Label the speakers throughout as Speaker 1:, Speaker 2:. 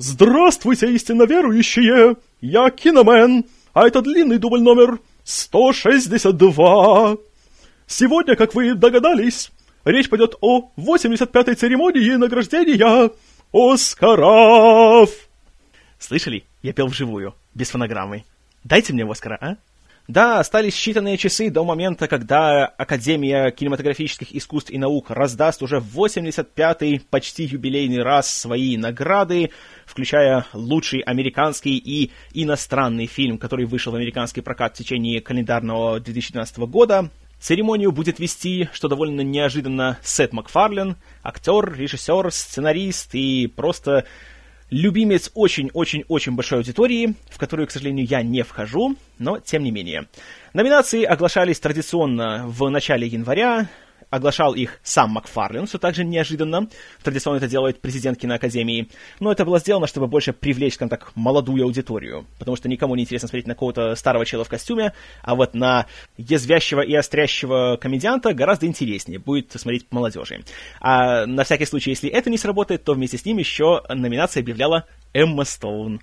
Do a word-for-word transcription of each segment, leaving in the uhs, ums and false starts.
Speaker 1: Здравствуйте, истинно верующие! Я Киномен, а это длинный дубль номер сто шестьдесят два. Сегодня, как вы догадались, речь пойдет о восемьдесят пятой церемонии награждения Оскаров. Слышали? Я пел вживую, без фонограммы. Дайте мне Оскара, а? Да, остались считанные часы до момента, когда Академия кинематографических искусств и наук раздаст уже в восемьдесят пятый почти юбилейный раз свои награды, включая лучший американский и иностранный фильм, который вышел в американский прокат в течение календарного две тысячи двенадцатого года. Церемонию будет вести, что довольно неожиданно, Сет Макфарлейн, актер, режиссер, сценарист и просто любимец очень-очень-очень большой аудитории, в которую, к сожалению, я не вхожу, но тем не менее. Номинации оглашались традиционно в начале января, оглашал их сам Макфарлейн, что также неожиданно. Традиционно это делает президент киноакадемии. Но это было сделано, чтобы больше привлечь, скажем так, молодую аудиторию. Потому что никому не интересно смотреть на какого-то старого чела в костюме, а вот на язвящего и острящего комедианта гораздо интереснее будет смотреть молодежи. А на всякий случай, если это не сработает, то вместе с ним еще номинация объявляла Эмма Стоун.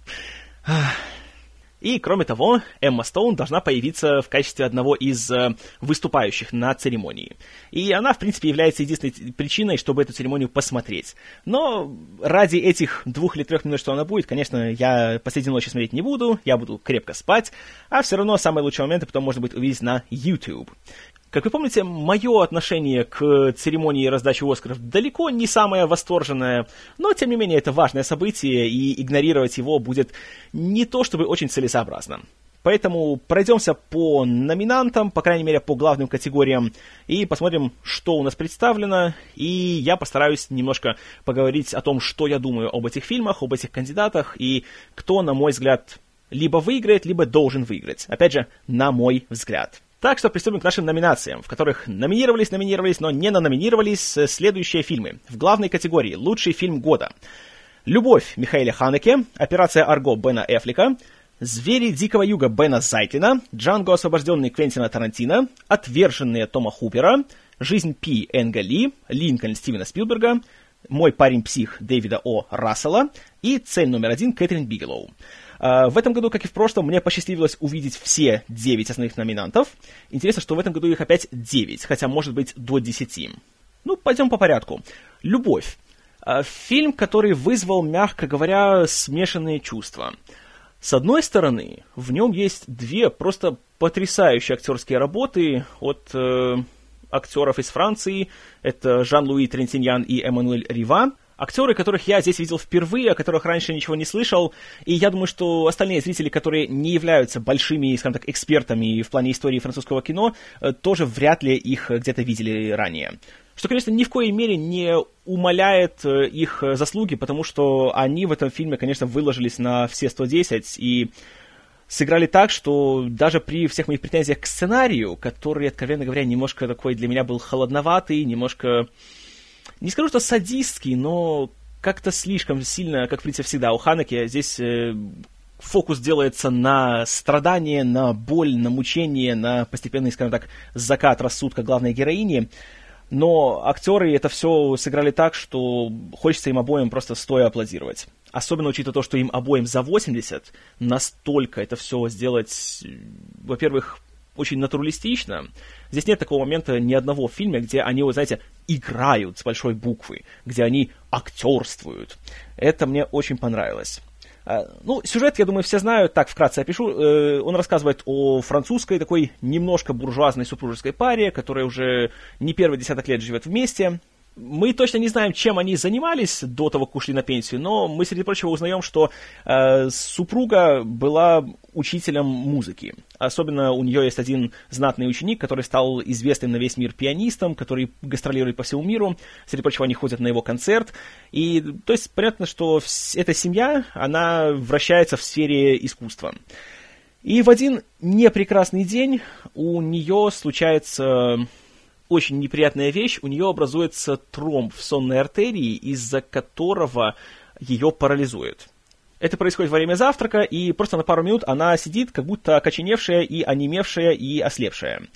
Speaker 1: И, кроме того, Эмма Стоун должна появиться в качестве одного из э, выступающих на церемонии. И она, в принципе, является единственной причиной, чтобы эту церемонию посмотреть. Но ради этих двух или трех минут, что она будет, конечно, я посреди ночи смотреть не буду, я буду крепко спать, а все равно самые лучшие моменты потом можно будет увидеть на YouTube. Как вы помните, мое отношение к церемонии раздачи Оскаров далеко не самое восторженное, но, тем не менее, это важное событие, и игнорировать его будет не то чтобы очень целесообразно. Поэтому пройдемся по номинантам, по крайней мере, по главным категориям, и посмотрим, что у нас представлено, и я постараюсь немножко поговорить о том, что я думаю об этих фильмах, об этих кандидатах, и кто, на мой взгляд, либо выиграет, либо должен выиграть. Опять же, на мой взгляд. Так что приступим к нашим номинациям, в которых номинировались, номинировались, но не наноминировались следующие фильмы. В главной категории «Лучший фильм года». «Любовь» Михаэля Ханеке, «Операция Арго» Бена Эффлека, «Звери Дикого Юга» Бена Сайтлина, «Джанго освобожденный» Квентина Тарантино, «Отверженные» Тома Хупера, «Жизнь Пи» Энга Ли, «Линкольн» Стивена Спилберга, «Мой парень Псих» Дэвида О. Рассела и «Цель номер один» Кэтрин Бигелоу. В этом году, как и в прошлом, мне посчастливилось увидеть все девять основных номинантов. Интересно, что в этом году их опять девять, хотя может быть до десяти. Ну, пойдем по порядку. «Любовь». Фильм, который вызвал, мягко говоря, смешанные чувства. С одной стороны, в нем есть две просто потрясающие актерские работы от э, актеров из Франции. Это Жан-Луи Трентиньян и Эммануэль Рива. Актеры, которых я здесь видел впервые, о которых раньше ничего не слышал, и я думаю, что остальные зрители, которые не являются большими, скажем так, экспертами в плане истории французского кино, тоже вряд ли их где-то видели ранее. Что, конечно, ни в коей мере не умаляет их заслуги, потому что они в этом фильме, конечно, выложились на все сто десять и сыграли так, что даже при всех моих претензиях к сценарию, который, откровенно говоря, немножко такой для меня был холодноватый, немножко... Не скажу, что садистский, но как-то слишком сильно, как, в принципе, всегда у Ханеке, здесь э, фокус делается на страдание, на боль, на мучение, на постепенный, скажем так, закат рассудка главной героини. Но актеры это все сыграли так, что хочется им обоим просто стоя аплодировать. Особенно учитывая то, что им обоим за восемьдесят, настолько это все сделать, во-первых, очень натуралистично. Здесь нет такого момента ни одного в фильме, где они, вы знаете, играют с большой буквы, где они актерствуют. Это мне очень понравилось. Ну, сюжет, я думаю, все знают, так, вкратце опишу. Он рассказывает о французской такой немножко буржуазной супружеской паре, которая уже не первый десяток лет живет вместе. Мы точно не знаем, чем они занимались до того, как ушли на пенсию, но мы, среди прочего, узнаем, что э, супруга была учителем музыки. Особенно у нее есть один знатный ученик, который стал известным на весь мир пианистом, который гастролирует по всему миру. Среди прочего, они ходят на его концерт. И, то есть, понятно, что вс- эта семья, она вращается в сфере искусства. И в один непрекрасный день у нее случается... очень неприятная вещь, у нее образуется тромб в сонной артерии, из-за которого ее парализует. Это происходит во время завтрака, и просто на пару минут она сидит, как будто окоченевшая и онемевшая и ослепшая.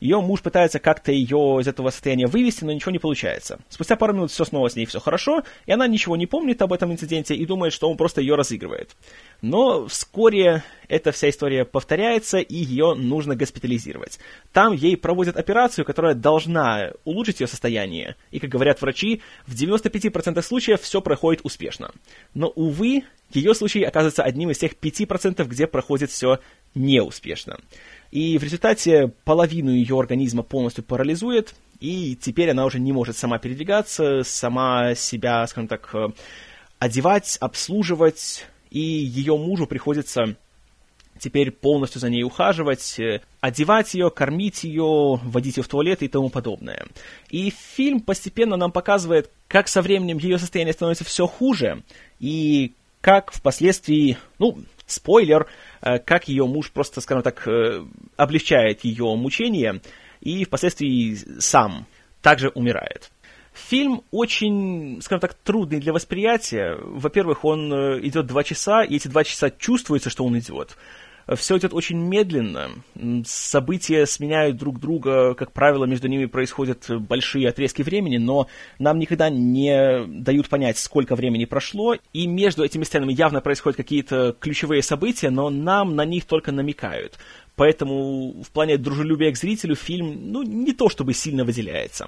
Speaker 1: ее муж пытается как-то ее из этого состояния вывести, но ничего не получается. Спустя пару минут все снова с ней все хорошо, и она ничего не помнит об этом инциденте и думает, что он просто ее разыгрывает. Но вскоре эта вся история повторяется, и ее нужно госпитализировать. Там ей проводят операцию, которая должна улучшить ее состояние. И, как говорят врачи, в девяноста пяти процентах случаев все проходит успешно. Но, увы, ее случай оказывается одним из тех пяти процентов, где проходит все неуспешно. И в результате половину ее организма полностью парализует, и теперь она уже не может сама передвигаться, сама себя, скажем так, одевать, обслуживать, и ее мужу приходится теперь полностью за ней ухаживать, одевать ее, кормить ее, водить ее в туалет и тому подобное. И фильм постепенно нам показывает, как со временем ее состояние становится все хуже, и как впоследствии, ну, спойлер, как ее муж просто, скажем так, облегчает ее мучения, и впоследствии сам также умирает. Фильм очень, скажем так, трудный для восприятия. Во-первых, он идет два часа, и эти два часа чувствуется, что он идет. Все идет очень медленно, события сменяют друг друга, как правило, между ними происходят большие отрезки времени, но нам никогда не дают понять, сколько времени прошло, и между этими сценами явно происходят какие-то ключевые события, но нам на них только намекают. Поэтому в плане дружелюбия к зрителю фильм, ну, не то чтобы сильно выделяется.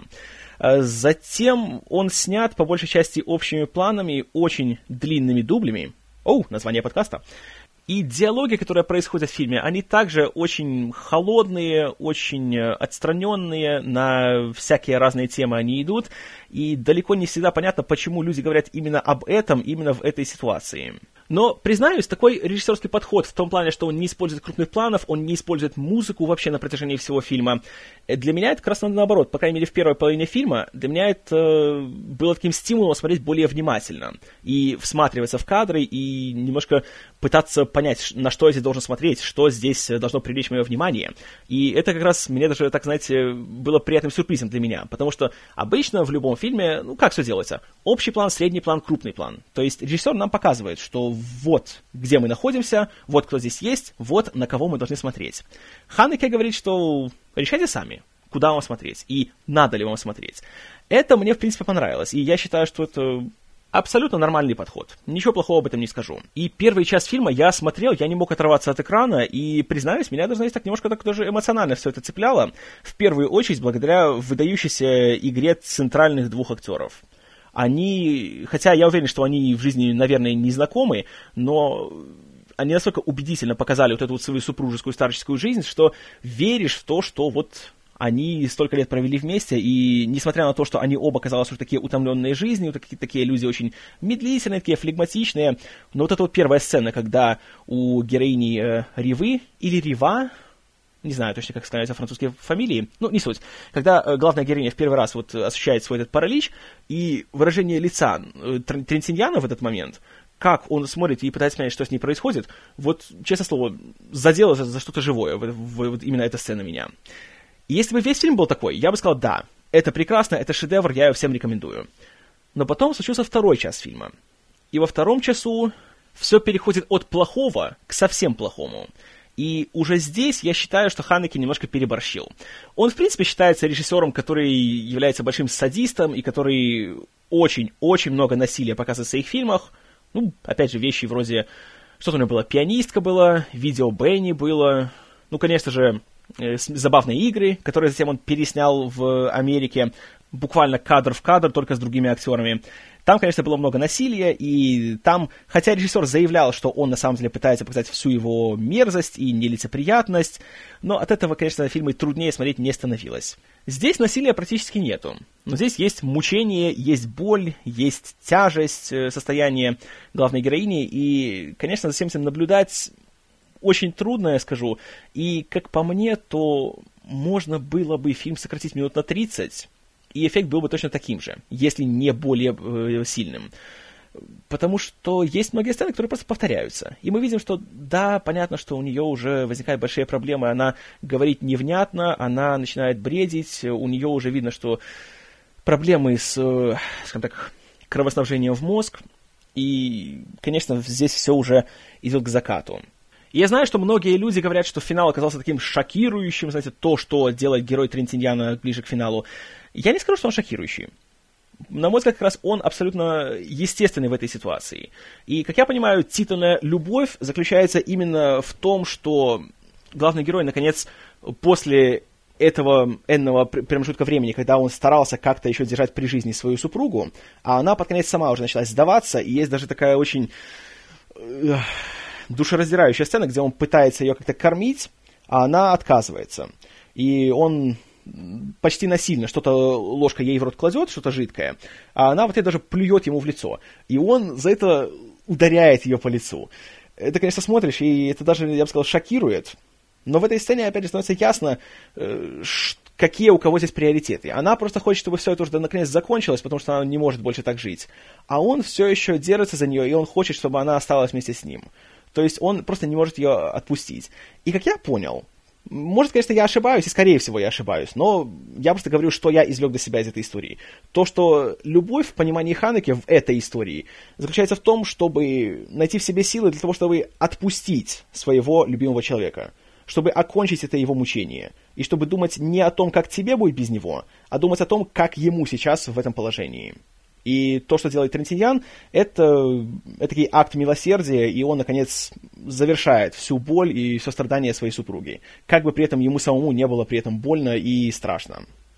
Speaker 1: Затем он снят, по большей части, общими планами, очень длинными дублями. Оу, название подкаста. И диалоги, которые происходят в фильме, они также очень холодные, очень отстраненные, на всякие разные темы они идут, и далеко не всегда понятно, почему люди говорят именно об этом, именно в этой ситуации. Но, признаюсь, такой режиссерский подход в том плане, что он не использует крупных планов, он не использует музыку вообще на протяжении всего фильма. Для меня это как раз наоборот, по крайней мере в первой половине фильма, для меня это было таким стимулом смотреть более внимательно и всматриваться в кадры и немножко пытаться понять, на что я здесь должен смотреть, что здесь должно привлечь мое внимание. И это как раз мне даже, так знаете, было приятным сюрпризом для меня, потому что обычно в любом фильме, ну как все делается? Общий план, средний план, крупный план. То есть режиссер нам показывает, что вот где мы находимся, вот кто здесь есть, вот на кого мы должны смотреть. Ханеке говорит, что решайте сами, куда вам смотреть и надо ли вам смотреть. Это мне, в принципе, понравилось, и я считаю, что это абсолютно нормальный подход. Ничего плохого об этом не скажу. И первый час фильма я смотрел, я не мог оторваться от экрана, и, признаюсь, меня даже, знаете, так немножко так даже эмоционально все это цепляло, в первую очередь благодаря выдающейся игре центральных двух актеров. Они, хотя я уверен, что они в жизни, наверное, не знакомы, но они настолько убедительно показали вот эту вот свою супружескую старческую жизнь, что веришь в то, что вот они столько лет провели вместе, и несмотря на то, что они оба, казалось, уже такие утомленные жизнью, такие, такие люди очень медлительные, такие флегматичные, но вот эта вот первая сцена, когда у героини э, Ривы или Рива, не знаю точно, как становятся французские фамилии, ну, не суть. Когда э, главная героиня в первый раз вот ощущает свой этот паралич, и выражение лица э, Трентиньяна в этот момент, как он смотрит и пытается понять, что с ней происходит, вот, честное слово, задело за, за что-то живое, вот, вот именно эта сцена меня. И если бы весь фильм был такой, я бы сказал, да, это прекрасно, это шедевр, я его всем рекомендую. Но потом случился второй час фильма. И во втором часу все переходит от плохого к совсем плохому. И уже здесь я считаю, что Ханеке немножко переборщил. Он, в принципе, считается режиссером, который является большим садистом и который очень-очень много насилия показывает в своих фильмах. Ну, опять же, вещи вроде... Что-то у него было? Пианистка была, видео Бенни было. Ну, конечно же, э, забавные игры, которые затем он переснял в Америке. Буквально кадр в кадр, только с другими актерами. Там, конечно, было много насилия, и там, хотя режиссер заявлял, что он на самом деле пытается показать всю его мерзость и нелицеприятность, но от этого, конечно, фильмы труднее смотреть не становилось. Здесь насилия практически нету, но здесь есть мучение, есть боль, есть тяжесть состояния главной героини, и, конечно, за всем этим наблюдать очень трудно, я скажу, и, как по мне, то можно было бы фильм сократить минут на тридцать, и эффект был бы точно таким же, если не более э, сильным. Потому что есть многие сцены, которые просто повторяются. И мы видим, что да, понятно, что у нее уже возникают большие проблемы. Она говорит невнятно, она начинает бредить, у нее уже видно, что проблемы с, э, скажем так, кровоснабжением в мозг. И, конечно, здесь все уже идет к закату. И я знаю, что многие люди говорят, что финал оказался таким шокирующим, знаете, то, что делает герой Трентиньяна ближе к финалу. Я не скажу, что он шокирующий. На мой взгляд, как раз он абсолютно естественный в этой ситуации. И, как я понимаю, Титана любовь заключается именно в том, что главный герой, наконец, после этого энного промежутка времени, когда он старался как-то еще держать при жизни свою супругу, а она под конец сама уже начала сдаваться, и есть даже такая очень душераздирающая сцена, где он пытается ее как-то кормить, а она отказывается. И он почти насильно что-то ложкой ей в рот кладет, что-то жидкое, а она в ответ даже плюет ему в лицо. И он за это ударяет ее по лицу. Это, конечно, смотришь, и это даже, я бы сказал, шокирует. Но в этой сцене, опять же, становится ясно, какие у кого здесь приоритеты. Она просто хочет, чтобы все это уже наконец закончилось, потому что она не может больше так жить. А он все еще держится за нее, и он хочет, чтобы она осталась вместе с ним. То есть он просто не может ее отпустить. И как я понял, может, конечно, я ошибаюсь, и скорее всего я ошибаюсь, но я просто говорю, что я извлек для себя из этой истории. То, что любовь в понимании Ханеке в этой истории заключается в том, чтобы найти в себе силы для того, чтобы отпустить своего любимого человека, чтобы окончить это его мучение, и чтобы думать не о том, как тебе будет без него, а думать о том, как ему сейчас в этом положении. И то, что делает Трентиньян, это, это такой акт милосердия, и он, наконец, завершает всю боль и все страдания своей супруги. Как бы при этом ему самому не было при этом больно и страшно.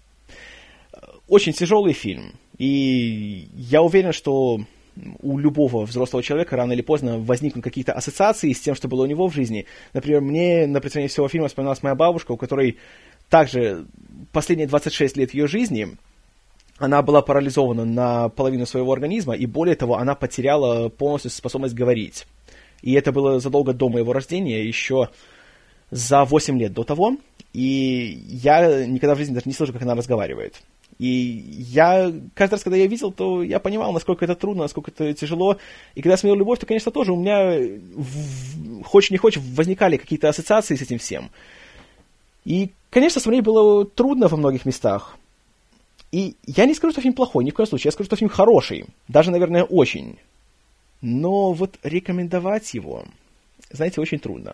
Speaker 1: Очень тяжелый фильм, и я уверен, что у любого взрослого человека рано или поздно возникнут какие-то ассоциации с тем, что было у него в жизни. Например, мне на протяжении всего фильма вспоминалась моя бабушка, у которой также последние двадцать шесть лет ее жизни она была парализована на половину своего организма, и более того, она потеряла полностью способность говорить. И это было задолго до моего рождения, еще за восемь лет до того, и я никогда в жизни даже не слышу, как она разговаривает. И я, каждый раз, когда я видел, то я понимал, насколько это трудно, насколько это тяжело. И когда я смотрел «Любовь», то, конечно, тоже у меня, в... хочешь не хочешь, возникали какие-то ассоциации с этим всем. И, конечно, смотреть было трудно во многих местах. И я не скажу, что фильм плохой, ни в коем случае. Я скажу, что фильм хороший. Даже, наверное, очень. Но вот рекомендовать его, знаете, очень трудно.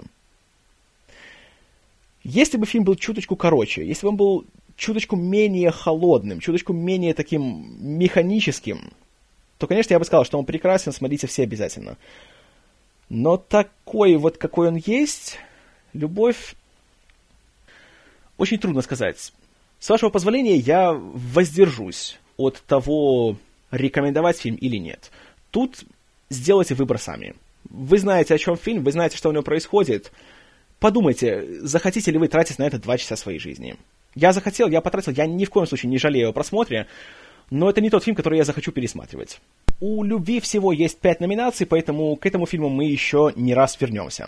Speaker 1: Если бы фильм был чуточку короче, если бы он был чуточку менее холодным, чуточку менее таким механическим, то, конечно, я бы сказал, что он прекрасен, смотрите все обязательно. Но такой вот, какой он есть, любовь, очень трудно сказать. С вашего позволения, я воздержусь от того, рекомендовать фильм или нет. Тут сделайте выбор сами. Вы знаете, о чем фильм, вы знаете, что у него происходит. Подумайте, захотите ли вы тратить на это два часа своей жизни. Я захотел, я потратил, я ни в коем случае не жалею о просмотре, но это не тот фильм, который я захочу пересматривать. У «Любви» всего есть пять номинаций, поэтому к этому фильму мы еще не раз вернемся.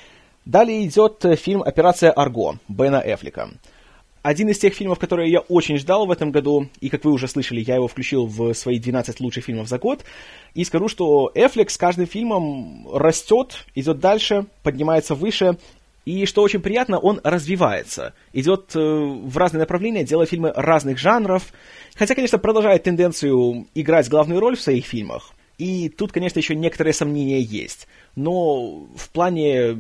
Speaker 1: Далее идет фильм «Операция Арго» Бена Эффлека. Один из тех фильмов, которые я очень ждал в этом году, и, как вы уже слышали, я его включил в свои двенадцать лучших фильмов за год, и скажу, что Эффлек с каждым фильмом растет, идет дальше, поднимается выше, и, что очень приятно, он развивается, идет в разные направления, делая фильмы разных жанров, хотя, конечно, продолжает тенденцию играть главную роль в своих фильмах, и тут, конечно, еще некоторые сомнения есть, но в плане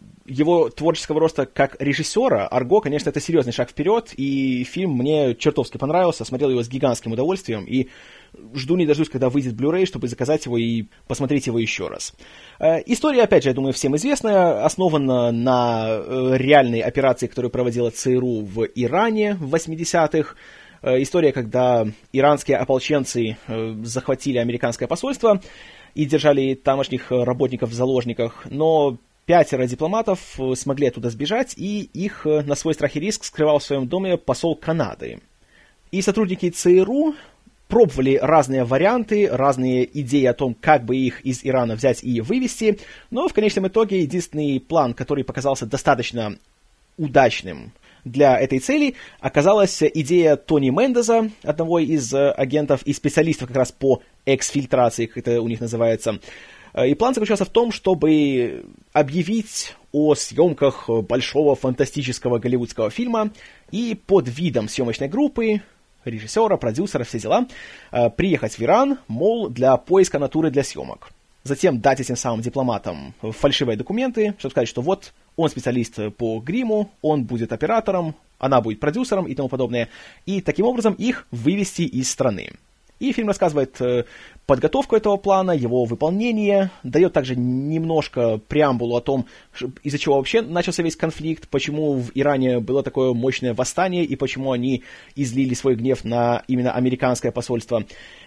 Speaker 1: его творческого роста как режиссера, «Арго», конечно, это серьезный шаг вперед, и фильм мне чертовски понравился, смотрел его с гигантским удовольствием, и жду не дождусь, когда выйдет Blu-ray, чтобы заказать его и посмотреть его еще раз. Э, история, опять же, я думаю, всем известная, основана на э, реальной операции, которую проводила ЦРУ в Иране в восьмидесятых. Э, история, когда иранские ополченцы э, захватили американское посольство и держали тамошних работников в заложниках, но пятеро дипломатов смогли оттуда сбежать, и их на свой страх и риск скрывал в своем доме посол Канады. И сотрудники ЦРУ пробовали разные варианты, разные идеи о том, как бы их из Ирана взять и вывести, но в конечном итоге единственный план, который показался достаточно удачным для этой цели, оказалась идея Тони Мендеза, одного из агентов и специалистов как раз по эксфильтрации, как это у них называется. И план заключался в том, чтобы объявить о съемках большого фантастического голливудского фильма и под видом съемочной группы, режиссера, продюсера, все дела, приехать в Иран, мол, для поиска натуры для съемок. затем дать этим самым дипломатам фальшивые документы, чтобы сказать, что вот он специалист по гриму, он будет оператором, она будет продюсером и тому подобное, и таким образом их вывести из страны. И фильм рассказывает э, подготовку этого плана, его выполнение, дает также немножко преамбулу о том, из-за чего вообще начался весь конфликт, почему в Иране было такое мощное восстание и почему они излили свой гнев на именно американское посольство.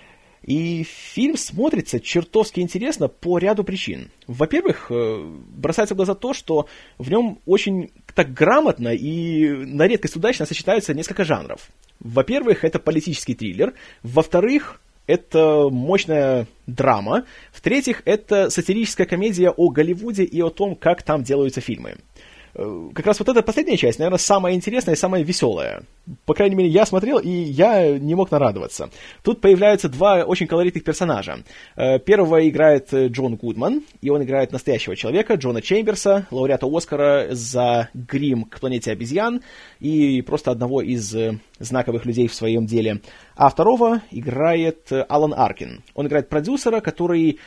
Speaker 1: И фильм смотрится чертовски интересно по ряду причин. Во-первых, бросается в глаза то, что в нем очень так грамотно и на редкость удачно сочетаются несколько жанров. Во-первых, это политический триллер. Во-вторых, это мощная драма. В-третьих, это сатирическая комедия о Голливуде и о том, как там делаются фильмы. Как раз вот эта последняя часть, наверное, самая интересная и самая веселая. По крайней мере, я смотрел, и я не мог нарадоваться. Тут появляются два очень колоритных персонажа. Первого играет Джон Гудман, и он играет настоящего человека, Джона Чемберса, лауреата Оскара за грим к «Планете обезьян», и просто одного из знаковых людей в своем деле. А второго играет Алан Аркин. Он играет продюсера, который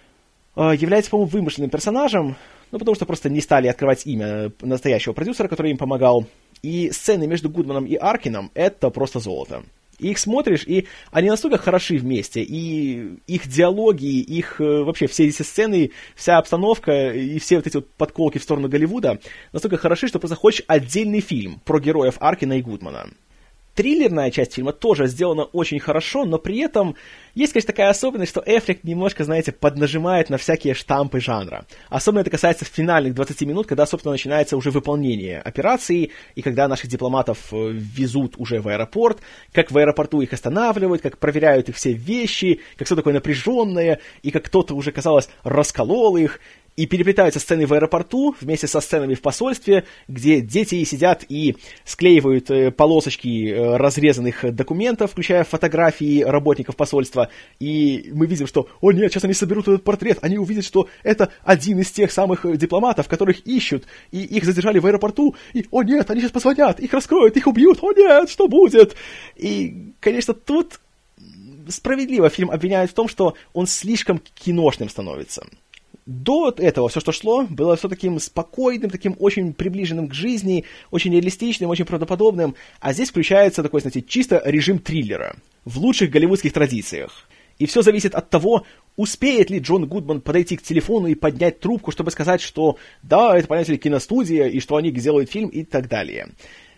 Speaker 1: является, по-моему, вымышленным персонажем, ну, потому что просто не стали открывать имя настоящего продюсера, который им помогал. И сцены между Гудманом и Аркином — это просто золото. И их смотришь, и они настолько хороши вместе, и их диалоги, их вообще все эти сцены, вся обстановка и все вот эти вот подколки в сторону Голливуда настолько хороши, что просто хочешь отдельный фильм про героев Аркина и Гудмана. Триллерная часть фильма тоже сделана очень хорошо, но при этом есть, конечно, такая особенность, что Эффлек немножко, знаете, поднажимает на всякие штампы жанра. Особенно это касается финальных двадцати минут, когда, собственно, начинается уже выполнение операции, и когда наших дипломатов везут уже в аэропорт, как в аэропорту их останавливают, как проверяют их все вещи, как все такое напряженное, и как кто-то уже, казалось, расколол их. И переплетаются сцены в аэропорту вместе со сценами в посольстве, где дети сидят и склеивают полосочки разрезанных документов, включая фотографии работников посольства. И мы видим, что, о нет, сейчас они соберут этот портрет, они увидят, что это один из тех самых дипломатов, которых ищут, и их задержали в аэропорту, и, о нет, они сейчас позвонят, их раскроют, их убьют, о нет, что будет? И, конечно, тут справедливо фильм обвиняют в том, что он слишком киношным становится. До этого все, что шло, было все таким спокойным, таким очень приближенным к жизни, очень реалистичным, очень правдоподобным, а здесь включается такой, знаете, чисто режим триллера, в лучших голливудских традициях. И все зависит от того, успеет ли Джон Гудман подойти к телефону и поднять трубку, чтобы сказать, что да, это, понимаете ли, киностудия, и что они делают фильм и так далее.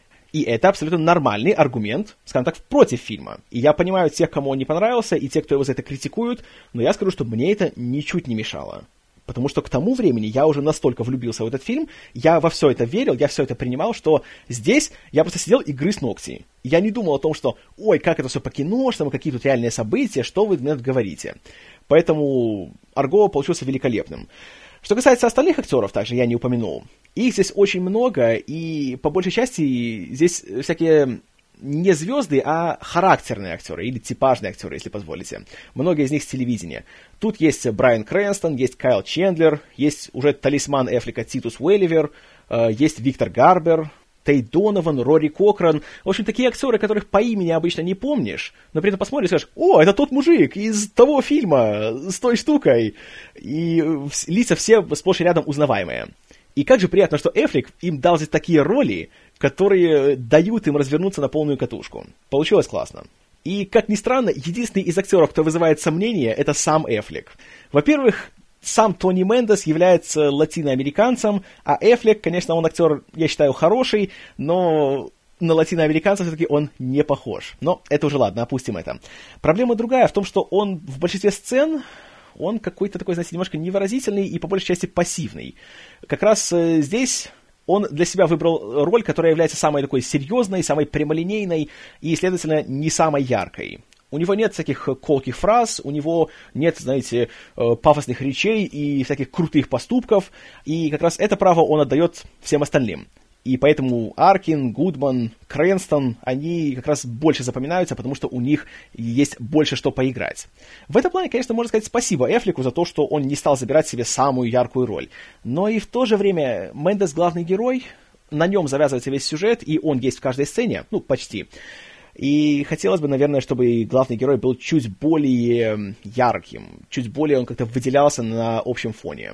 Speaker 1: И это абсолютно нормальный аргумент, скажем так, против фильма. И я понимаю тех, кому он не понравился, и тех, кто его за это критикуют, но я скажу, что мне это ничуть не мешало. Потому что к тому времени я уже настолько влюбился в этот фильм, я во все это верил, я все это принимал, что здесь я просто сидел и грыз ногти. Я не думал о том, что ой, как это все по-киношному, какие тут реальные события, что вы мне тут говорите. Поэтому Арго получился великолепным. Что касается остальных актеров, также я не упомянул. Их здесь очень много, и по большей части здесь всякие не звезды, а характерные актеры, или типажные актеры, если позволите. Многие из них с телевидения. Тут есть Брайан Крэнстон, есть Кайл Чендлер, есть уже талисман Эффлека Титус Уэлливер, э, есть Виктор Гарбер, Тейт Донован, Рори Кокран. В общем, такие актеры, которых по имени обычно не помнишь, но при этом посмотришь и скажешь, о, это тот мужик из того фильма с той штукой. И лица все сплошь и рядом узнаваемые. И как же приятно, что Эффлек им дал здесь такие роли, которые дают им развернуться на полную катушку. Получилось классно. И, как ни странно, единственный из актеров, кто вызывает сомнения, это сам Эффлек. Во-первых, сам Тони Мендес является латиноамериканцем, а Эффлек, конечно, он актер, я считаю, хороший, но на латиноамериканца все-таки он не похож. Но это уже ладно, опустим это. Проблема другая в том, что он в большинстве сцен... он какой-то такой, знаете, немножко невыразительный и по большей части пассивный. Как раз э, здесь он для себя выбрал роль, которая является самой такой серьезной, самой прямолинейной и, следовательно, не самой яркой. У него нет всяких колких фраз, у него нет, знаете, э, пафосных речей и всяких крутых поступков, и как раз это право он отдает всем остальным. И поэтому Аркин, Гудман, Крэнстон, они как раз больше запоминаются, потому что у них есть больше что поиграть. В этом плане, конечно, можно сказать спасибо Эффлеку за то, что он не стал забирать себе самую яркую роль. Но и в то же время Мендес главный герой, на нем завязывается весь сюжет, и он есть в каждой сцене, ну, почти. И хотелось бы, наверное, чтобы главный герой был чуть более ярким, чуть более он как-то выделялся на общем фоне.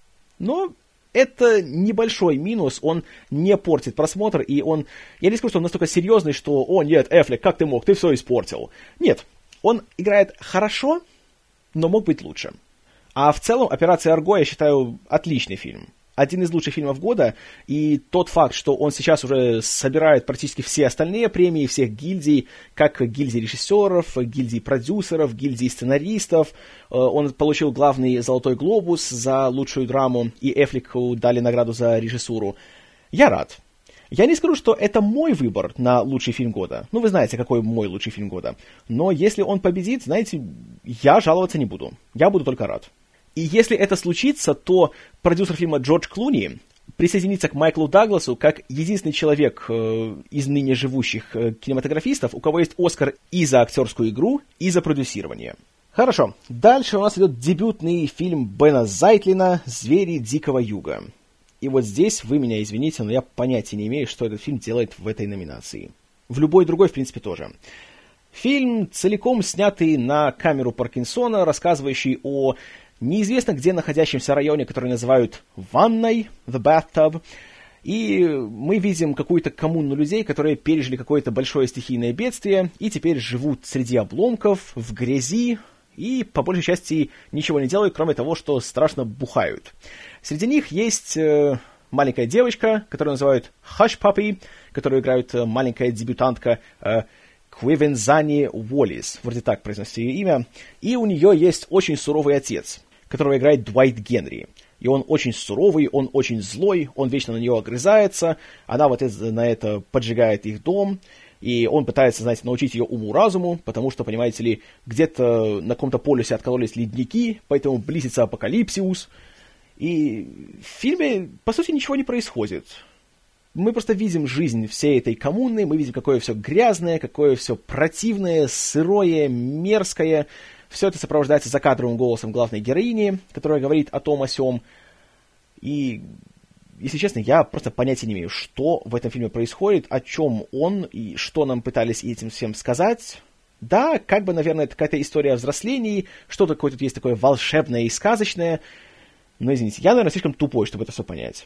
Speaker 1: Но это небольшой минус, он не портит просмотр, и он... Я не скажу, что он настолько серьезный, что «О, нет, Эфлек, как ты мог? Ты все испортил». Нет, он играет хорошо, но мог быть лучше. А в целом «Операция Арго» я считаю отличный фильм. Один из лучших фильмов года, и тот факт, что он сейчас уже собирает практически все остальные премии всех гильдий, как гильдии режиссеров, гильдии продюсеров, гильдии сценаристов. Он получил главный «Золотой глобус» за лучшую драму, и Эфлику дали награду за режиссуру. Я рад. Я не скажу, что это мой выбор на лучший фильм года. Ну, вы знаете, какой мой лучший фильм года. Но если он победит, знаете, я жаловаться не буду. Я буду только рад. И если это случится, то продюсер фильма Джордж Клуни присоединится к Майклу Дагласу как единственный человек э, из ныне живущих э, кинематографистов, у кого есть Оскар и за актерскую игру, и за продюсирование. Хорошо, дальше у нас идет дебютный фильм Бена Зайтлина «Звери Дикого Юга». И вот здесь вы меня извините, но я понятия не имею, что этот фильм делает в этой номинации. В любой другой, в принципе, тоже. Фильм, целиком снятый на камеру Паркинсона, рассказывающий о неизвестно где находящемся районе, который называют ванной, the bathtub, и мы видим какую-то коммуну людей, которые пережили какое-то большое стихийное бедствие и теперь живут среди обломков, в грязи, и по большей части ничего не делают, кроме того, что страшно бухают. Среди них есть э, маленькая девочка, которую называют Hush Puppy, которую играет э, маленькая дебютантка э, Квивензани Уоллис, вроде так произносится ее имя, и у нее есть очень суровый отец, которого играет Дуайт Генри. И он очень суровый, он очень злой, он вечно на нее огрызается, она вот это, на это поджигает их дом, и он пытается, знаете, научить ее уму-разуму, потому что, понимаете ли, где-то на каком-то полюсе откололись ледники, поэтому близится апокалипсис. И в фильме, по сути, ничего не происходит. Мы просто видим жизнь всей этой коммуны, мы видим, какое все грязное, какое все противное, сырое, мерзкое. Все это сопровождается закадровым голосом главной героини, которая говорит о том о сём. И, если честно, я просто понятия не имею, что в этом фильме происходит, о чем он и что нам пытались этим всем сказать. Да, как бы, наверное, это какая-то история о взрослении, что-то какое-то тут есть такое волшебное и сказочное. Но, извините, я, наверное, слишком тупой, чтобы это все понять.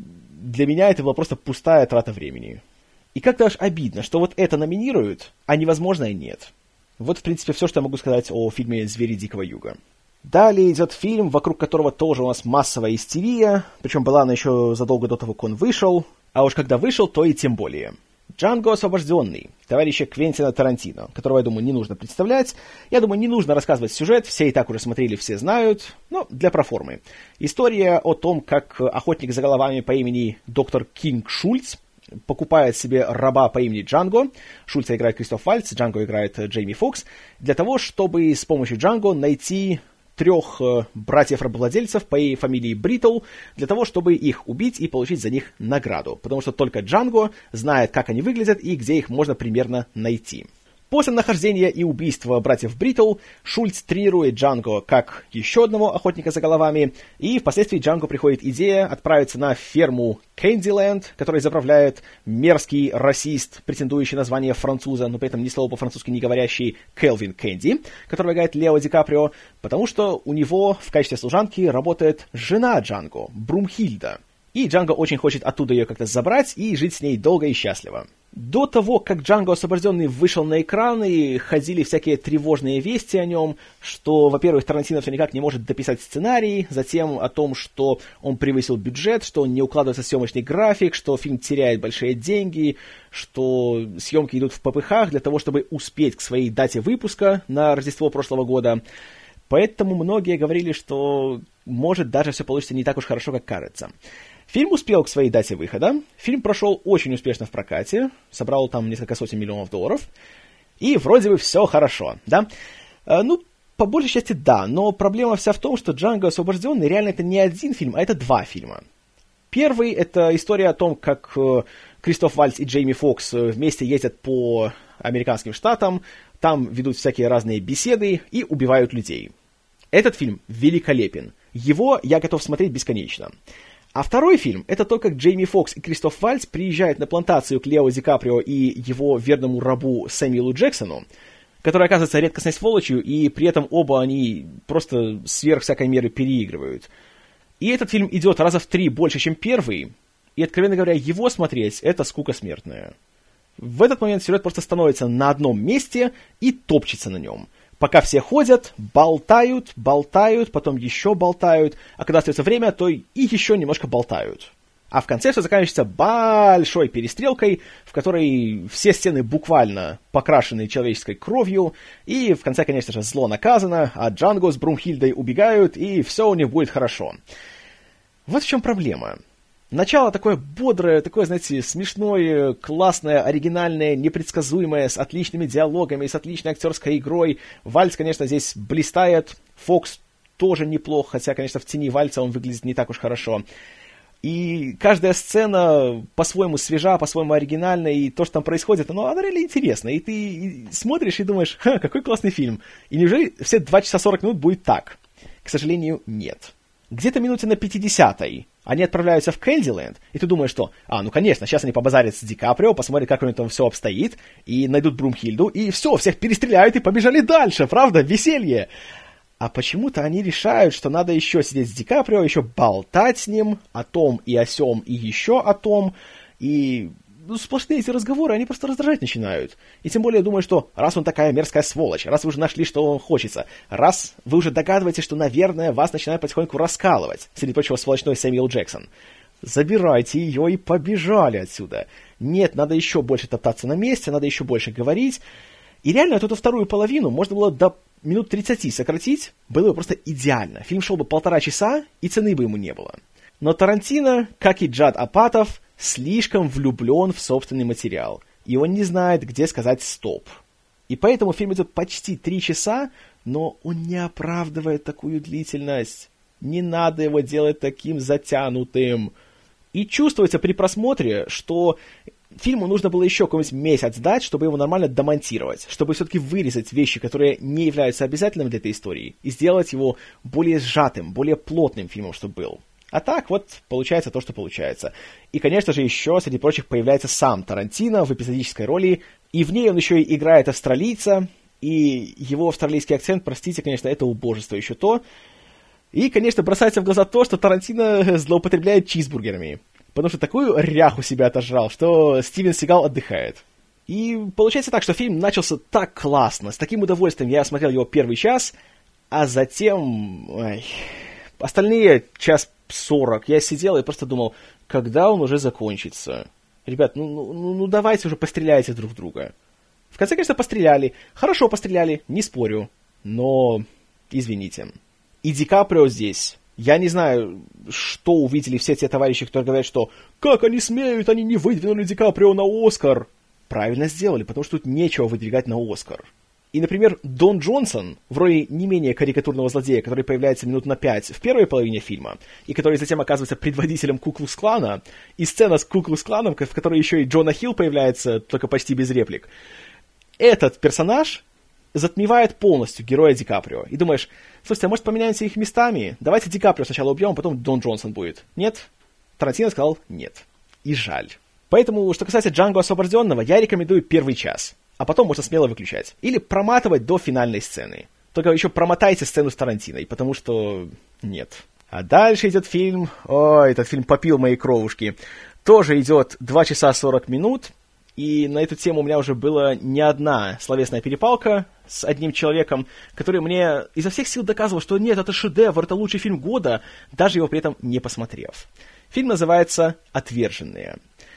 Speaker 1: Для меня это была просто пустая трата времени. И как-то аж обидно, что вот это номинируют, а невозможное нет. Вот, в принципе, все, что я могу сказать о фильме «Звери Дикого Юга». Далее идет фильм, вокруг которого тоже у нас массовая истерия, причем была она еще задолго до того, как он вышел, а уж когда вышел, то и тем более. «Джанго освобожденный» товарища Квентина Тарантино, которого, я думаю, не нужно представлять. Я думаю, не нужно рассказывать сюжет, все и так уже смотрели, все знают, но для проформы. История о том, как охотник за головами по имени доктор Кинг Шульц покупает себе раба по имени Джанго. Шульца играет Кристоф Вальц, Джанго играет Джейми Фокс, для того, чтобы с помощью Джанго найти трех э, братьев-рабовладельцев по фамилии Бриттл, для того, чтобы их убить и получить за них награду, потому что только Джанго знает, как они выглядят и где их можно примерно найти. После нахождения и убийства братьев Бриттл, Шульц тренирует Джанго как еще одного охотника за головами, и впоследствии Джанго приходит идея отправиться на ферму Кэндиленд, которой заправляет мерзкий расист, претендующий на звание француза, но при этом ни слова по-французски не говорящий Келвин Кэнди, которого играет Лео Ди Каприо, потому что у него в качестве служанки работает жена Джанго, Брумхильда. И Джанго очень хочет оттуда ее как-то забрать и жить с ней долго и счастливо. До того, как Джанго освобожденный вышел на экраны, ходили всякие тревожные вести о нем, что, во-первых, Тарантино все никак не может дописать сценарий, затем о том, что он превысил бюджет, что он не укладывается в съемочный график, что фильм теряет большие деньги, что съемки идут в попыхах для того, чтобы успеть к своей дате выпуска на Рождество прошлого года. Поэтому многие говорили, что, может, даже все получится не так уж хорошо, как кажется. Фильм успел к своей дате выхода, фильм прошел очень успешно в прокате, собрал там несколько сотен миллионов долларов, и вроде бы все хорошо, да? А, ну, по большей части да, но проблема вся в том, что «Джанго освобожденный» реально это не один фильм, а это два фильма. Первый — это история о том, как э, Кристоф Вальц и Джейми Фокс вместе ездят по американским штатам, там ведут всякие разные беседы и убивают людей. Этот фильм великолепен, его я готов смотреть бесконечно. А второй фильм — это то, как Джейми Фокс и Кристоф Вальтз приезжают на плантацию к Лео Ди Каприо и его верному рабу Сэмюэлу Джексону, который оказывается редкостной сволочью, и при этом оба они просто сверх всякой меры переигрывают. И этот фильм идет раза в три больше, чем первый, и, откровенно говоря, его смотреть — это скука смертная. В этот момент сюжет просто становится на одном месте и топчется на нем. Пока все ходят, болтают, болтают, потом еще болтают, а когда остается время, то и еще немножко болтают. А в конце все заканчивается большой перестрелкой, в которой все стены буквально покрашены человеческой кровью, и в конце, конечно же, зло наказано, а Джанго с Брумхильдой убегают, и все у них будет хорошо. Вот в чем проблема. Начало такое бодрое, такое, знаете, смешное, классное, оригинальное, непредсказуемое, с отличными диалогами, с отличной актерской игрой. Вальц, конечно, здесь блистает, Фокс тоже неплох, хотя, конечно, в тени Вальца он выглядит не так уж хорошо. И каждая сцена по-своему свежа, по-своему оригинальна, и то, что там происходит, оно, оно реально интересно. И ты смотришь и думаешь, ха, какой классный фильм. И неужели все два часа сорок минут будет так? К сожалению, нет. Где-то минуте на пятидесятой они отправляются в Кэндиленд, и ты думаешь, что, а, ну конечно, сейчас они побазарят с Ди Каприо, посмотрят, как у них там все обстоит, и найдут Брумхильду, и все, всех перестреляют и побежали дальше, правда, веселье. А почему-то они решают, что надо еще сидеть с Ди Каприо, еще болтать с ним о том и о сём, и еще о том, и ну, сплошные эти разговоры, они просто раздражать начинают. И тем более я думаю, что раз он такая мерзкая сволочь, раз вы уже нашли, что он хочется, раз вы уже догадываетесь, что, наверное, вас начинает потихоньку раскалывать, среди прочего, сволочной Сэмюэл Джексон, забирайте ее и побежали отсюда. Нет, надо еще больше топтаться на месте, надо еще больше говорить. И реально эту вторую половину можно было до минут тридцати сократить, было бы просто идеально. Фильм шел бы полтора часа, и цены бы ему не было. Но Тарантино, как и Джад Апатов, слишком влюблен в собственный материал, и он не знает, где сказать «стоп». И поэтому фильм идет почти три часа, но он не оправдывает такую длительность. Не надо его делать таким затянутым. И чувствуется при просмотре, что фильму нужно было еще какой-нибудь месяц дать, чтобы его нормально домонтировать, чтобы все-таки вырезать вещи, которые не являются обязательными для этой истории, и сделать его более сжатым, более плотным фильмом, чтобы был. А так вот получается то, что получается. И, конечно же, еще, среди прочих, появляется сам Тарантино в эпизодической роли, и в ней он еще и играет австралийца, и его австралийский акцент, простите, конечно, это убожество еще то. И, конечно, бросается в глаза то, что Тарантино злоупотребляет чизбургерами, потому что такую ряху себя отожрал, что Стивен Сигал отдыхает. И получается так, что фильм начался так классно, с таким удовольствием я смотрел его первый час, а затем... Ой, остальные час сорок я сидел и просто думал, когда он уже закончится. Ребят, ну, ну, ну давайте уже постреляйте друг в друга. В конце, конечно, постреляли. Хорошо постреляли, не спорю. Но, извините. И Ди Каприо здесь. Я не знаю, что увидели все те товарищи, которые говорят, что «Как они смеют, они не выдвинули Ди Каприо на Оскар!» Правильно сделали, потому что тут нечего выдвигать на Оскар. И, например, Дон Джонсон в роли не менее карикатурного злодея, который появляется минут на пять в первой половине фильма, и который затем оказывается предводителем Ку-Клукс-клана, и сцена с Ку-Клукс-кланом, в которой еще и Джона Хилл появляется, только почти без реплик. Этот персонаж затмевает полностью героя Ди Каприо. И думаешь, слушайте, а может поменяемся их местами? Давайте Ди Каприо сначала убьем, а потом Дон Джонсон будет. Нет? Тарантино сказал нет. И жаль. Поэтому, что касается Джанго Освобожденного, я рекомендую первый час. А потом можно смело выключать. Или проматывать до финальной сцены. Только еще промотайте сцену с Тарантиной, потому что нет. А дальше идет фильм... Ой, этот фильм попил мои кровушки. Тоже идет два часа сорок минут. И на эту тему у меня уже была не одна словесная перепалка с одним человеком, который мне изо всех сил доказывал, что нет, это шедевр, это лучший фильм года, даже его при этом не посмотрев. Фильм называется «Отверженные».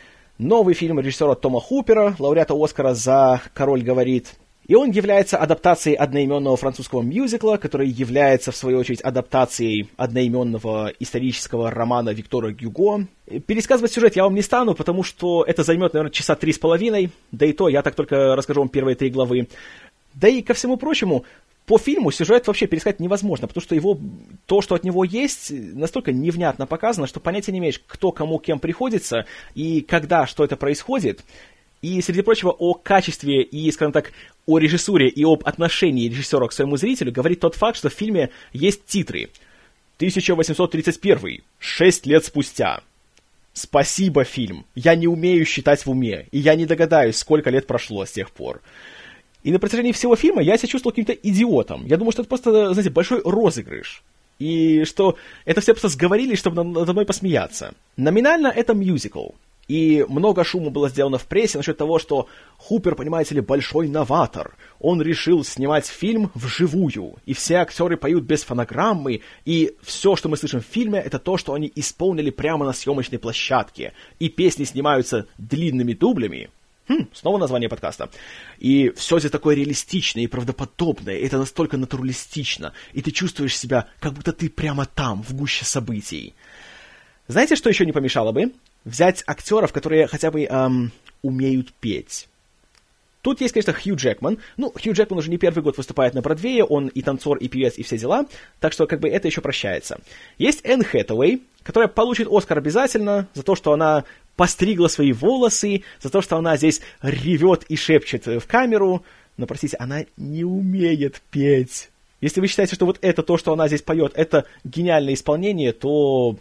Speaker 1: Новый фильм режиссера Тома Хупера, лауреата Оскара за «Король говорит». И он является адаптацией одноименного французского мюзикла, который является, в свою очередь, адаптацией одноименного исторического романа Виктора Гюго. Пересказывать сюжет я вам не стану, потому что это займет, наверное, часа три с половиной, да и то я так только расскажу вам первые три главы. Да и, ко всему прочему, по фильму сюжет вообще пересказать невозможно, потому что его, то, что от него есть, настолько невнятно показано, что понятия не имеешь, кто кому кем приходится и когда что это происходит. И, среди прочего, о качестве и, скажем так, о режиссуре и об отношении режиссера к своему зрителю говорит тот факт, что в фильме есть титры. тысяча восемьсот тридцать первый. Шесть лет спустя. Спасибо, фильм. Я не умею считать в уме, и я не догадаюсь, сколько лет прошло с тех пор. И на протяжении всего фильма я себя чувствовал каким-то идиотом. Я думал, что это просто, знаете, большой розыгрыш. И что это все просто сговорились, чтобы надо мной посмеяться. Номинально это мюзикл. И много шума было сделано в прессе насчет того, что Хупер, понимаете ли, большой новатор. Он решил снимать фильм вживую, и все актеры поют без фонограммы, и все, что мы слышим в фильме, это то, что они исполнили прямо на съемочной площадке, и песни снимаются длинными дублями. Хм, снова название подкаста. И все здесь такое реалистичное и правдоподобное, это настолько натуралистично, и ты чувствуешь себя, как будто ты прямо там, в гуще событий. Знаете, что еще не помешало бы? Взять актеров, которые хотя бы эм, умеют петь. Тут есть, конечно, Хью Джекман. Ну, Хью Джекман уже не первый год выступает на Бродвее, он и танцор, и певец, и все дела, так что как бы это еще прощается. Есть Энн Хэтэуэй, которая получит Оскар обязательно за то, что она постригла свои волосы, за то, что она здесь ревет и шепчет в камеру, но, простите, она не умеет петь. Если вы считаете, что вот это то, что она здесь поет, это гениальное исполнение, то...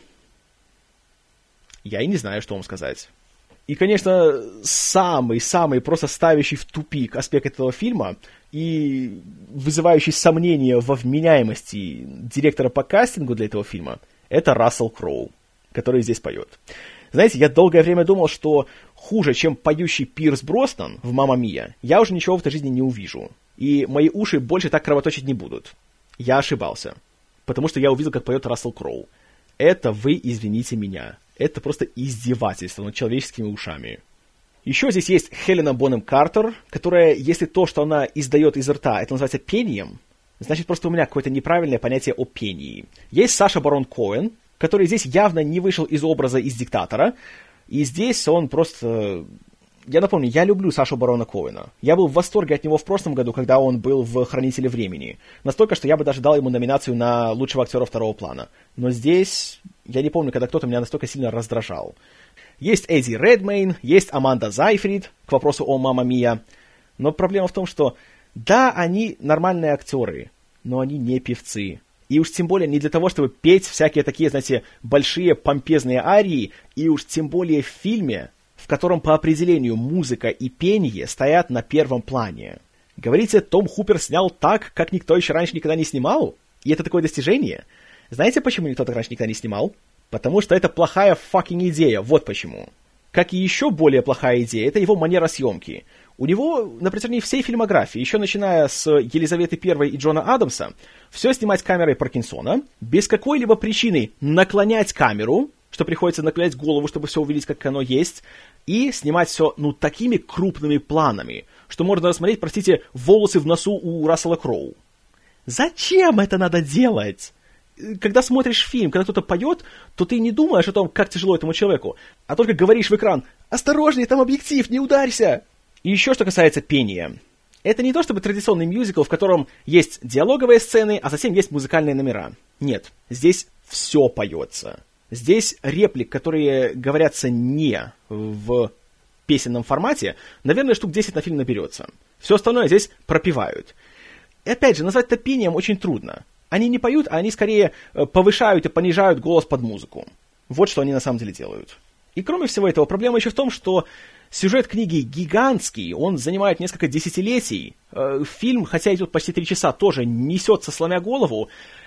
Speaker 1: я и не знаю, что вам сказать. И, конечно, самый-самый просто ставящий в тупик аспект этого фильма и вызывающий сомнения во вменяемости директора по кастингу для этого фильма — это Рассел Кроу, который здесь поет. Знаете, я долгое время думал, что хуже, чем поющий Пирс Броснан в «Мамма Мия», я уже ничего в этой жизни не увижу. И мои уши больше так кровоточить не будут. Я ошибался. Потому что я увидел, как поет Рассел Кроу. Это вы извините меня. Это просто издевательство над человеческими ушами. Еще здесь есть Хелена Бонем Картер, которая, если то, что она издает из рта, это называется пением, значит, просто у меня какое-то неправильное понятие о пении. Есть Саша Барон Коэн, который здесь явно не вышел из образа из «Диктатора», и здесь он просто... Я напомню, я люблю Сашу Барона Коэна. Я был в восторге от него в прошлом году, когда он был в «Хранителе времени». Настолько, что я бы даже дал ему номинацию на лучшего актера второго плана. Но здесь... я не помню, когда кто-то меня настолько сильно раздражал. Есть Эдди Редмейн, есть Аманда Сайфрид, к вопросу о «Мамма Мия». Но проблема в том, что да, они нормальные актеры, но они не певцы. И уж тем более не для того, чтобы петь всякие такие, знаете, большие помпезные арии, и уж тем более в фильме, в котором по определению музыка и пение стоят на первом плане. Говорите, Том Хупер снял так, как никто еще раньше никогда не снимал? И это такое достижение? Знаете, почему никто так раньше никогда не снимал? Потому что это плохая факинг идея, вот почему. Как и еще более плохая идея, это его манера съемки. У него на протяжении всей фильмографии, еще начиная с Елизаветы Первой и Джона Адамса, все снимать камерой Паркинсона, без какой-либо причины наклонять камеру, что приходится наклонять голову, чтобы все увидеть, как оно есть, и снимать все, ну, такими крупными планами, что можно рассмотреть, простите, волосы в носу у Рассела Кроу. Зачем это надо делать? Когда смотришь фильм, когда кто-то поет, то ты не думаешь о том, как тяжело этому человеку, а только говоришь в экран: «Осторожней, там объектив, не ударься!» И еще что касается пения. Это не то чтобы традиционный мюзикл, в котором есть диалоговые сцены, а затем есть музыкальные номера. Нет, здесь все поется. Здесь реплик, которые говорятся не в песенном формате, наверное, штук десять на фильм наберется. Все остальное здесь пропевают. И опять же, назвать это пением очень трудно. Они не поют, а они скорее повышают и понижают голос под музыку. Вот что они на самом деле делают. И кроме всего этого, проблема еще в том, что сюжет книги гигантский, он занимает несколько десятилетий. Фильм, хотя идет почти три часа, тоже несется, сломя голову.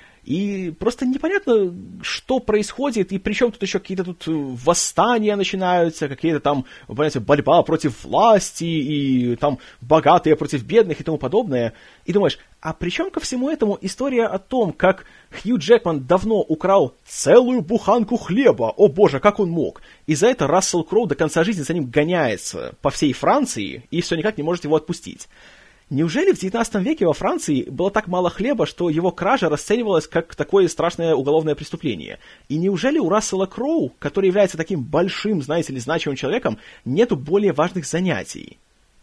Speaker 1: И просто непонятно, что происходит, и причем тут еще какие-то тут восстания начинаются, какие-то там, понимаете, борьба против власти, и там богатые против бедных и тому подобное. И думаешь, а при чем ко всему этому история о том, как Хью Джекман давно украл целую буханку хлеба, о боже, как он мог, и за это Рассел Кроу до конца жизни за ним гоняется по всей Франции, и все никак не может его отпустить. Неужели в девятнадцатом веке во Франции было так мало хлеба, что его кража расценивалась как такое страшное уголовное преступление? И неужели у Рассела Кроу, который является таким большим, знаете ли, значимым человеком, нету более важных занятий?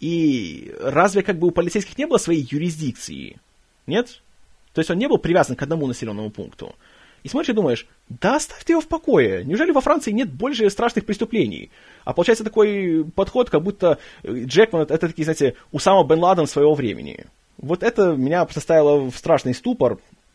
Speaker 1: И разве как бы у полицейских не было своей юрисдикции? Нет? То есть он не был привязан к одному населенному пункту. И смотришь и думаешь, да оставь ты его в покое. Неужели во Франции нет больше страшных преступлений? А получается такой подход, как будто Джекман — это такие, знаете, Усама бен Ладен своего времени. Вот это меня составило в страшный ступор.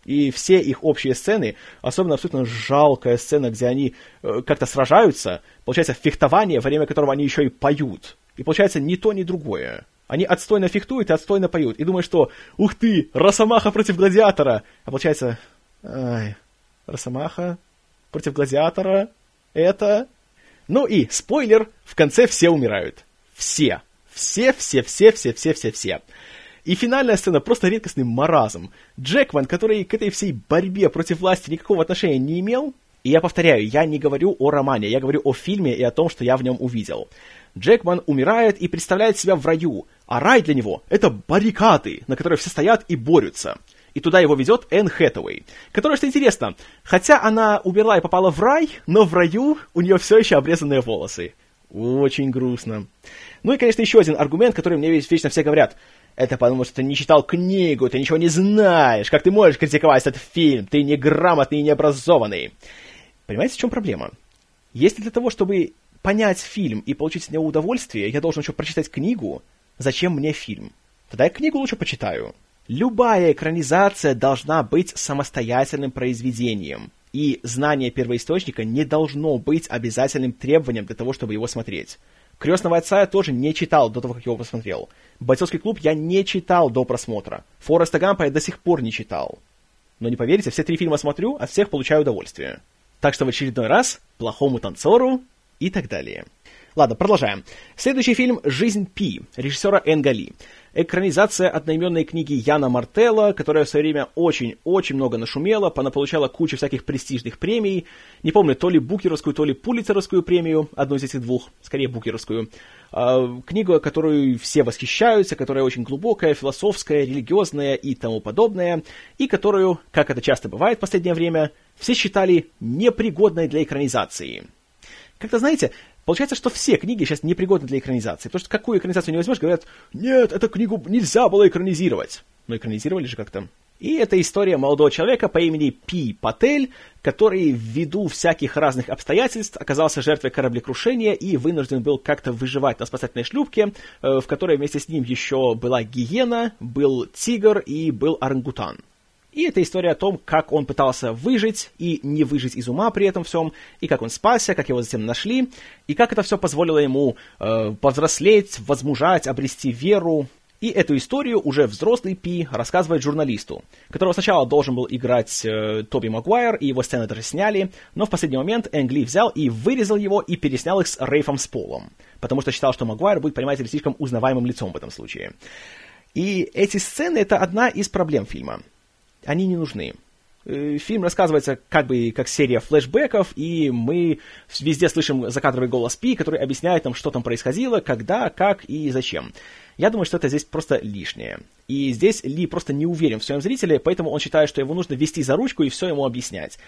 Speaker 1: И все их общие сцены, особенно абсолютно жалкая сцена, где они э, как-то сражаются, получается фехтование, во время которого они еще и поют. И получается ни то, ни другое. Они отстойно фехтуют и отстойно поют. И думают, что ух ты, Росомаха против Гладиатора. А получается, ай, Росомаха против Гладиатора, это... Ну и спойлер, в конце все умирают. Все. Все, все, все, все, все, все, все. И финальная сцена просто редкостный маразм. Джекман, который к этой всей борьбе против власти никакого отношения не имел, и я повторяю, я не говорю о романе, я говорю о фильме и о том, что я в нем увидел. Джекман умирает и представляет себя в раю, а рай для него — это баррикады, на которых все стоят и борются. И туда его ведет Энн Хэтэуэй, которая, что интересно, хотя она умерла и попала в рай, но в раю у нее все еще обрезанные волосы. Очень грустно. Ну и, конечно, еще один аргумент, который мне вечно все говорят. Это потому, что ты не читал книгу, ты ничего не знаешь. Как ты можешь критиковать этот фильм? Ты неграмотный и необразованный. Понимаете, в чем проблема? Если для того, чтобы понять фильм и получить с него удовольствие, я должен еще прочитать книгу, зачем мне фильм? Тогда я книгу лучше почитаю. Любая экранизация должна быть самостоятельным произведением. И знание первоисточника не должно быть обязательным требованием для того, чтобы его смотреть. «Крестного отца» я тоже не читал до того, как его посмотрел. «Бойцовский клуб» я не читал до просмотра. «Форреста Гампа» я до сих пор не читал. Но не поверите, все три фильма смотрю, от всех получаю удовольствие. Так что в очередной раз «Плохому танцору» и так далее. Ладно, продолжаем. Следующий фильм «Жизнь Пи» режиссера Энга Ли. Экранизация одноименной книги Яна Мартелла, которая в свое время очень-очень много нашумела, она получала кучу всяких престижных премий. Не помню, то ли Букеровскую, то ли Пулитцеровскую премию, одну из этих двух, скорее Букеровскую. А, книга, которую все восхищаются, которая очень глубокая, философская, религиозная и тому подобное, и которую, как это часто бывает в последнее время, все считали непригодной для экранизации. Как-то, знаете, получается, что все книги сейчас непригодны для экранизации, потому что какую экранизацию не возьмешь, говорят, нет, эту книгу нельзя было экранизировать. Но экранизировали же как-то. И это история молодого человека по имени Пи Патель, который ввиду всяких разных обстоятельств оказался жертвой кораблекрушения и вынужден был как-то выживать на спасательной шлюпке, в которой вместе с ним еще была гиена, был тигр и был орангутан. И это история о том, как он пытался выжить и не выжить из ума при этом всем, и как он спасся, как его затем нашли, и как это все позволило ему э, повзрослеть, возмужать, обрести веру. И эту историю уже взрослый Пи рассказывает журналисту, которого сначала должен был играть э, Тоби Магуайр, и его сцены даже сняли, но в последний момент Энг Ли взял и вырезал его и переснял их с Рейфом Сполом, потому что считал, что Магуайр будет, понимаете, слишком узнаваемым лицом в этом случае. И эти сцены — это одна из проблем фильма. Они не нужны. Фильм рассказывается как бы как серия флешбеков, и мы везде слышим закадровый голос Пи, который объясняет нам, что там происходило, когда, как и зачем. Я думаю, что это здесь просто лишнее. И здесь Ли просто не уверен в своем зрителе, поэтому он считает, что его нужно вести за ручку и все ему объяснять.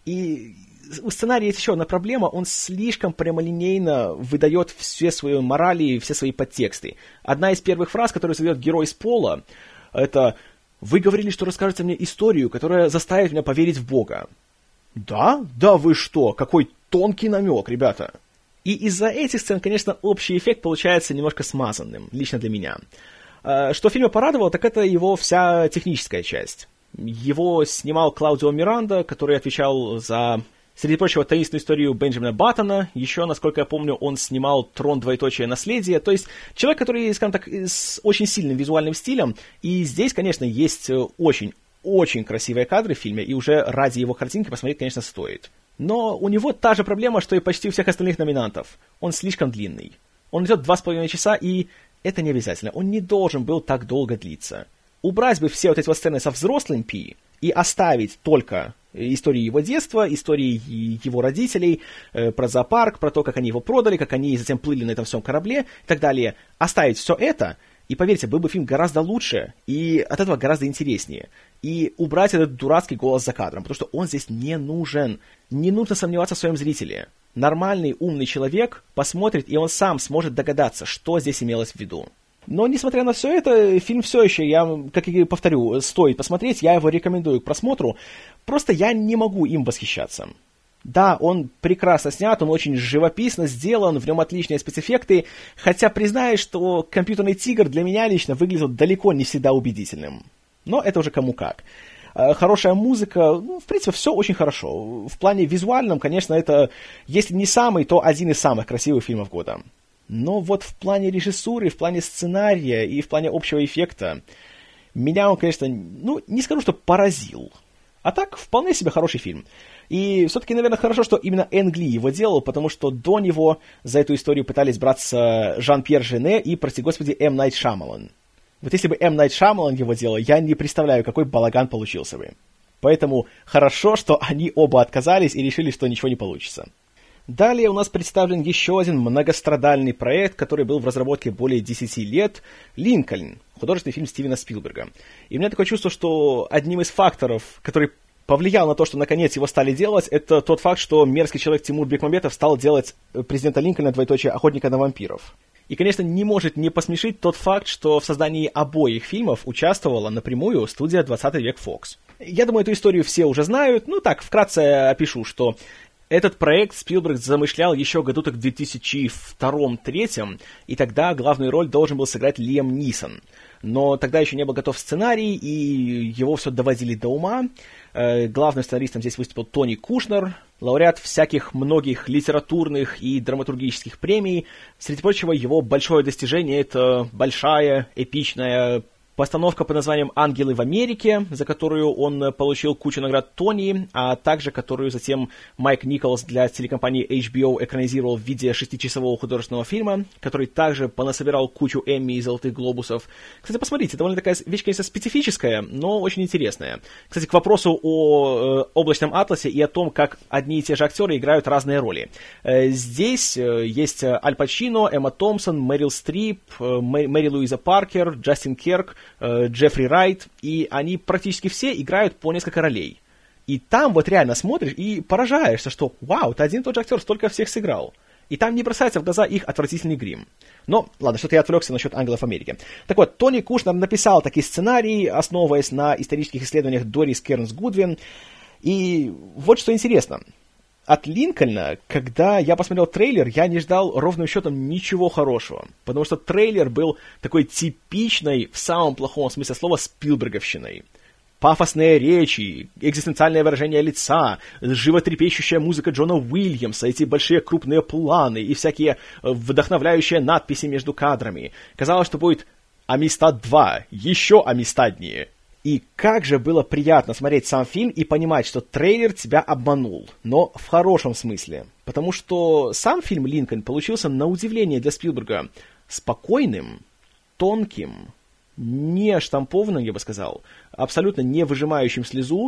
Speaker 1: И у сценария есть еще одна проблема, он слишком прямолинейно выдает все свои морали, все свои подтексты. Одна из первых фраз, которую задает герой Спола, это... «Вы говорили, что расскажете мне историю, которая заставит меня поверить в Бога». «Да? Да вы что? Какой тонкий намек, ребята!» И из-за этих сцен, конечно, общий эффект получается немножко смазанным, лично для меня. Что фильма порадовало, так это его вся техническая часть. Его снимал Клаудио Миранда, который отвечал за... Среди прочего, таинственную историю Бенджамина Баттона. Еще, насколько я помню, он снимал «Трон, двоеточие, наследие». То есть человек, который, скажем так, с очень сильным визуальным стилем. И здесь, конечно, есть очень-очень красивые кадры в фильме, и уже ради его картинки посмотреть, конечно, стоит. Но у него та же проблема, что и почти у всех остальных номинантов. Он слишком длинный. Он идет два с половиной часа, и это не обязательно. Он не должен был так долго длиться. Убрать бы все вот эти вот сцены со взрослым Пи и оставить только... истории его детства, истории его родителей, э, про зоопарк, про то, как они его продали, как они затем плыли на этом всем корабле и так далее. Оставить все это, и поверьте, был бы фильм гораздо лучше, и от этого гораздо интереснее. И убрать этот дурацкий голос за кадром, потому что он здесь не нужен. Не нужно сомневаться в своем зрителе. Нормальный, умный человек посмотрит, и он сам сможет догадаться, что здесь имелось в виду. Но, несмотря на все это, фильм все еще, я, как и повторю, стоит посмотреть, я его рекомендую к просмотру, просто я не могу им восхищаться. Да, он прекрасно снят, он очень живописно сделан, в нем отличные спецэффекты, хотя признаюсь, что «Компьютерный тигр» для меня лично выглядел далеко не всегда убедительным. Но это уже кому как. хорошая музыка, ну, в принципе, все очень хорошо. В плане визуальном, конечно, это, если не самый, то один из самых красивых фильмов года. Но вот в плане режиссуры, в плане сценария и в плане общего эффекта меня он, конечно, ну, не скажу, что поразил. А так, вполне себе хороший фильм. И все-таки, наверное, хорошо, что именно Энг Ли его делал, потому что до него за эту историю пытались браться Жан-Пьер Жене и, прости господи, М. Найт Шьямалан. Вот если бы М. Найт Шьямалан его делал, я не представляю, какой балаган получился бы. Поэтому хорошо, что они оба отказались и решили, что ничего не получится. Далее у нас представлен еще один многострадальный проект, который был в разработке более десяти лет — «Линкольн», художественный фильм Стивена Спилберга. И у меня такое чувство, что одним из факторов, который повлиял на то, что наконец его стали делать, это тот факт, что мерзкий человек Тимур Бекмамбетов стал делать президента Линкольна, двоеточие, охотника на вампиров. И, конечно, не может не посмешить тот факт, что в создании обоих фильмов участвовала напрямую студия «двадцатый век Фокс». Я думаю, эту историю все уже знают. Ну так, вкратце опишу, что этот проект Спилберг замышлял еще году так в две тысячи втором-третьем, и тогда главную роль должен был сыграть Лиам Нисон. Но тогда еще не был готов сценарий, и его все доводили до ума. Э, главным сценаристом здесь выступил Тони Кушнер, лауреат всяких многих литературных и драматургических премий. Среди прочего, его большое достижение — это большая, эпичная постановка под названием «Ангелы в Америке», за которую он получил кучу наград Тони, а также которую затем Майк Николс для телекомпании эйч би о экранизировал в виде шестичасового художественного фильма, который также понасобирал кучу Эмми и Золотых Глобусов. Кстати, посмотрите, довольно такая вещь, конечно, специфическая, но очень интересная. Кстати, к вопросу о э, облачном атласе и о том, как одни и те же актеры играют разные роли. Э, здесь э, есть Аль Пачино, Эмма Томпсон, Мэрил Стрип, э, Мэри Луиза Паркер, Джастин Керк, Джеффри Райт, и они практически все играют по несколько ролей. И там вот реально смотришь и поражаешься, что вау, это один и тот же актер столько всех сыграл. И там не бросается в глаза их отвратительный грим. Но, ладно, что-то я отвлекся насчет «Ангелов Америки». Так вот, Тони Кушнер написал такие сценарии, основываясь на исторических исследованиях Дорис Кернс Гудвин. И вот что интересно. От «Линкольна», когда я посмотрел трейлер, я не ждал ровным счетом ничего хорошего. Потому что трейлер был такой типичной, в самом плохом смысле слова, спилберговщиной. Пафосные речи, экзистенциальное выражение лица, животрепещущая музыка Джона Уильямса, эти большие крупные планы и всякие вдохновляющие надписи между кадрами. Казалось, что будет «Амистад два», еще амистаднее. И как же было приятно смотреть сам фильм и понимать, что трейлер тебя обманул, но в хорошем смысле. Потому что сам фильм «Линкольн» получился, на удивление для Спилберга, спокойным, тонким, не штампованным, я бы сказал, абсолютно не выжимающим слезу.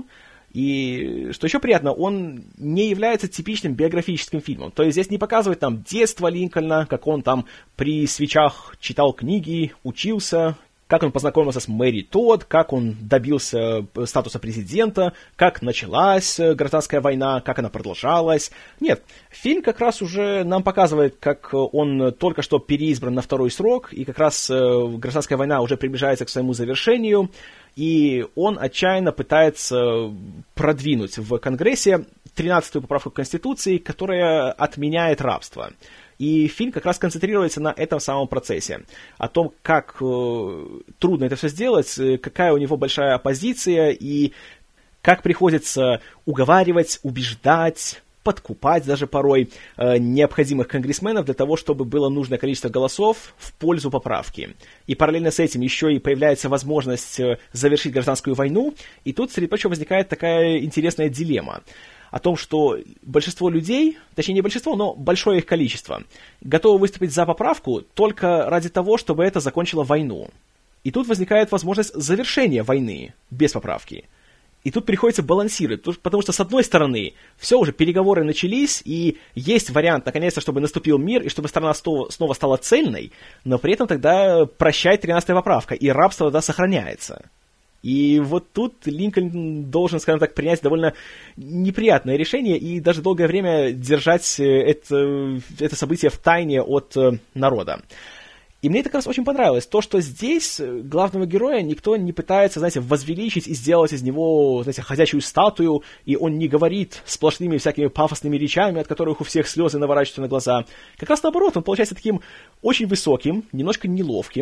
Speaker 1: И, что еще приятно, он не является типичным биографическим фильмом. То есть здесь не показывает там детство Линкольна, как он там при свечах читал книги, учился, как он познакомился с Мэри Тодд, как он добился статуса президента, как началась гражданская война, как она продолжалась. Нет, фильм как раз уже нам показывает, как он только что переизбран на второй срок, и как раз гражданская война уже приближается к своему завершению, и он отчаянно пытается продвинуть в Конгрессе тринадцатую поправку к Конституции, которая отменяет рабство. И фильм как раз концентрируется на этом самом процессе. О том, как э, трудно это все сделать, какая у него большая оппозиция, и как приходится уговаривать, убеждать, подкупать даже порой э, необходимых конгрессменов для того, чтобы было нужное количество голосов в пользу поправки. И параллельно с этим еще и появляется возможность э, завершить гражданскую войну, и тут, среди прочего, возникает такая интересная дилемма. О том, что большинство людей, точнее не большинство, но большое их количество, готовы выступить за поправку только ради того, чтобы это закончило войну. И тут возникает возможность завершения войны без поправки. И тут приходится балансировать, потому что, с одной стороны, все уже, переговоры начались, и есть вариант, наконец-то, чтобы наступил мир, и чтобы страна снова стала цельной, но при этом тогда прощай тринадцатая поправка, и рабство тогда сохраняется. И вот тут Линкольн должен, скажем так, принять довольно неприятное решение и даже долгое время держать это, это событие в тайне от народа. И мне это как раз очень понравилось. То, что здесь главного героя никто не пытается, знаете, возвеличить и сделать из него, знаете, ходячую статую, и он не говорит сплошными всякими пафосными речами, от которых у всех слезы наворачиваются на глаза. Как раз наоборот, он получается таким очень высоким, немножко неловким,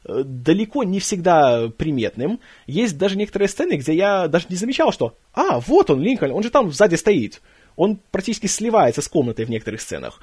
Speaker 1: далеко не всегда приметным. Есть даже некоторые сцены, где я даже не замечал, что «А, вот он, Линкольн, он же там сзади стоит». Он практически сливается с комнатой в некоторых сценах.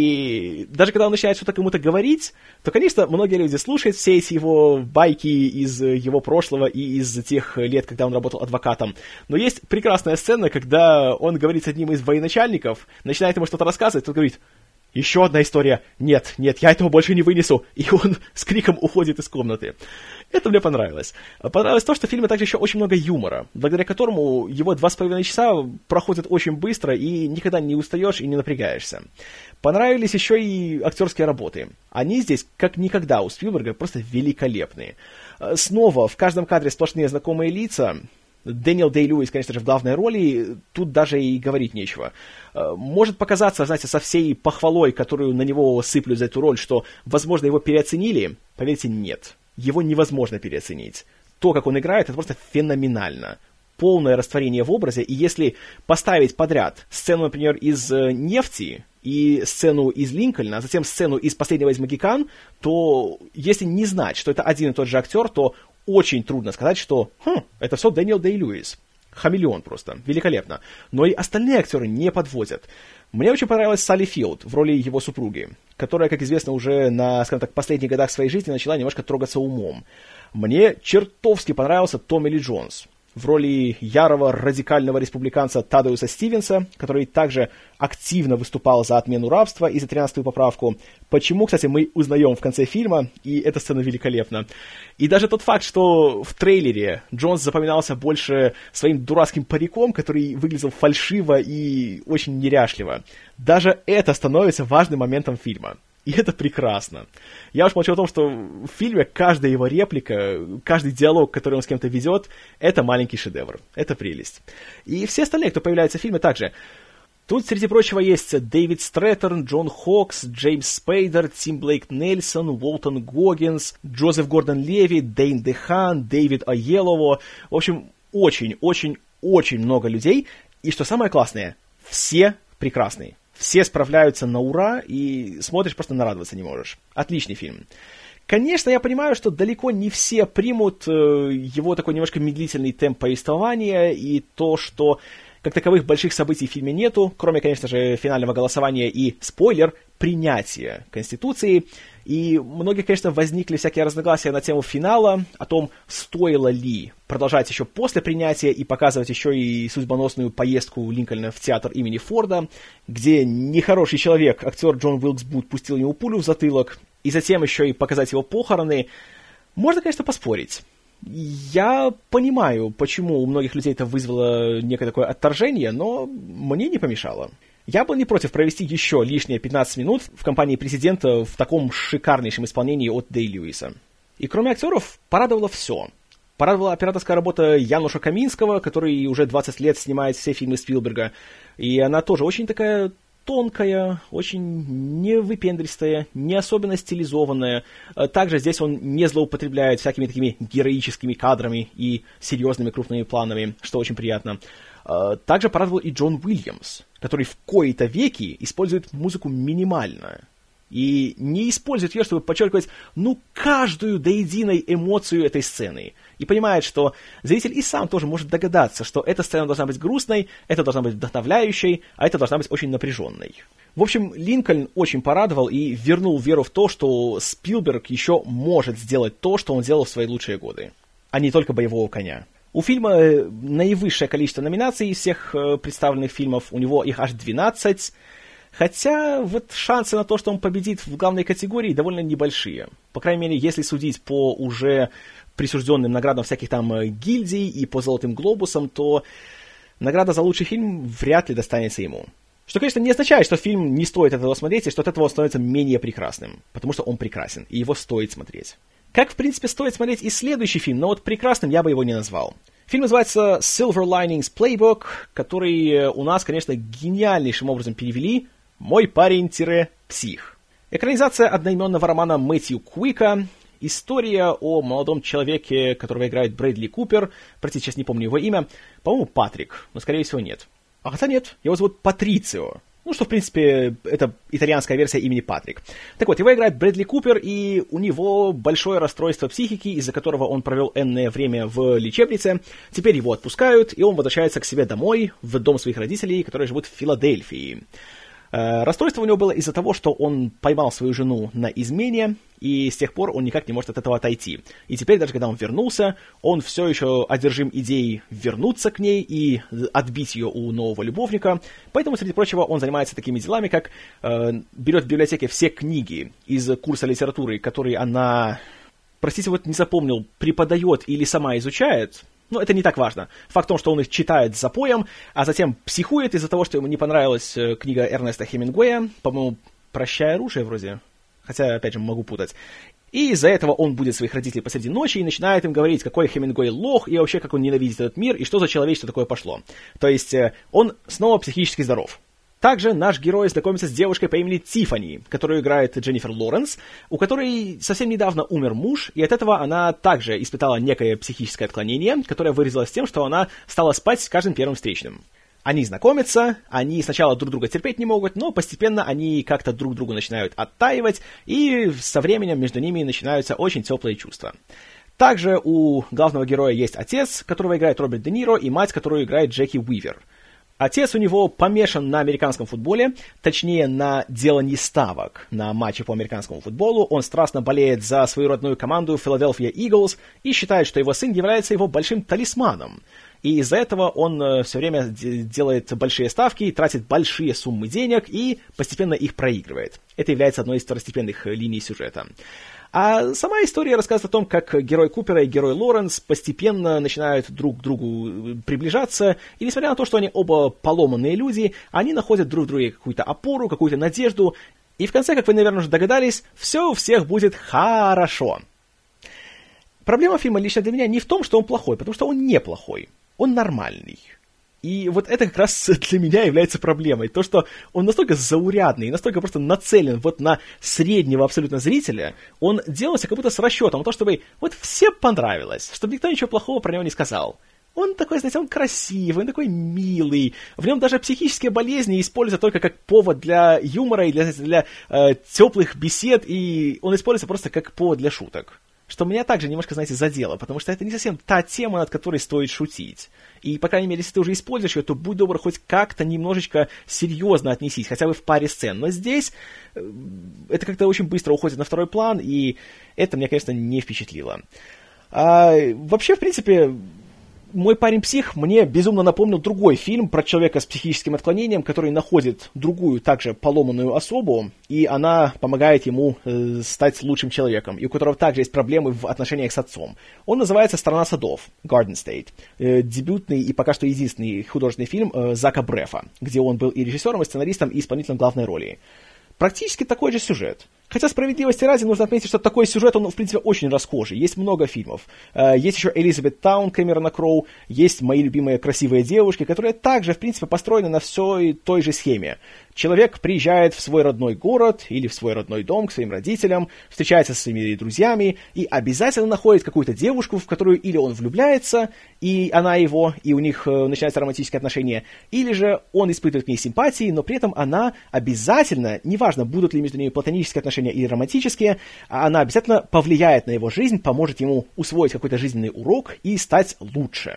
Speaker 1: И даже когда он начинает что-то кому-то говорить, то, конечно, многие люди слушают все эти его байки из его прошлого и из тех лет, когда он работал адвокатом. Но есть прекрасная сцена, когда он говорит с одним из военачальников, начинает ему что-то рассказывать, тот говорит: «Еще одна история. Нет, нет, я этого больше не вынесу». И он с криком уходит из комнаты. Это мне понравилось. Понравилось то, что в фильме также еще очень много юмора, благодаря которому его два с половиной часа проходят очень быстро, и никогда не устаешь и не напрягаешься. Понравились еще и актерские работы. Они здесь, как никогда у Спилберга, просто великолепные. Снова в каждом кадре сплошные знакомые лица. Дэниел Дэй-Льюис, конечно же, в главной роли, тут даже и говорить нечего. Может показаться, знаете, со всей похвалой, которую на него сыплют за эту роль, что, возможно, его переоценили. Поверьте, нет. Его невозможно переоценить. То, как он играет, это просто феноменально. Полное растворение в образе, и если поставить подряд сцену, например, из «Нефти» и сцену из «Линкольна», а затем сцену из «Последнего из Могикан», то если не знать, что это один и тот же актер, то очень трудно сказать, что хм, это все Дэниел Дэй-Льюис. Хамелеон просто. Великолепно. Но и остальные актеры не подводят. Мне очень понравилась Салли Филд в роли его супруги, которая, как известно, уже на, скажем так, последних годах своей жизни начала немножко трогаться умом. Мне чертовски понравился Томми Ли Джонс в роли ярого радикального республиканца Тадеуса Стивенса, который также активно выступал за отмену рабства и за тринадцатую поправку. Почему, кстати, мы узнаем в конце фильма, и эта сцена великолепна. И даже тот факт, что в трейлере Джонс запоминался больше своим дурацким париком, который выглядел фальшиво и очень неряшливо, даже это становится важным моментом фильма. И это прекрасно. Я уж молчу о том, что в фильме каждая его реплика, каждый диалог, который он с кем-то ведет, это маленький шедевр. Это прелесть. И все остальные, кто появляется в фильме, также. Тут, среди прочего, есть Дэвид Стрэттон, Джон Хокс, Джеймс Спейдер, Тим Блейк Нельсон, Уолтон Гоггинс, Джозеф Гордон-Леви, Дэйн Дехан, Дэвид Айеллово. В общем, очень-очень-очень много людей. И что самое классное, все прекрасные. Все справляются на ура, и смотришь, просто нарадоваться не можешь. Отличный фильм. Конечно, я понимаю, что далеко не все примут э, его такой немножко медлительный темп повествования, и то, что как таковых больших событий в фильме нету, кроме, конечно же, финального голосования и, спойлер, принятия Конституции. И многие, конечно, возникли всякие разногласия на тему финала, о том, стоило ли продолжать еще после принятия и показывать еще и судьбоносную поездку Линкольна в театр имени Форда, где нехороший человек, актер Джон Уилкс Бут, пустил ему пулю в затылок, и затем еще и показать его похороны. Можно, конечно, поспорить. Я понимаю, почему у многих людей это вызвало некое такое отторжение, но мне не помешало. Я был не против провести еще лишние пятнадцать минут в компании президента в таком шикарнейшем исполнении от Дэй-Льюиса. И кроме актеров, порадовало все. Порадовала операторская работа Януша Каминского, который уже двадцать лет снимает все фильмы Спилберга. И она тоже очень такая тонкая, очень невыпендристая, не особенно стилизованная. Также здесь он не злоупотребляет всякими такими героическими кадрами и серьезными крупными планами, что очень приятно. Также порадовал и Джон Уильямс, который в кои-то веки использует музыку минимально. И не использует ее, чтобы подчеркивать, ну, каждую до единой эмоцию этой сцены. И понимает, что зритель и сам тоже может догадаться, что эта сцена должна быть грустной, это должна быть вдохновляющей, а это должна быть очень напряженной. В общем, Линкольн очень порадовал и вернул веру в то, что Спилберг еще может сделать то, что он делал в свои лучшие годы, а не только «Боевого коня». У фильма наивысшее количество номинаций из всех представленных фильмов, у него их аж двенадцать, хотя вот шансы на то, что он победит в главной категории, довольно небольшие. По крайней мере, если судить по уже присужденным наградам всяких там гильдий и по «Золотым глобусам», то награда за лучший фильм вряд ли достанется ему. Что, конечно, не означает, что фильм не стоит этого смотреть, и что от этого он становится менее прекрасным, потому что он прекрасен, и его стоит смотреть. Как, в принципе, стоит смотреть и следующий фильм, но вот прекрасным я бы его не назвал. Фильм называется Silver Linings Playbook, который у нас, конечно, гениальнейшим образом перевели «Мой парень-псих». Экранизация одноименного романа Мэтью Куика, история о молодом человеке, которого играет Брэдли Купер, простите, сейчас не помню его имя, по-моему, Патрик, но, скорее всего, нет. А хотя нет, его зовут Патрицио. Ну, что, в принципе, это итальянская версия имени Патрик. Так вот, его играет Брэдли Купер, и у него большое расстройство психики, из-за которого он провел энное время в лечебнице. Теперь его отпускают, и он возвращается к себе домой, в дом своих родителей, которые живут в Филадельфии. Расстройство у него было из-за того, что он поймал свою жену на измене, и с тех пор он никак не может от этого отойти. И теперь, даже когда он вернулся, он все еще одержим идеей вернуться к ней и отбить ее у нового любовника. Поэтому, среди прочего, он занимается такими делами, как э, берет в библиотеке все книги из курса литературы, которые она, простите, вот не запомнил, преподает или сама изучает. Но это не так важно. Факт в том, что он их читает с запоем, а затем психует из-за того, что ему не понравилась книга Эрнеста Хемингуэя, по-моему, «Прощай, оружие» вроде, хотя, опять же, могу путать. И из-за этого он будет своих родителей посреди ночи и начинает им говорить, какой Хемингуэй лох, и вообще, как он ненавидит этот мир, и что за человечество такое пошло. То есть он снова психически здоров. Также наш герой знакомится с девушкой по имени Тиффани, которую играет Дженнифер Лоренс, у которой совсем недавно умер муж, и от этого она также испытала некое психическое отклонение, которое выразилось тем, что она стала спать с каждым первым встречным. Они знакомятся, они сначала друг друга терпеть не могут, но постепенно они как-то друг другу начинают оттаивать, и со временем между ними начинаются очень теплые чувства. Также у главного героя есть отец, которого играет Роберт Де Ниро, и мать, которую играет Джеки Уивер. Отец у него помешан на американском футболе, точнее, на делании ставок на матчи по американскому футболу. Он страстно болеет за свою родную команду Philadelphia Eagles и считает, что его сын является его большим талисманом. И из-за этого он э, все время делает большие ставки, тратит большие суммы денег и постепенно их проигрывает. Это является одной из второстепенных линий сюжета. А сама история рассказывает о том, как герой Купера и герой Лоренс постепенно начинают друг к другу приближаться, и несмотря на то, что они оба поломанные люди, они находят друг в друге какую-то опору, какую-то надежду, и в конце, как вы, наверное, уже догадались, все у всех будет хорошо. Проблема фильма лично для меня не в том, что он плохой, потому что он не плохой, он нормальный. И вот это как раз для меня является проблемой. То, что он настолько заурядный, настолько просто нацелен вот на среднего абсолютно зрителя, он делался как будто с расчетом на то, чтобы вот всем понравилось, чтобы никто ничего плохого про него не сказал. Он такой, знаете, он красивый, он такой милый. В нем даже психические болезни используются только как повод для юмора и для, для э, теплых бесед, и он используется просто как повод для шуток. Что меня также немножко, знаете, задело, потому что это не совсем та тема, над которой стоит шутить. И, по крайней мере, если ты уже используешь ее, то будь добр, хоть как-то немножечко серьезно отнесись, хотя бы в паре сцен. Но здесь это как-то очень быстро уходит на второй план, и это меня, конечно, не впечатлило. А, вообще, в принципе, «Мой парень-псих» мне безумно напомнил другой фильм про человека с психическим отклонением, который находит другую, также поломанную особу, и она помогает ему э, стать лучшим человеком, и у которого также есть проблемы в отношениях с отцом. Он называется «Страна садов», Garden State, э, дебютный и пока что единственный художественный фильм э, Зака Брефа, где он был и режиссером, и сценаристом, и исполнителем главной роли. Практически такой же сюжет. Хотя, справедливости ради, нужно отметить, что такой сюжет, он, в принципе, очень расхожий. Есть много фильмов. Есть еще «Элизабет Таун» Кэмерона Кроу, есть «Мои любимые красивые девушки», которые также, в принципе, построены на всей той же схеме. Человек приезжает в свой родной город или в свой родной дом к своим родителям, встречается со своими друзьями и обязательно находит какую-то девушку, в которую или он влюбляется, и она его, и у них э, начинаются романтические отношения, или же он испытывает к ней симпатии, но при этом она обязательно, неважно, будут ли между ними платонические отношения или романтические, она обязательно повлияет на его жизнь, поможет ему усвоить какой-то жизненный урок и стать лучше.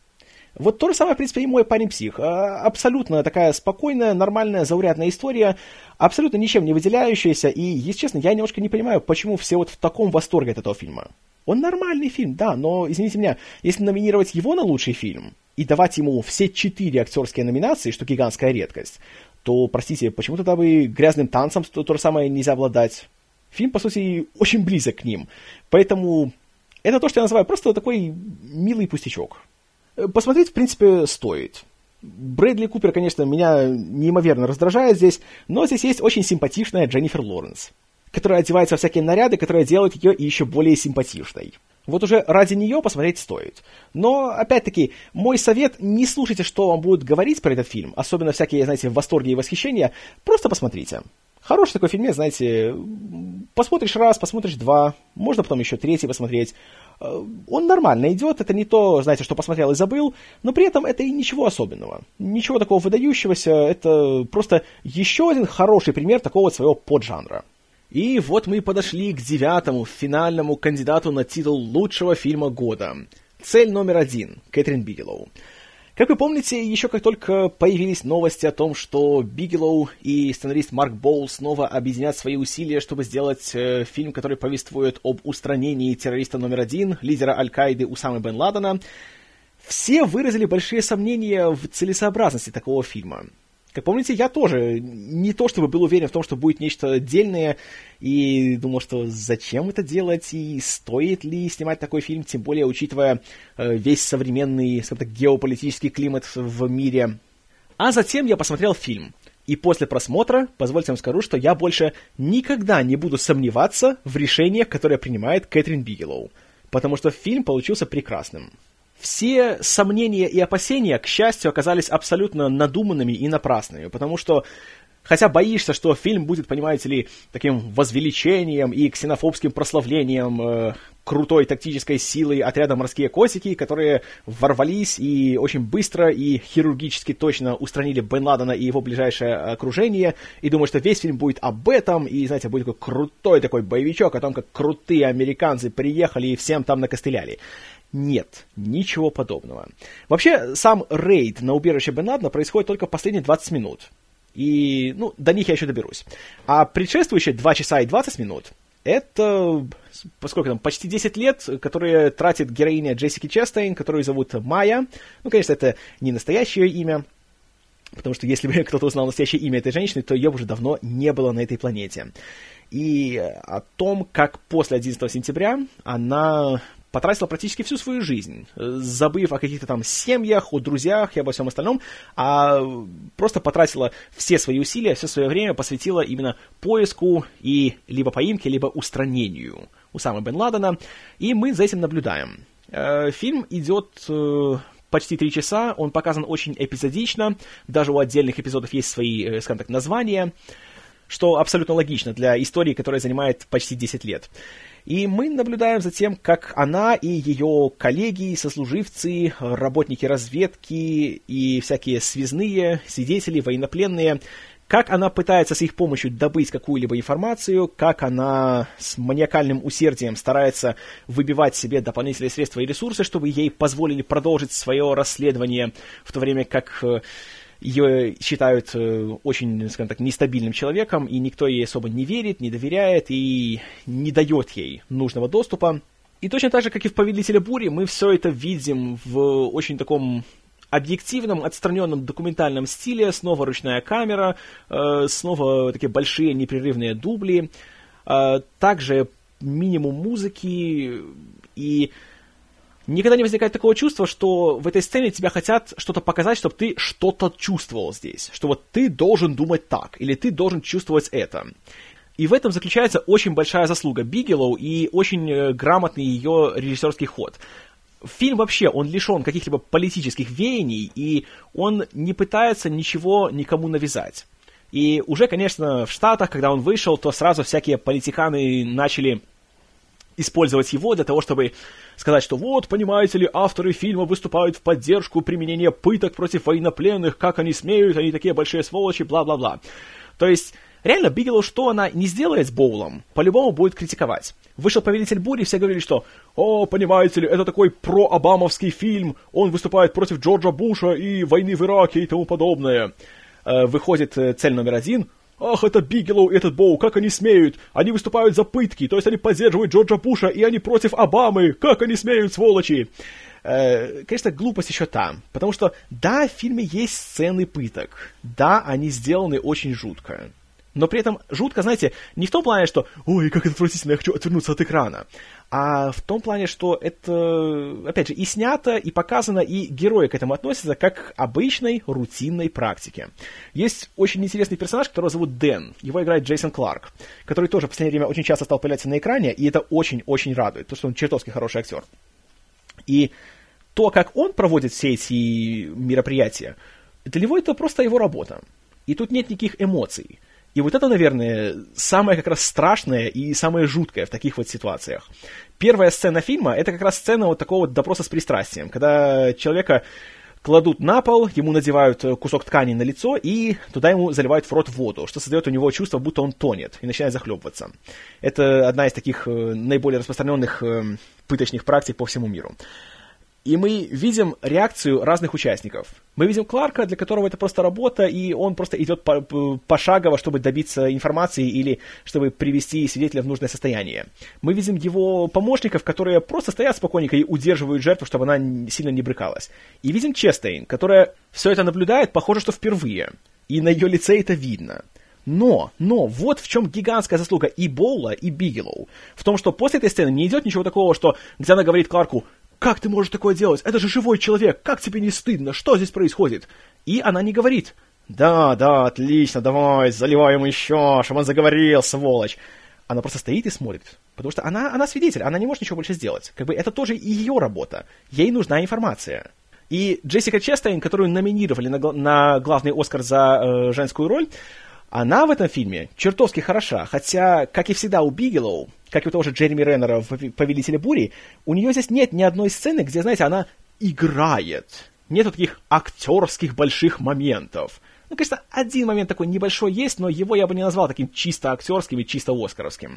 Speaker 1: Вот то же самое, в принципе, и «Мой парень-псих». Абсолютно такая спокойная, нормальная, заурядная история, абсолютно ничем не выделяющаяся, и, если честно, я немножко не понимаю, почему все вот в таком восторге от этого фильма. Он нормальный фильм, да, но, извините меня, если номинировать его на лучший фильм и давать ему все четыре актерские номинации, что гигантская редкость, то, простите, почему тогда бы «Грязным танцем» то, то же самое нельзя обладать? Фильм, по сути, очень близок к ним, поэтому это то, что я называю просто такой милый пустячок. Посмотреть, в принципе, стоит. Брэдли Купер, конечно, меня неимоверно раздражает здесь, но здесь есть очень симпатичная Дженнифер Лоренс, которая одевается во всякие наряды, которые делают ее еще более симпатичной. Вот уже ради нее посмотреть стоит. Но, опять-таки, мой совет, не слушайте, что вам будут говорить про этот фильм, особенно всякие, знаете, восторги и восхищения, просто посмотрите. Хороший такой фильм, знаете, посмотришь раз, посмотришь два, можно потом еще третий посмотреть. Он нормально идет, это не то, знаете, что посмотрел и забыл, но при этом это и ничего особенного. Ничего такого выдающегося, это просто еще один хороший пример такого своего поджанра. И вот мы подошли к девятому, финальному кандидату на титул лучшего фильма года. Цель номер один – Кэтрин Бигелоу. Как вы помните, еще как только появились новости о том, что Бигелоу и сценарист Марк Боул снова объединят свои усилия, чтобы сделать э, фильм, который повествует об устранении террориста номер один, лидера Аль-Каиды Усамы бен Ладена, все выразили большие сомнения в целесообразности такого фильма. Как помните, я тоже не то чтобы был уверен в том, что будет нечто отдельное, и думал, что зачем это делать, и стоит ли снимать такой фильм, тем более учитывая э, весь современный, скажем так, геополитический климат в мире. А затем я посмотрел фильм, и после просмотра, позвольте вам скажу, что я больше никогда не буду сомневаться в решениях, которые принимает Кэтрин Бигелоу, потому что фильм получился прекрасным. Все сомнения и опасения, к счастью, оказались абсолютно надуманными и напрасными, потому что, хотя боишься, что фильм будет, понимаете ли, таким возвеличением и ксенофобским прославлением э, крутой тактической силы отряда «Морские котики», которые ворвались и очень быстро и хирургически точно устранили Бен Ладена и его ближайшее окружение, и думаю, что весь фильм будет об этом, и, знаете, будет такой крутой такой боевичок о том, как крутые американцы приехали и всем там накостыляли. Нет, ничего подобного. Вообще, сам рейд на убежище Бен Ладена происходит только последние двадцать минут. И, ну, до них я еще доберусь. А предшествующие два часа и двадцать минут — это, поскольку там почти десять лет, которые тратит героиня Джессики Честейн, которую зовут Майя. Ну, конечно, это не настоящее имя, потому что если бы кто-то узнал настоящее имя этой женщины, то ее бы уже давно не было на этой планете. И о том, как после одиннадцатого сентября она потратила практически всю свою жизнь, забыв о каких-то там семьях, о друзьях и обо всем остальном, а просто потратила все свои усилия, все свое время посвятила именно поиску и либо поимке, либо устранению Усамы бен Ладена, и мы за этим наблюдаем. Фильм идет почти три часа, он показан очень эпизодично, даже у отдельных эпизодов есть свои, скажем так, названия, что абсолютно логично для истории, которая занимает почти десять лет. И мы наблюдаем за тем, как она и ее коллеги, сослуживцы, работники разведки и всякие связные, свидетели, военнопленные, как она пытается с их помощью добыть какую-либо информацию, как она с маниакальным усердием старается выбивать себе дополнительные средства и ресурсы, чтобы ей позволили продолжить свое расследование, в то время как ее считают э, очень, скажем так, нестабильным человеком, и никто ей особо не верит, не доверяет и не дает ей нужного доступа. И точно так же, как и в «Повелителе бури», мы все это видим в очень таком объективном, отстраненном документальном стиле, снова ручная камера, э, снова такие большие непрерывные дубли, э, также минимум музыки, и никогда не возникает такого чувства, что в этой сцене тебя хотят что-то показать, чтобы ты что-то чувствовал здесь. Что вот ты должен думать так, или ты должен чувствовать это. И в этом заключается очень большая заслуга Бигелоу и очень э, грамотный ее режиссерский ход. Фильм вообще, он лишен каких-либо политических веяний, и он не пытается ничего никому навязать. И уже, конечно, в Штатах, когда он вышел, то сразу всякие политиканы начали использовать его для того, чтобы сказать, что вот, понимаете ли, авторы фильма выступают в поддержку применения пыток против военнопленных, как они смеют, они такие большие сволочи, бла-бла-бла. То есть, реально, Бигелоу, что она не сделает с Боулом, по-любому будет критиковать. Вышел «Повелитель бури», все говорили, что «О, понимаете ли, это такой про-обамовский фильм, он выступает против Джорджа Буша и войны в Ираке и тому подобное». Выходит «Цель номер один». Ах, это Бигелоу и этот Боу, как они смеют? Они выступают за пытки, то есть они поддерживают Джорджа Буша, и они против Обамы. Как они смеют, сволочи? Э, конечно, глупость еще там. Потому что, да, в фильме есть сцены пыток. Да, они сделаны очень жутко. Но при этом жутко, знаете, не в том плане, что «Ой, как это отвратительно, я хочу отвернуться от экрана», а в том плане, что это, опять же, и снято, и показано, и герои к этому относятся как к обычной рутинной практике. Есть очень интересный персонаж, которого зовут Дэн. Его играет Джейсон Кларк, который тоже в последнее время очень часто стал появляться на экране, и это очень-очень радует, потому что он чертовски хороший актер. И то, как он проводит все эти мероприятия, для него это просто его работа. И тут нет никаких эмоций. И вот это, наверное, самое как раз страшное и самое жуткое в таких вот ситуациях. Первая сцена фильма — это как раз сцена вот такого вот допроса с пристрастием, когда человека кладут на пол, ему надевают кусок ткани на лицо и туда ему заливают в рот воду, что создает у него чувство, будто он тонет и начинает захлебываться. Это одна из таких наиболее распространенных пыточных практик по всему миру. И мы видим реакцию разных участников. Мы видим Кларка, для которого это просто работа, и он просто идет пошагово, чтобы добиться информации или чтобы привести свидетеля в нужное состояние. Мы видим его помощников, которые просто стоят спокойненько и удерживают жертву, чтобы она сильно не брыкалась. И видим Честейн, которая все это наблюдает, похоже, что впервые. И на ее лице это видно. Но, но, вот в чем гигантская заслуга и Боула, и Бигелоу. В том, что после этой сцены не идет ничего такого, что где она говорит Кларку: «Как ты можешь такое делать? Это же живой человек! Как тебе не стыдно? Что здесь происходит?» И она не говорит: «Да, да, отлично, давай, заливай ему еще, чтобы он заговорил, сволочь!» Она просто стоит и смотрит, потому что она, она свидетель, она не может ничего больше сделать. Как бы это тоже и ее работа. Ей нужна информация. И Джессика Честейн, которую номинировали на, на главный Оскар за э, женскую роль, она в этом фильме чертовски хороша, хотя, как и всегда у Бигелоу, как и у того же Джереми Реннера в «Повелителе бури», у нее здесь нет ни одной сцены, где, знаете, она играет. Нету таких актерских больших моментов. Ну, конечно, один момент такой небольшой есть, но его я бы не назвал таким чисто актерским и чисто оскаровским.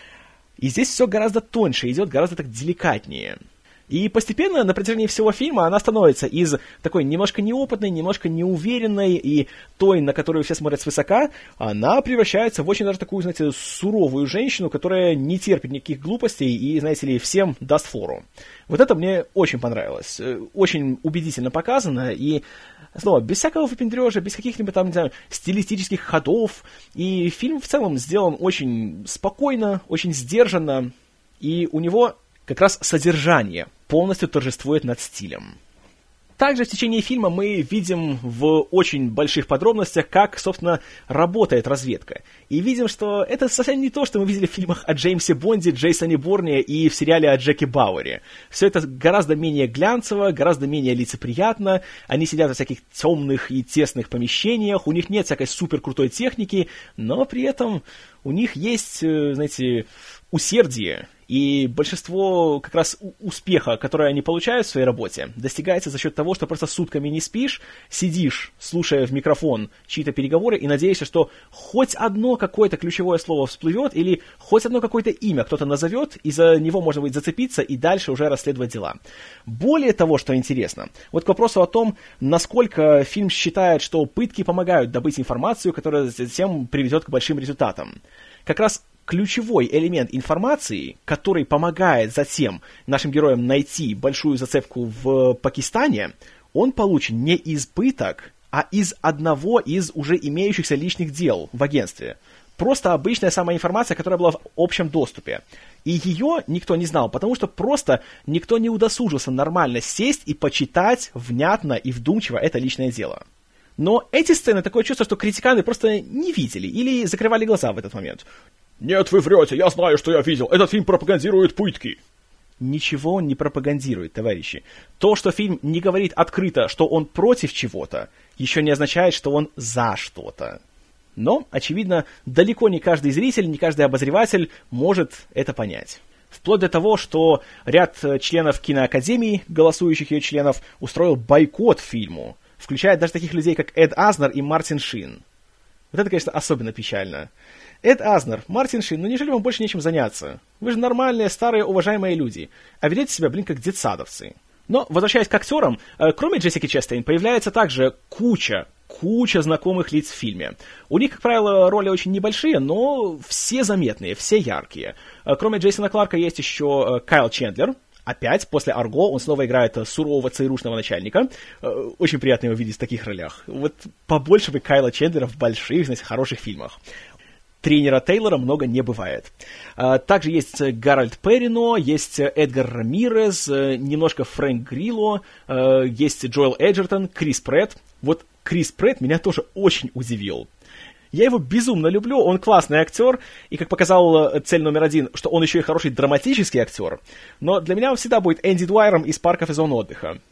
Speaker 1: И здесь все гораздо тоньше, идет гораздо так деликатнее. И постепенно на протяжении всего фильма она становится из такой немножко неопытной, немножко неуверенной и той, на которую все смотрят свысока, она превращается в очень даже такую, знаете, суровую женщину, которая не терпит никаких глупостей и, знаете ли, всем даст фору. Вот это мне очень понравилось. Очень убедительно показано и, снова, без всякого выпендрежа, без каких-либо там, не знаю, стилистических ходов. И фильм в целом сделан очень спокойно, очень сдержанно, и у него как раз содержание полностью торжествует над стилем. Также в течение фильма мы видим в очень больших подробностях, как, собственно, работает разведка. И видим, что это совсем не то, что мы видели в фильмах о Джеймсе Бонде, Джейсоне Борне и в сериале о Джеки Бауэре. Все это гораздо менее глянцево, гораздо менее лицеприятно. Они сидят во всяких темных и тесных помещениях, у них нет всякой суперкрутой техники, но при этом у них есть, знаете, усердие. И большинство как раз успеха, которое они получают в своей работе, достигается за счет того, что просто сутками не спишь, сидишь, слушая в микрофон чьи-то переговоры и надеешься, что хоть одно какое-то ключевое слово всплывет или хоть одно какое-то имя кто-то назовет, и за него можно будет зацепиться и дальше уже расследовать дела. Более того, что интересно, вот к вопросу о том, насколько фильм считает, что пытки помогают добыть информацию, которая затем приведет к большим результатам. Как раз ключевой элемент информации, который помогает затем нашим героям найти большую зацепку в Пакистане, он получен не из пыток, а из одного из уже имеющихся личных дел в агентстве. Просто обычная самая информация, которая была в общем доступе. И ее никто не знал, потому что просто никто не удосужился нормально сесть и почитать внятно и вдумчиво это личное дело. Но эти сцены, такое чувство, что критиканы просто не видели или закрывали глаза в этот момент. «Нет, вы врете, я знаю, что я видел. Этот фильм пропагандирует пытки». Ничего он не пропагандирует, товарищи. То, что фильм не говорит открыто, что он против чего-то, еще не означает, что он за что-то. Но, очевидно, далеко не каждый зритель, не каждый обозреватель может это понять. Вплоть до того, что ряд членов киноакадемии, голосующих ее членов, устроил бойкот фильму, включая даже таких людей, как Эд Азнер и Мартин Шин. Вот это, конечно, особенно печально. Эд Азнер, Мартин Шин, ну неужели вам больше нечем заняться? Вы же нормальные, старые, уважаемые люди, а ведете себя, блин, как детсадовцы. Но, возвращаясь к актерам, кроме Джессики Честейн, появляется также куча, куча знакомых лиц в фильме. У них, как правило, роли очень небольшие, но все заметные, все яркие. Кроме Джейсона Кларка есть еще Кайл Чендлер. Опять, после «Арго» он снова играет сурового ЦРУшного начальника. Очень приятно его видеть в таких ролях. Вот побольше бы Кайла Чендлера в больших, знаете, хороших фильмах. Тренера Тейлора много не бывает. Также есть Гарольд Перрино, есть Эдгар Рамирес, немножко Фрэнк Грилло, есть Джоэл Эджертон, Крис Претт. Вот Крис Претт меня тоже очень удивил. Я его безумно люблю, он классный актер, и, как показал цель номер один, что он еще и хороший драматический актер, но для меня он всегда будет Энди Дуайером из «Парков и зон отдыха».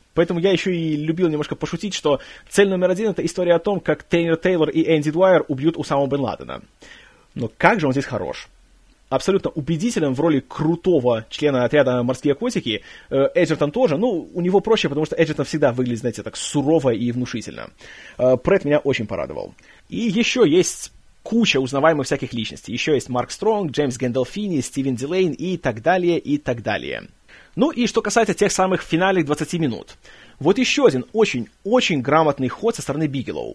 Speaker 1: Поэтому я еще и любил немножко пошутить, что цель номер один — это история о том, как Тейнер Тейлор и Энди Дуайер убьют Усаму бен Ладена. Но как же он здесь хорош. Абсолютно убедителен в роли крутого члена отряда «Морские котики». Эджертон тоже. Ну, у него проще, потому что Эджертон всегда выглядит, знаете, так сурово и внушительно. Прэтт меня очень порадовал. И еще есть куча узнаваемых всяких личностей. Еще есть Марк Стронг, Джеймс Гэндалфини, Стивен Дилейн и так далее, и так далее. Ну и что касается тех самых финальных двадцати минут. Вот еще один очень-очень грамотный ход со стороны Бигелоу.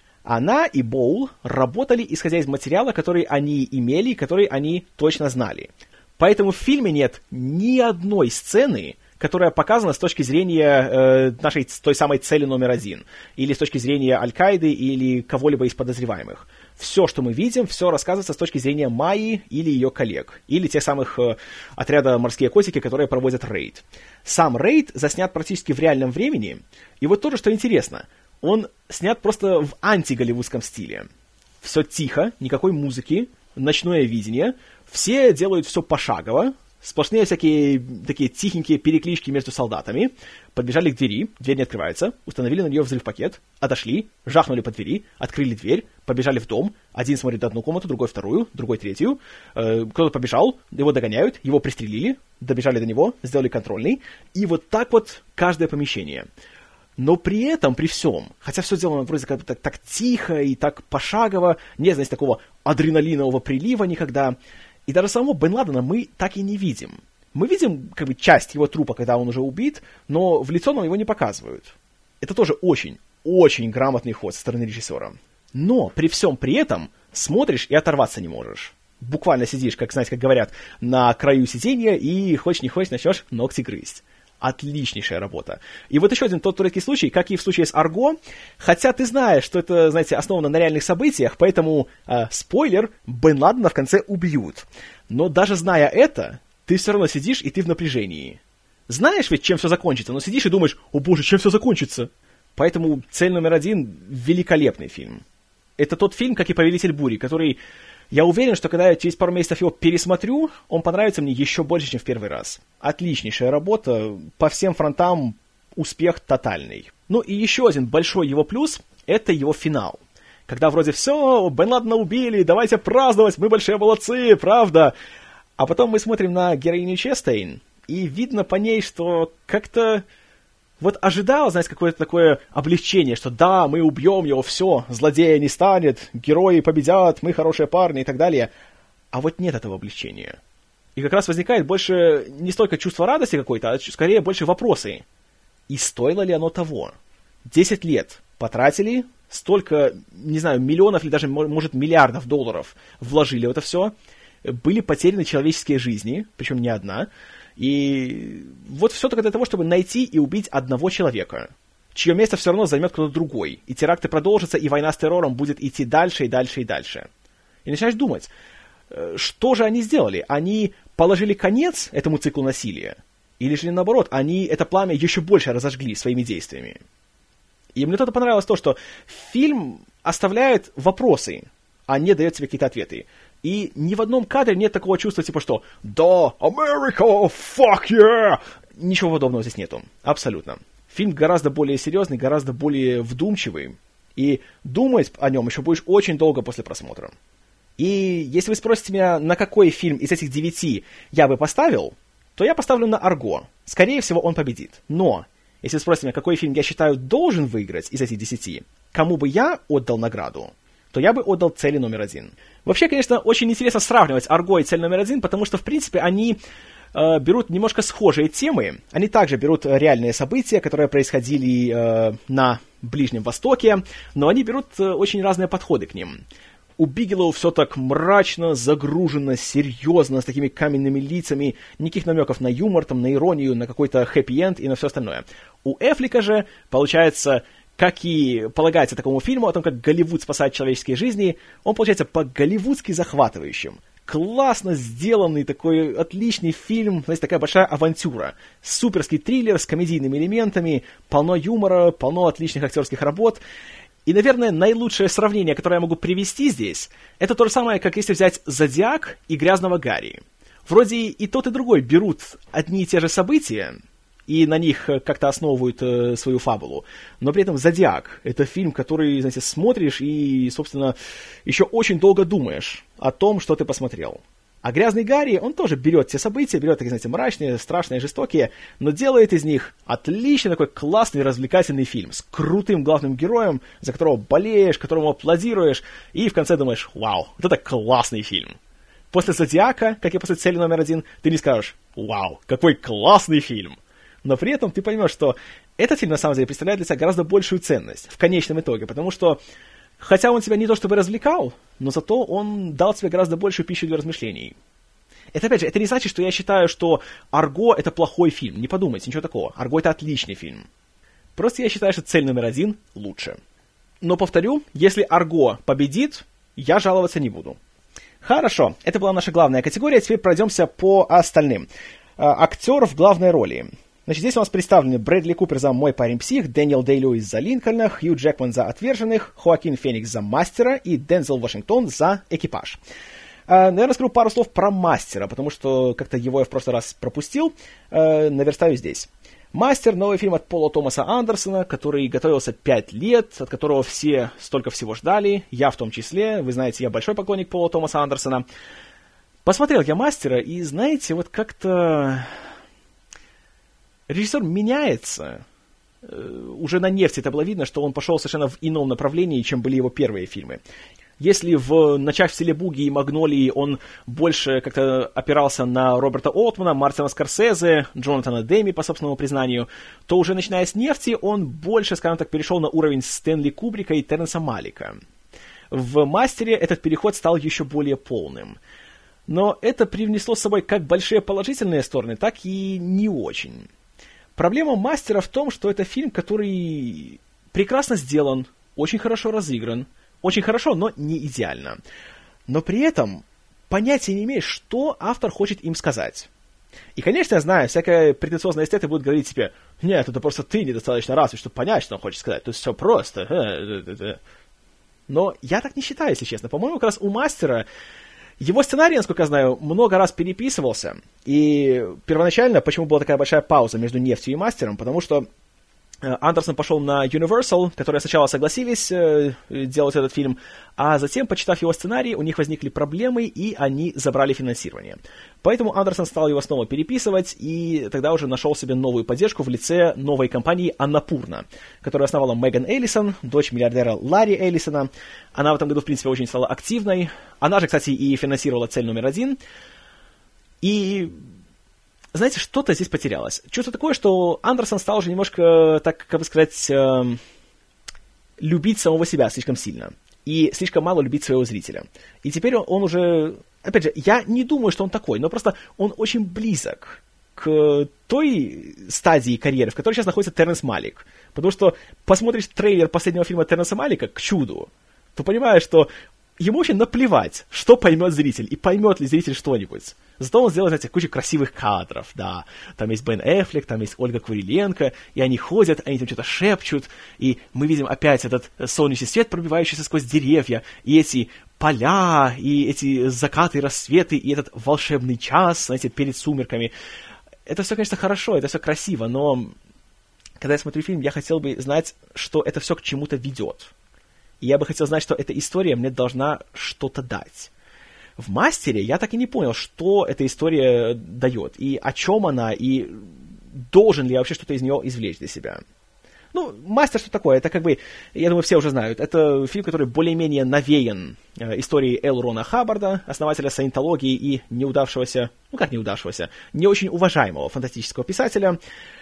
Speaker 1: Она и Боул работали, исходя из материала, который они имели и который они точно знали. Поэтому в фильме нет ни одной сцены, которая показана с точки зрения э, нашей той самой цели номер один, или с точки зрения Аль-Каиды, или кого-либо из подозреваемых. Все, что мы видим, все рассказывается с точки зрения Майи или ее коллег, или тех самых э, отряда «Морские котики», которые проводят рейд. Сам рейд заснят практически в реальном времени, и вот тоже, что интересно, он снят просто в антиголливудском стиле. Все тихо, никакой музыки, ночное видение, все делают все пошагово, сплошные всякие такие тихенькие переклички между солдатами, подбежали к двери, дверь не открывается, установили на нее взрыв-пакет, отошли, жахнули по двери, открыли дверь, побежали в дом, один смотрит одну комнату, другой вторую, другой третью, э, кто-то побежал, его догоняют, его пристрелили, добежали до него, сделали контрольный, и вот так вот каждое помещение. Но при этом, при всем, хотя все сделано вроде как так, так тихо и так пошагово, нет, знаете, такого адреналинового прилива никогда, и даже самого Бен Ладена мы так и не видим. Мы видим, как бы, часть его трупа, когда он уже убит, но в лицо нам его не показывают. Это тоже очень, очень грамотный ход со стороны режиссера. Но при всем при этом смотришь и оторваться не можешь. Буквально сидишь, как, знаете, как говорят, на краю сиденья и хочешь не хочешь начнешь ногти грызть. Отличнейшая работа. И вот еще один тот турецкий случай, как и в случае с Арго, хотя ты знаешь, что это, знаете, основано на реальных событиях, поэтому, э, спойлер, Бен Ладена в конце убьют. Но даже зная это, ты все равно сидишь, и ты в напряжении. Знаешь ведь, чем все закончится, но сидишь и думаешь, о боже, чем все закончится? Поэтому «Цель номер один» — великолепный фильм. Это тот фильм, как и «Повелитель бури», который... Я уверен, что когда я через пару месяцев его пересмотрю, он понравится мне еще больше, чем в первый раз. Отличнейшая работа, по всем фронтам успех тотальный. Ну и еще один большой его плюс — это его финал. Когда вроде все, Бен Ладена убили, давайте праздновать, мы большие молодцы, правда? А потом мы смотрим на героиню Честейн, и видно по ней, что как-то... Вот ожидал, знаете, какое-то такое облегчение, что да, мы убьем его, все, злодея не станет, герои победят, мы хорошие парни и так далее. А вот нет этого облегчения. И как раз возникает больше не столько чувство радости какой-то, а скорее больше вопросы. И стоило ли оно того? Десять лет потратили, столько, не знаю, миллионов или даже, может, миллиардов долларов вложили в это все, были потеряны человеческие жизни, причем не одна. И вот все только для того, чтобы найти и убить одного человека, чье место все равно займет кто-то другой. И теракты продолжатся, и война с террором будет идти дальше и дальше и дальше. И начинаешь думать, что же они сделали? Они положили конец этому циклу насилия? Или же наоборот, они это пламя еще больше разожгли своими действиями? И мне тоже понравилось то, что фильм оставляет вопросы, а не дает тебе какие-то ответы. И ни в одном кадре нет такого чувства, типа что «Да, Америка, fuck yeah!» Ничего подобного здесь нету. Абсолютно. Фильм гораздо более серьезный, гораздо более вдумчивый. И думать о нем еще будешь очень долго после просмотра. И если вы спросите меня, на какой фильм из этих девяти я бы поставил, то я поставлю на «Арго». Скорее всего, он победит. Но, если вы спросите меня, какой фильм я считаю должен выиграть из этих десяти, кому бы я отдал награду, то я бы отдал «Цели номер один». Вообще, конечно, очень интересно сравнивать «Арго» и «Цель номер один», потому что, в принципе, они э, берут немножко схожие темы. Они также берут реальные события, которые происходили э, на Ближнем Востоке, но они берут э, очень разные подходы к ним. У Бигелоу все так мрачно, загружено, серьезно, с такими каменными лицами, никаких намеков на юмор, там, на иронию, на какой-то хэппи-энд и на все остальное. У Эфлика же, получается... Как и полагается такому фильму о том, как Голливуд спасает человеческие жизни, он получается по-голливудски захватывающим. Классно сделанный такой отличный фильм, знаете, такая большая авантюра. Суперский триллер с комедийными элементами, полно юмора, полно отличных актерских работ. И, наверное, наилучшее сравнение, которое я могу привести здесь, это то же самое, как если взять «Зодиак» и «Грязного Гарри». Вроде и тот, и другой берут одни и те же события, и на них как-то основывают э, свою фабулу. Но при этом «Зодиак» — это фильм, который, знаете, смотришь и, собственно, еще очень долго думаешь о том, что ты посмотрел. А «Грязный Гарри», он тоже берет те события, берет такие, знаете, мрачные, страшные, жестокие, но делает из них отличный такой классный, развлекательный фильм с крутым главным героем, за которого болеешь, которому аплодируешь, и в конце думаешь: вау, вот это классный фильм. После «Зодиака», как и после «Цели номер один», ты не скажешь: вау, какой классный фильм. Но при этом ты поймешь, что этот фильм на самом деле представляет для тебя гораздо большую ценность в конечном итоге, потому что хотя он тебя не то чтобы развлекал, но зато он дал тебе гораздо большую пищу для размышлений. Это, опять же, это не значит, что я считаю, что «Арго» — это плохой фильм. Не подумайте, ничего такого. «Арго» — это отличный фильм. Просто я считаю, что «Цель номер один» лучше. Но, повторю, если «Арго» победит, я жаловаться не буду. Хорошо, это была наша главная категория, теперь пройдемся по остальным. Актер в главной роли. Значит, здесь у нас представлены Брэдли Купер за «Мой парень псих», Дэниел Дэй-Льюис за «Линкольна», Хью Джекман за «Отверженных», Хоакин Феникс за «Мастера» и Дензел Вашингтон за «Экипаж». Наверное, скажу пару слов про «Мастера», потому что как-то его я в прошлый раз пропустил, наверстаю здесь. «Мастер» — новый фильм от Пола Томаса Андерсона, который готовился пять лет, от которого все столько всего ждали, я в том числе. Вы знаете, я большой поклонник Пола Томаса Андерсона. Посмотрел я «Мастера», и, знаете, вот как-то режиссер меняется. Уже на «Нефти» это было видно, что он пошел совершенно в ином направлении, чем были его первые фильмы. Если в «Ночах в стиле буги» и «Магнолии» он больше как-то опирался на Роберта Олтмана, Мартина Скорсезе, Джонатана Демми, по собственному признанию, то уже начиная с «Нефти» он больше, скажем так, перешел на уровень Стэнли Кубрика и Терренса Малика. В «Мастере» этот переход стал еще более полным. Но это привнесло с собой как большие положительные стороны, так и не очень. Проблема «Мастера» в том, что это фильм, который прекрасно сделан, очень хорошо разыгран, очень хорошо, но не идеально. Но при этом понятия не имеешь, что автор хочет им сказать. И, конечно, я знаю, всякая претенциозная эстеты будет говорить тебе: нет, это просто ты недостаточно развит, чтобы понять, что он хочет сказать. Тут все просто. Но я так не считаю, если честно. По-моему, как раз у «Мастера» его сценарий, насколько я знаю, много раз переписывался. И первоначально, почему была такая большая пауза между «Нефтью» и «Мастером», потому что Андерсон пошел на Universal, которые сначала согласились э, делать этот фильм, а затем, почитав его сценарий, у них возникли проблемы, и они забрали финансирование. Поэтому Андерсон стал его снова переписывать, и тогда уже нашел себе новую поддержку в лице новой компании Аннапурна, которую основала Меган Эллисон, дочь миллиардера Ларри Эллисона. Она в этом году, в принципе, очень стала активной. Она же, кстати, и финансировала «Цель номер один». И знаете, что-то здесь потерялось. Чувство такое, что Андерсон стал уже немножко, так, как бы сказать, э, любить самого себя слишком сильно. И слишком мало любить своего зрителя. И теперь он, он уже... Опять же, я не думаю, что он такой, но просто он очень близок к той стадии карьеры, в которой сейчас находится Терренс Малик. Потому что посмотришь трейлер последнего фильма Терренса Малика «К чуду», то понимаешь, что ему очень наплевать, что поймет зритель, и поймет ли зритель что-нибудь. Зато он сделал, знаете, кучу красивых кадров, да. Там есть Бен Эффлек, там есть Ольга Куриленко, и они ходят, они там что-то шепчут, и мы видим опять этот солнечный свет, пробивающийся сквозь деревья, и эти поля, и эти закаты, рассветы, и этот волшебный час, знаете, перед сумерками. Это все, конечно, хорошо, это все красиво, но когда я смотрю фильм, я хотел бы знать, что это все к чему-то ведет. И я бы хотел знать, что эта история мне должна что-то дать. В «Мастере» я так и не понял, что эта история дает, и о чем она, и должен ли я вообще что-то из нее извлечь для себя. Ну, «Мастер» что такое? Это как бы, я думаю, все уже знают. Это фильм, который более-менее навеян э, историей Эл Рона Хаббарда, основателя саентологии и неудавшегося, ну как неудавшегося, не очень уважаемого фантастического писателя.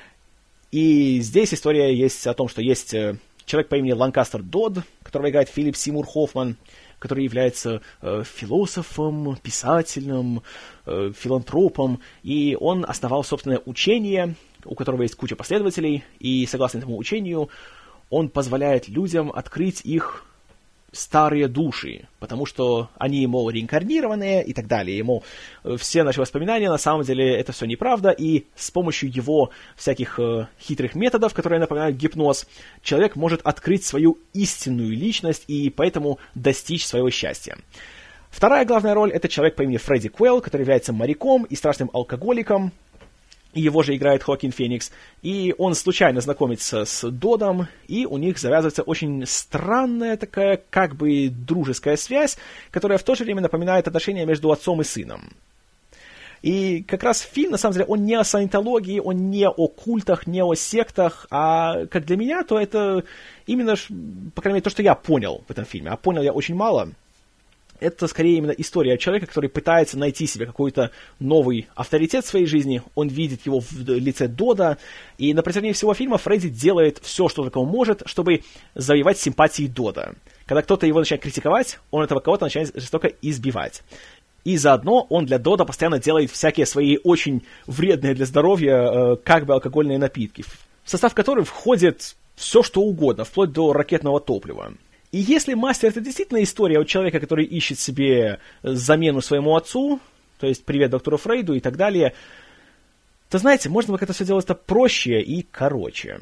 Speaker 1: И здесь история есть о том, что есть э, человек по имени Ланкастер Додд, которого играет Филипп Сеймур Хоффман, который является э, философом, писателем, э, филантропом, и он основал собственное учение, у которого есть куча последователей, и согласно этому учению он позволяет людям открыть их старые души, потому что они, мол, реинкарнированные и так далее. И, мол, все наши воспоминания, на самом деле, это все неправда, и с помощью его всяких э, хитрых методов, которые напоминают гипноз, человек может открыть свою истинную личность и поэтому достичь своего счастья. Вторая главная роль — это человек по имени Фредди Куэлл, который является моряком и страшным алкоголиком. его же играет Хоакин Феникс, и он случайно знакомится с Додом, и у них завязывается очень странная такая, как бы, дружеская связь, которая в то же время напоминает отношения между отцом и сыном. И как раз фильм, на самом деле, он не о саентологии, он не о культах, не о сектах, а как для меня, то это именно, по крайней мере, то, что я понял в этом фильме, а понял я очень мало. Это скорее именно история человека, который пытается найти себе какой-то новый авторитет в своей жизни. Он видит его в лице Дода, и на протяжении всего фильма Фредди делает все, что только он может, чтобы завоевать симпатии Дода. Когда кто-то его начинает критиковать, он этого кого-то начинает жестоко избивать. И заодно он для Дода постоянно делает всякие свои очень вредные для здоровья, э, как бы алкогольные напитки, в состав которых входит все, что угодно, вплоть до ракетного топлива. И если «Мастер» — это действительно история о человеке, который ищет себе замену своему отцу, то есть привет доктору Фрейду и так далее, то, знаете, можно бы как-то все делать-то проще и короче.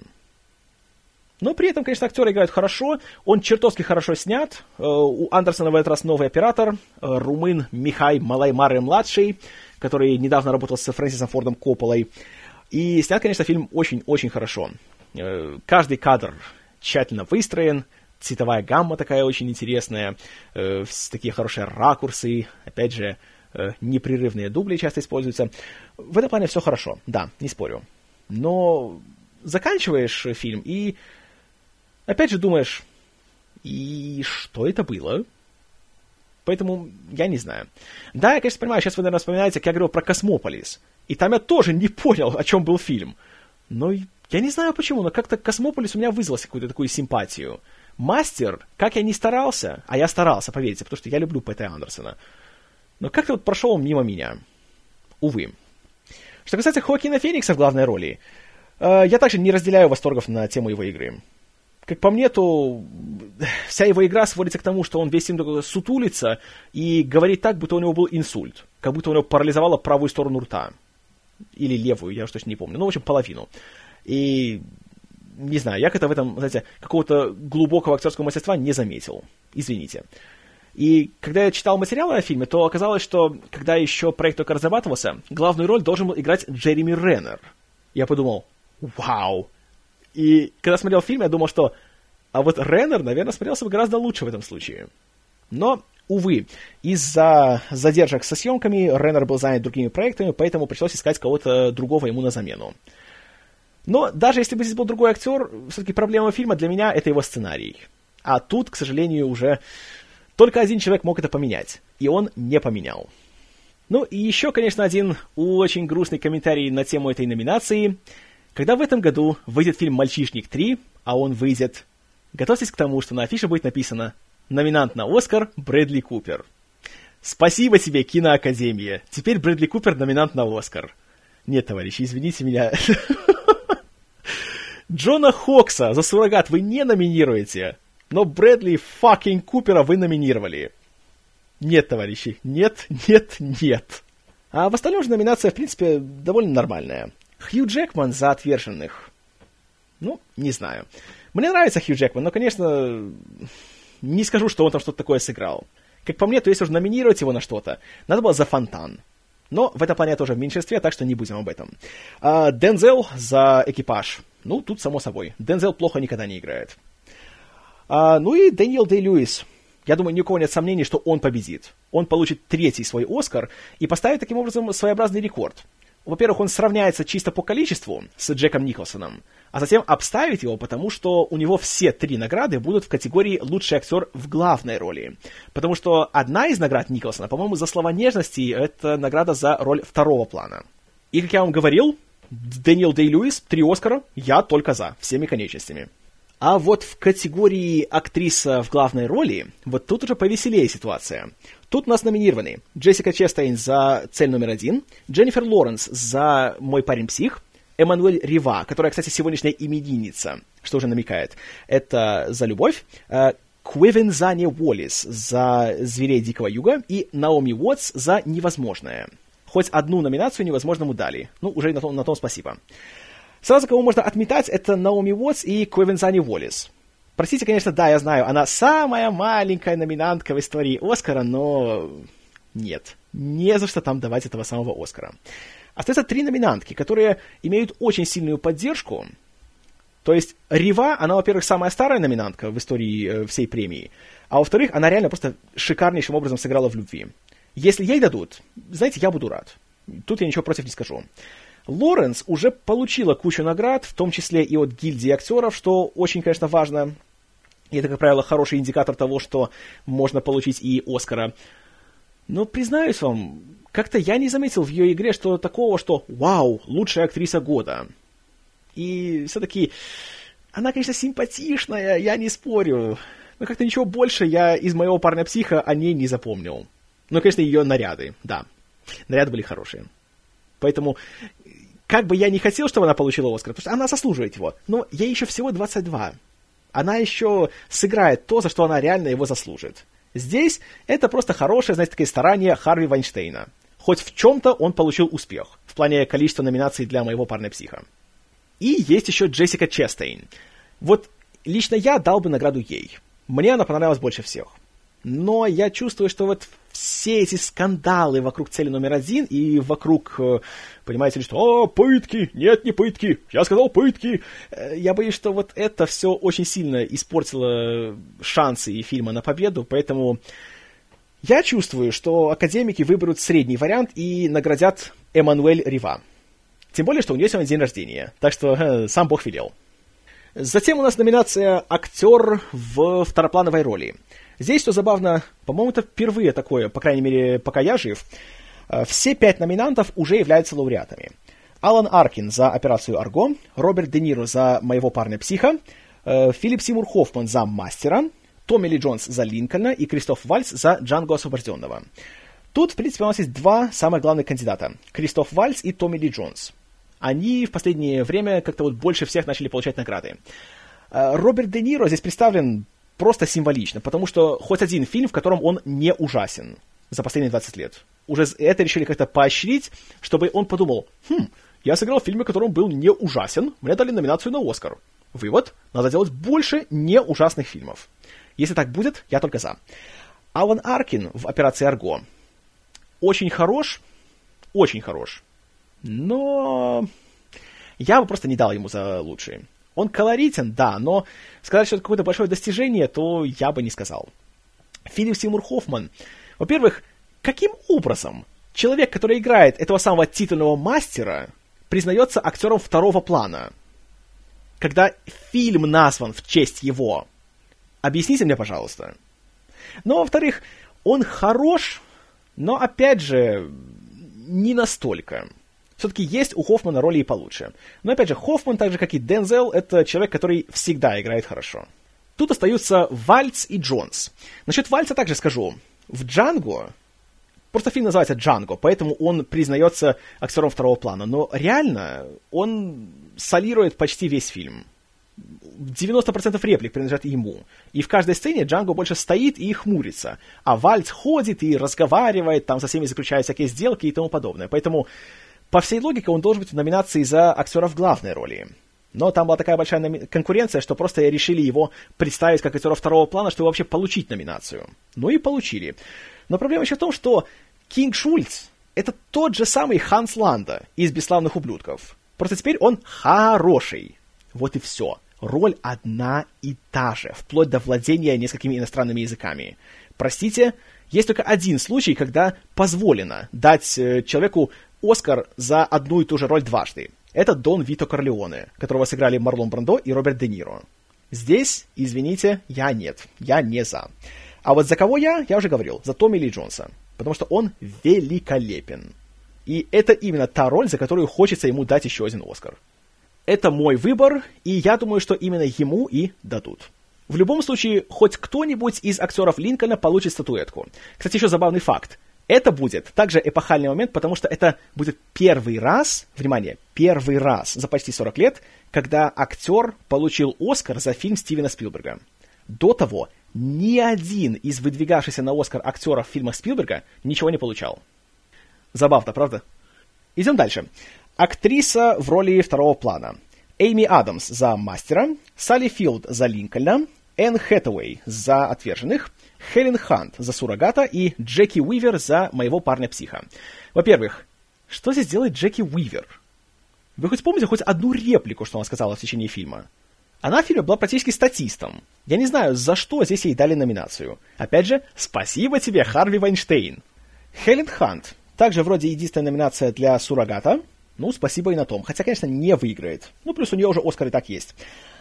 Speaker 1: Но при этом, конечно, актеры играют хорошо, он чертовски хорошо снят. У Андерсона в этот раз новый оператор, румын Михай Малай-Мары-младший, который недавно работал с Фрэнсисом Фордом Копполой. И снят, конечно, фильм очень-очень хорошо. Каждый кадр тщательно выстроен, цветовая гамма такая очень интересная, э, такие хорошие ракурсы, опять же, э, непрерывные дубли часто используются. В этом плане все хорошо, да, не спорю. Но заканчиваешь фильм и опять же думаешь, и что это было? Поэтому я не знаю. Да, я, конечно, понимаю, сейчас вы, наверное, вспоминаете, как я говорил про «Космополис». И там я тоже не понял, о чем был фильм. Но я не знаю почему, но как-то «Космополис» у меня вызвал какую-то такую симпатию. «Мастер», как я ни старался, а я старался, поверьте, потому что я люблю Пэта Андерсона, но как-то вот прошел он мимо меня. Увы. Что касается Хоакина Феникса в главной роли, э, я также не разделяю восторгов на тему его игры. Как по мне, то вся его игра сводится к тому, что он весь фильм сутулится и говорит так, будто у него был инсульт, как будто у него парализовало правую сторону рта. Или левую, я уж точно не помню. Ну, в общем, половину. И... не знаю, я как-то в этом, знаете, какого-то глубокого актерского мастерства не заметил. Извините. И когда я читал материалы о фильме, то оказалось, что когда еще проект только разрабатывался, главную роль должен был играть Джереми Реннер. Я подумал, вау! И когда смотрел фильм, я думал, что а вот Реннер, наверное, смотрелся бы гораздо лучше в этом случае. Но, увы, из-за задержек со съемками Реннер был занят другими проектами, поэтому пришлось искать кого-то другого ему на замену. Но даже если бы здесь был другой актер, все-таки проблема фильма для меня — это его сценарий. А тут, к сожалению, уже только один человек мог это поменять, и он не поменял. Ну и еще, конечно, один очень грустный комментарий на тему этой номинации. Когда в этом году выйдет фильм «Мальчишник три», а он выйдет, готовьтесь к тому, что на афише будет написано «Номинант на Оскар Брэдли Купер». Спасибо тебе, киноакадемия. Теперь Брэдли Купер номинант на Оскар. Нет, товарищи, извините меня. Джона Хокса за «Суррогат» вы не номинируете, но Брэдли факинг Купера вы номинировали. Нет, товарищи, нет, нет, нет. А в остальном же номинация, в принципе, довольно нормальная. Хью Джекман за «Отверженных». Ну, не знаю. Мне нравится Хью Джекман, но, конечно, не скажу, что он там что-то такое сыграл. Как по мне, то если уже номинировать его на что-то, надо было за «Фонтан». Но в этом плане я тоже в меньшинстве, так что не будем об этом. А, Дензел за «Экипаж». Ну, тут само собой. Дензел плохо никогда не играет. А, ну и Дэниел Дэй-Льюис. Я думаю, ни у кого нет сомнений, что он победит. Он получит третий свой «Оскар» и поставит таким образом своеобразный рекорд. Во-первых, он сравняется чисто по количеству с Джеком Николсоном, а затем обставит его, потому что у него все три награды будут в категории «Лучший актер в главной роли». Потому что одна из наград Николсона, по-моему, за «Слова нежности» — это награда за роль второго плана. И, как я вам говорил, Дэниел Дэй-Льюис, три «Оскара», я только за, всеми конечностями. А вот в категории «Актриса в главной роли» вот тут уже повеселее ситуация. Тут у нас номинированы Джессика Честейн за «Цель номер один», Дженнифер Лоренс за «Мой парень псих», Эммануэль Рива, которая, кстати, сегодняшняя именинница, что уже намекает, это за «Любовь», Квивензане Уоллис за «Зверей Дикого Юга» и Наоми Уотс за «Невозможное». Хоть одну номинацию невозможному дали. Ну, уже на том, на том спасибо. Сразу, кого можно отметать, это Наоми Уотс и Квивензане Уоллис. Простите, конечно, да, я знаю, она самая маленькая номинантка в истории Оскара, но Нет, не за что там давать этого самого Оскара. Остается три номинантки, которые имеют очень сильную поддержку. То есть Рива, она, во-первых, самая старая номинантка в истории э, всей премии, а во-вторых, она реально просто шикарнейшим образом сыграла в «Любви». Если ей дадут, знаете, я буду рад. Тут я ничего против не скажу. Лоренс уже получила кучу наград, в том числе и от гильдии актеров, что очень, конечно, важно. И это, как правило, хороший индикатор того, что можно получить и Оскара. Но, признаюсь вам, как-то я не заметил в ее игре что такого, что «Вау, лучшая актриса года». И все-таки она, конечно, симпатичная, я не спорю. Но как-то ничего больше я из моего парня-психа о ней не запомнил. Ну, конечно, ее наряды, да. Наряды были хорошие. Поэтому, как бы я не хотел, чтобы она получила Оскар, потому что она заслуживает его, но ей еще всего двадцать два. Она еще сыграет то, за что она реально его заслужит. Здесь это просто хорошее, знаете, такие старания Харви Вайнштейна. Хоть в чем-то он получил успех, в плане количества номинаций для моего парня-психа. И есть еще Джессика Честейн. Вот лично я дал бы награду ей. Мне она понравилась больше всех. Но я чувствую, что вот все эти скандалы вокруг цели номер один и вокруг, понимаете ли, что «О, пытки! Нет, не пытки! Я сказал пытки!» Я боюсь, что вот это все очень сильно испортило шансы и фильма на победу, поэтому я чувствую, что академики выберут средний вариант и наградят Эммануэль Рива. Тем более, что у нее сегодня день рождения, так что э, сам Бог велел. Затем у нас номинация «Актер в второплановой роли». Здесь, что забавно, по-моему, это впервые такое, по крайней мере, пока я жив. Все пять номинантов уже являются лауреатами. Алан Аркин за «Операцию Арго», Роберт Де Ниро за «Моего парня-психа», Филипп Сеймур Хоффман за «Мастера», Томми Ли Джонс за «Линкольна» и Кристоф Вальц за «Джанго освобожденного». Тут, в принципе, у нас есть два самых главных кандидата – Кристоф Вальц и Томми Ли Джонс. Они в последнее время как-то вот больше всех начали получать награды. Роберт Де Ниро здесь представлен просто символично, потому что хоть один фильм, в котором он не ужасен за последние двадцать лет. Уже это решили как-то поощрить, чтобы он подумал, хм, я сыграл в фильме, в котором был не ужасен, мне дали номинацию на Оскар. Вывод, надо делать больше не ужасных фильмов. Если так будет, я только за. Алан Аркин в «Операции Арго» очень хорош, очень хорош. Но я бы просто не дал ему за лучшие. Он колоритен, да, но сказать, что это какое-то большое достижение, то я бы не сказал. Филипп Сеймур Хоффман. Во-первых, каким образом человек, который играет этого самого титульного мастера, признается актером второго плана, когда фильм назван в честь его? Объясните мне, пожалуйста. Но, во-вторых, он хорош, но, опять же, не настолько. Все-таки есть у Хоффмана роли и получше. Но, опять же, Хоффман, так же, как и Дензел, это человек, который всегда играет хорошо. Тут остаются Вальц и Джонс. Насчет Вальца также скажу. В «Джанго», просто фильм называется «Джанго», поэтому он признается актером второго плана. Но реально он солирует почти весь фильм. девяносто процентов реплик принадлежат ему. И в каждой сцене Джанго больше стоит и хмурится. А Вальц ходит и разговаривает, там со всеми заключает всякие сделки и тому подобное. Поэтому по всей логике он должен быть в номинации за актера в главной роли. Но там была такая большая номи- конкуренция, что просто решили его представить как актера второго плана, чтобы вообще получить номинацию. Ну и получили. Но проблема еще в том, что Кинг Шульц — это тот же самый Ханс Ланда из «Бесславных ублюдков». Просто теперь он хороший. Вот и все. Роль одна и та же, вплоть до владения несколькими иностранными языками. Простите, есть только один случай, когда позволено дать э, человеку Оскар за одну и ту же роль дважды. Это Дон Вито Корлеоне, которого сыграли Марлон Брандо и Роберт Де Ниро. Здесь, извините, я нет. Я не за. А вот за кого я, я уже говорил. За Томми Ли Джонса. Потому что он великолепен. И это именно та роль, за которую хочется ему дать еще один Оскар. Это мой выбор, и я думаю, что именно ему и дадут. В любом случае, хоть кто-нибудь из актеров Линкольна получит статуэтку. Кстати, еще забавный факт. Это будет также эпохальный момент, потому что это будет первый раз, внимание, первый раз за почти сорок лет, когда актер получил Оскар за фильм Стивена Спилберга. До того ни один из выдвигавшихся на Оскар актеров в фильмах Спилберга ничего не получал. Забавно, правда? Идем дальше. Актриса в роли второго плана. Эйми Адамс за «Мастера», Салли Филд за «Линкольна», Энн Хэтэуэй за «Отверженных», Хелен Хант за «Суррогата» и Джеки Уивер за «Моего парня-психа». Во-первых, что здесь делает Джеки Уивер? Вы хоть помните хоть одну реплику, что она сказала в течение фильма? Она в фильме была практически статистом. Я не знаю, за что здесь ей дали номинацию. Опять же, спасибо тебе, Харви Вайнштейн. Хелен Хант. Также вроде единственная номинация для «Суррогата». Ну, спасибо и на том. Хотя, конечно, не выиграет. Ну, плюс у нее уже Оскар и так есть.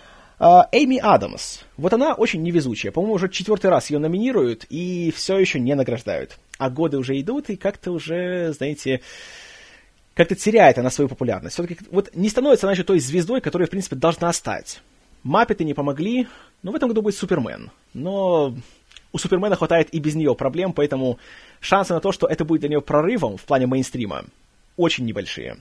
Speaker 1: Эйми Адамс. Вот она очень невезучая. По-моему, уже четвертый раз ее номинируют и все еще не награждают. А годы уже идут, и как-то уже, знаете, как-то теряет она свою популярность. Все-таки вот не становится она еще той звездой, которая, в принципе, должна стать. Маппеты не помогли, но в этом году будет Супермен. Но у Супермена хватает и без нее проблем, поэтому шансы на то, что это будет для нее прорывом в плане мейнстрима, очень небольшие.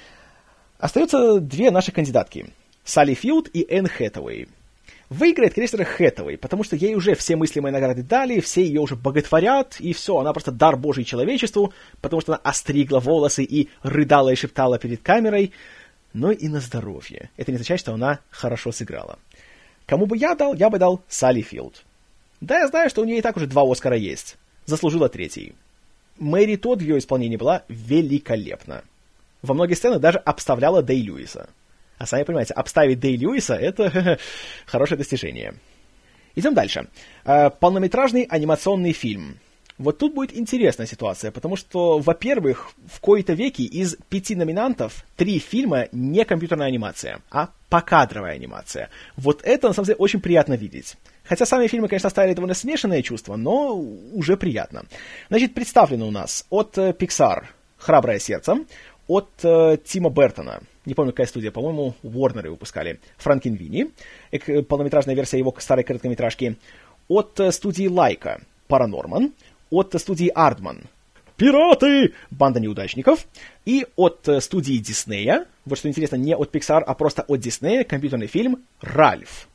Speaker 1: Остаются две наши кандидатки. Салли Филд и Энн Хэтэуэй. Выиграет, конечно же, Хэтэуэй, потому что ей уже все мыслимые награды дали, все ее уже боготворят, и все, она просто дар Божий человечеству, потому что она остригла волосы и рыдала и шептала перед камерой, но и на здоровье. Это не означает, что она хорошо сыграла. Кому бы я дал, я бы дал Салли Филд. Да, я знаю, что у нее и так уже два Оскара есть. Заслужила третий. Мэри Тодд в ее исполнении была великолепна. Во многих сценах даже обставляла Дэй Льюиса. А сами понимаете, обставить Дэй Льюиса — это хорошее достижение. Идем дальше. Полнометражный анимационный фильм. Вот тут будет интересная ситуация, потому что, во-первых, в кои-то веки из пяти номинантов три фильма не компьютерная анимация, а покадровая анимация. Вот это, на самом деле, очень приятно видеть. Хотя сами фильмы, конечно, оставили довольно смешанные чувства, но уже приятно. Значит, представлено у нас от Pixar «Храброе сердце», от э, Тима Бертона, не помню, какая студия, по-моему, Уорнеры выпускали, «Франкенвини», э, полнометражная версия его старой короткометражки, от э, студии Лайка «Паранорман», от э, студии Ардман «Пираты! Банда неудачников», и от э, студии Диснея, вот что интересно, не от Pixar, а просто от Диснея, компьютерный фильм «Ральф».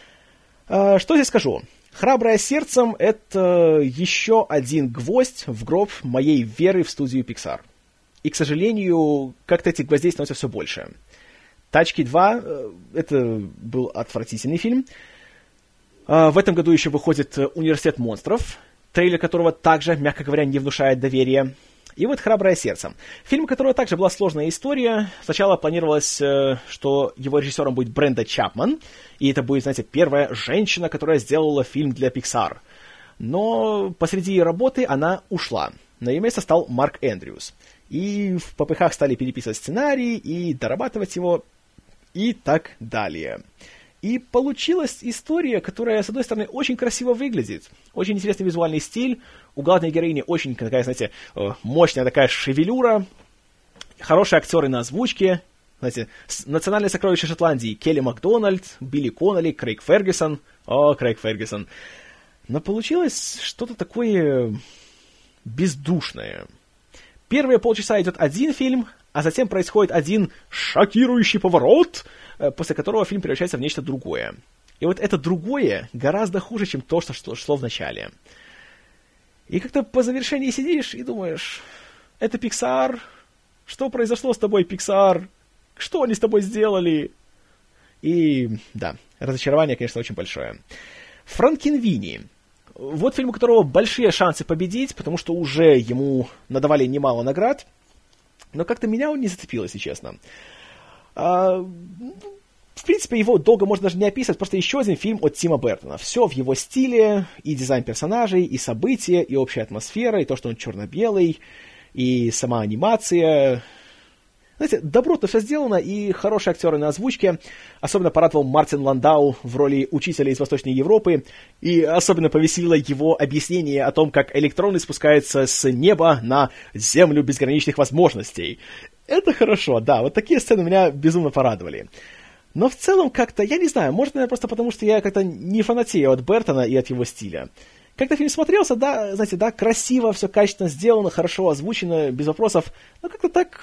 Speaker 1: Э, что здесь скажу? «Храброе сердцем» — это еще один гвоздь в гроб моей веры в студию Pixar. И, к сожалению, как-то этих гвоздей становится все больше. «Тачки два» — это был отвратительный фильм. В этом году еще выходит «Университет монстров», трейлер которого также, мягко говоря, не внушает доверия. И вот «Храброе сердце». Фильм, у которого также была сложная история. Сначала планировалось, что его режиссером будет Бренда Чапман, и это будет, знаете, первая женщина, которая сделала фильм для Pixar. Но посреди работы она ушла. На ее место стал Марк Эндрюс. И в попыхах стали переписывать сценарий и дорабатывать его, и так далее. И получилась история, которая, с одной стороны, очень красиво выглядит. Очень интересный визуальный стиль. У главной героини очень такая, знаете, мощная такая шевелюра. Хорошие актеры на озвучке. Знаете, национальное сокровище Шотландии. Келли Макдональд, Билли Коннелли, Крейг Фергюсон. О, Крейг Фергюсон. Но получилось что-то такое бездушное. Первые полчаса идет один фильм, а затем происходит один шокирующий поворот, после которого фильм превращается в нечто другое. И вот это другое гораздо хуже, чем то, что шло в начале. И как-то по завершении сидишь и думаешь, это Pixar? Что произошло с тобой, Pixar? Что они с тобой сделали? И да, разочарование, конечно, очень большое. Франкенвини. Вот фильм, у которого большие шансы победить, потому что уже ему надавали немало наград, но как-то меня он не зацепил, если честно. А, в принципе, его долго можно даже не описывать, просто еще один фильм от Тима Бертона. Все в его стиле, и дизайн персонажей, и события, и общая атмосфера, и то, что он черно-белый, и сама анимация. Знаете, добротно все сделано, и хорошие актеры на озвучке. Особенно порадовал Мартин Ландау в роли учителя из Восточной Европы. И особенно повеселило его объяснение о том, как электроны спускаются с неба на землю безграничных возможностей. Это хорошо, да, вот такие сцены меня безумно порадовали. Но в целом как-то, я не знаю, может, наверное, просто потому, что я как-то не фанатею от Бертона и от его стиля. Как-то фильм смотрелся, да, знаете, да, красиво, все качественно сделано, хорошо озвучено, без вопросов. Но как-то так...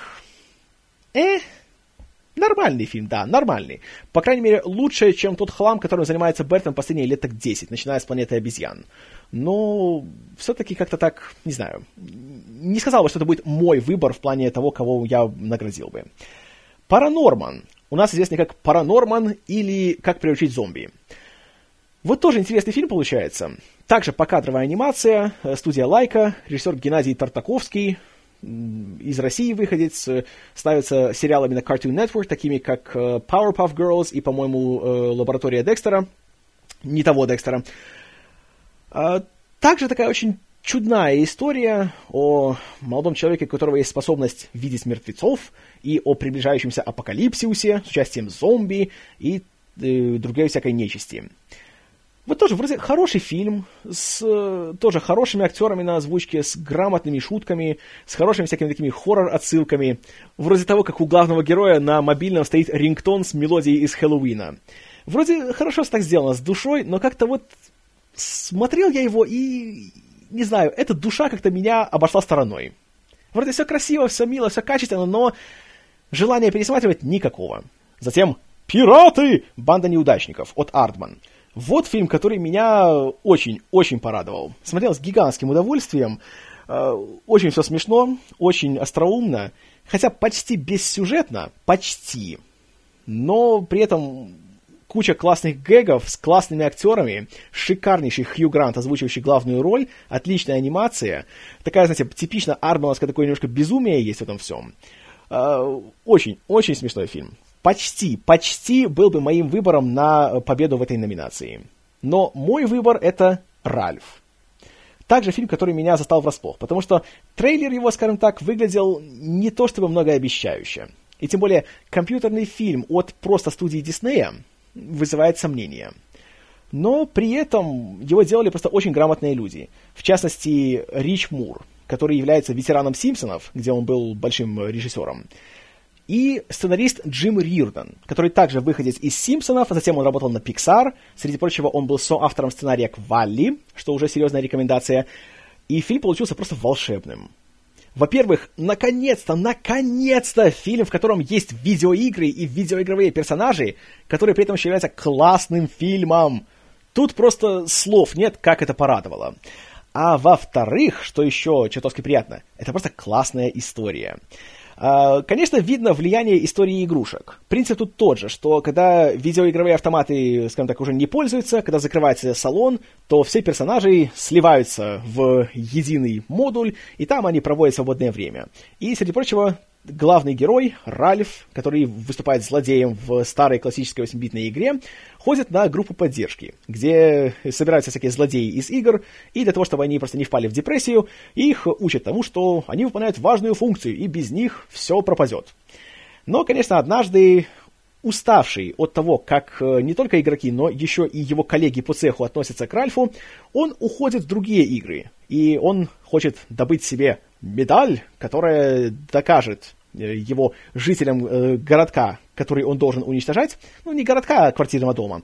Speaker 1: Э, нормальный фильм, да, нормальный. По крайней мере, лучше, чем тот хлам, которым занимается Бертон последние лет так десять, начиная с «Планеты обезьян». Но все-таки как-то так, не знаю, не сказал бы, что это будет мой выбор в плане того, кого я наградил бы. «Паранорман». У нас известный как «Паранорман» или «Как приручить зомби». Вот тоже интересный фильм получается. Также покадровая анимация, студия Лайка, режиссер Геннадий Тартаковский, из России выходец, ставятся сериалами на Cartoon Network, такими как Powerpuff Girls и, по-моему, Лаборатория Декстера. Не того Декстера. Также такая очень чудная история о молодом человеке, у которого есть способность видеть мертвецов, и о приближающемся апокалипсисе с участием зомби и э, другой всякой нечисти. Вот тоже вроде хороший фильм, с э, тоже хорошими актерами на озвучке, с грамотными шутками, с хорошими всякими такими хоррор-отсылками. Вроде того, как у главного героя на мобильном стоит рингтон с мелодией из Хэллоуина. Вроде хорошо так сделано, с душой, но как-то вот смотрел я его и... Не знаю, эта душа как-то меня обошла стороной. Вроде все красиво, все мило, все качественно, но желания пересматривать никакого. Затем «Пираты! Банда неудачников» от Ардман. Вот фильм, который меня очень-очень порадовал. Смотрел с гигантским удовольствием. Очень все смешно, очень остроумно, хотя почти бессюжетно, почти. Но при этом... Куча классных гэгов с классными актерами, шикарнейший Хью Грант, озвучивающий главную роль, отличная анимация, такая, знаете, типично армановское такое немножко безумие есть в этом всем. Очень, очень смешной фильм. Почти, почти был бы моим выбором на победу в этой номинации. Но мой выбор — это «Ральф». Также фильм, который меня застал врасплох, потому что трейлер его, скажем так, выглядел не то чтобы многообещающе. И тем более компьютерный фильм от просто студии Диснея вызывает сомнения. Но при этом его делали просто очень грамотные люди. В частности, Рич Мур, который является ветераном «Симпсонов», где он был большим режиссером, и сценарист Джим Риордан, который также выходец из «Симпсонов», а затем он работал на Pixar. Среди прочего, он был соавтором сценария к «Валли», что уже серьезная рекомендация. И фильм получился просто волшебным. Во-первых, наконец-то, наконец-то фильм, в котором есть видеоигры и видеоигровые персонажи, которые при этом еще являются классным фильмом. Тут просто слов нет, как это порадовало. А во-вторых, что еще чертовски приятно, это просто классная история. Конечно, видно влияние истории игрушек. Принцип тут тот же, что когда видеоигровые автоматы, скажем так, уже не пользуются, когда закрывается салон, то все персонажи сливаются в единый модуль, и там они проводят свободное время. И, среди прочего, главный герой, Ральф, который выступает злодеем в старой классической восьмибитной игре, ходит на группу поддержки, где собираются всякие злодеи из игр, и для того, чтобы они просто не впали в депрессию, их учат тому, что они выполняют важную функцию, и без них все пропадет. Но, конечно, однажды, уставший от того, как не только игроки, но еще и его коллеги по цеху относятся к Ральфу, он уходит в другие игры, и он хочет добыть себе медаль, которая докажет его жителям э, городка, который он должен уничтожать, ну, не городка, а квартирного дома,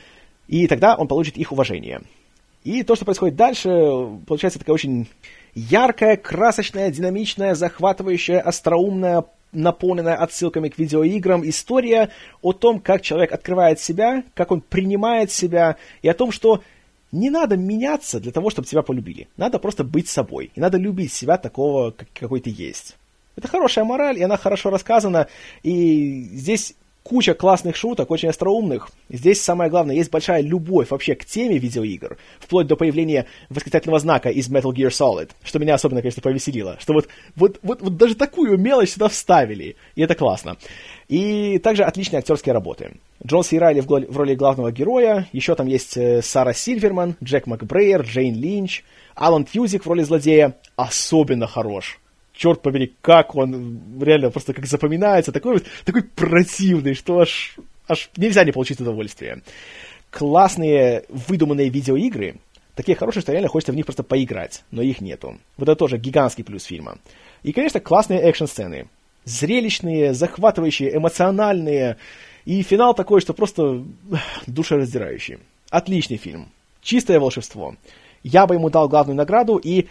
Speaker 1: и тогда он получит их уважение. И то, что происходит дальше, получается такая очень яркая, красочная, динамичная, захватывающая, остроумная, наполненная отсылками к видеоиграм история о том, как человек открывает себя, как он принимает себя, и о том, что не надо меняться для того, чтобы тебя полюбили. Надо просто быть собой. И надо любить себя такого, какой ты есть. Это хорошая мораль, и она хорошо рассказана. И здесь куча классных шуток, очень остроумных. Здесь самое главное, есть большая любовь вообще к теме видеоигр, вплоть до появления восклицательного знака из Metal Gear Solid, что меня особенно, конечно, повеселило. Что вот, вот, вот, вот даже такую мелочь сюда вставили. И это классно. И также отличные актерские работы. Джон Си Райли в роли главного героя, еще там есть Сара Сильверман, Джек Макбрейер, Джейн Линч, Алан Тьюзик в роли злодея особенно хорош. Черт побери, как он реально просто как запоминается, такой, такой противный, что аж, аж нельзя не получить удовольствие. Классные выдуманные видеоигры, такие хорошие, что реально хочется в них просто поиграть, но их нету. Вот это тоже гигантский плюс фильма. И, конечно, классные экшн-сцены. Зрелищные, захватывающие, эмоциональные. И финал такой, что просто душераздирающий. Отличный фильм. Чистое волшебство. Я бы ему дал главную награду, и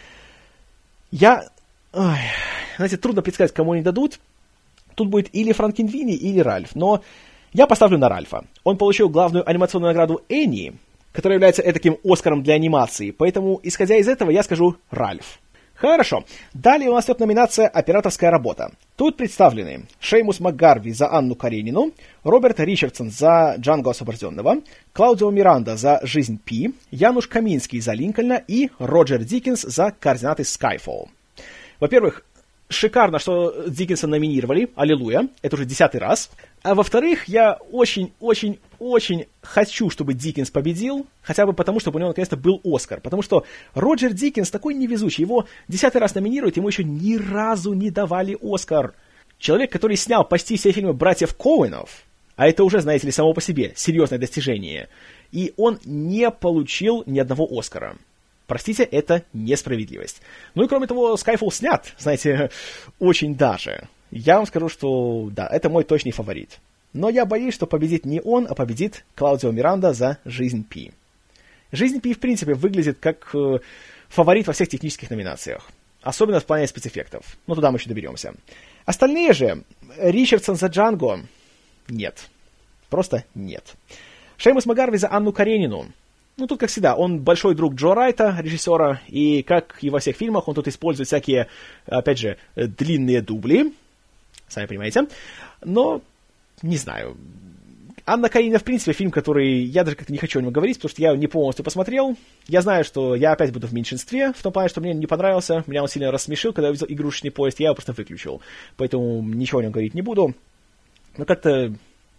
Speaker 1: я... Ой, знаете, трудно предсказать, кому они дадут. Тут будет или Франкенвини, или Ральф. Но я поставлю на Ральфа. Он получил главную анимационную награду Энни, которая является этаким Оскаром для анимации. Поэтому, исходя из этого, я скажу Ральф. Хорошо. Далее у нас идет номинация «Операторская работа». Тут представлены Шеймус МакГарви за Анну Каренину, Роберт Ричардсон за Джанго Освобожденного, Клаудио Миранда за «Жизнь Пи», Януш Каминский за Линкольна и Роджер Диккенс за «Координаты Skyfall». Во-первых, шикарно, что Диккенса номинировали, аллилуйя, это уже десятый раз. А во-вторых, я очень-очень-очень хочу, чтобы Диккенс победил, хотя бы потому, чтобы у него наконец-то был Оскар. Потому что Роджер Диккенс такой невезучий, его десятый раз номинируют, ему еще ни разу не давали Оскар. Человек, который снял почти все фильмы братьев Коуэнов, а это уже, знаете ли, само по себе серьезное достижение, и он не получил ни одного Оскара. Простите, это несправедливость. Ну и кроме того, Skyfall снят, знаете, очень даже. Я вам скажу, что да, это мой точный фаворит. Но я боюсь, что победит не он, а победит Клаудио Миранда за «Жизнь Пи». «Жизнь Пи», в принципе, выглядит как э, фаворит во всех технических номинациях. Особенно в плане спецэффектов. Но туда мы еще доберемся. Остальные же, Ричардсон за «Джанго», нет. Просто нет. Шеймус МакГарви за Анну Каренину. Ну, тут, как всегда, он большой друг Джо Райта, режиссера, и, как и во всех фильмах, он тут использует всякие, опять же, длинные дубли, сами понимаете, но, не знаю, Анна Каренина, в принципе, фильм, который я даже как-то не хочу о нем говорить, потому что я его не полностью посмотрел, я знаю, что я опять буду в меньшинстве, в том плане, что мне не понравился, меня он сильно рассмешил, когда я увидел «Игрушечный поезд», я его просто выключил, поэтому ничего о нем говорить не буду, но как-то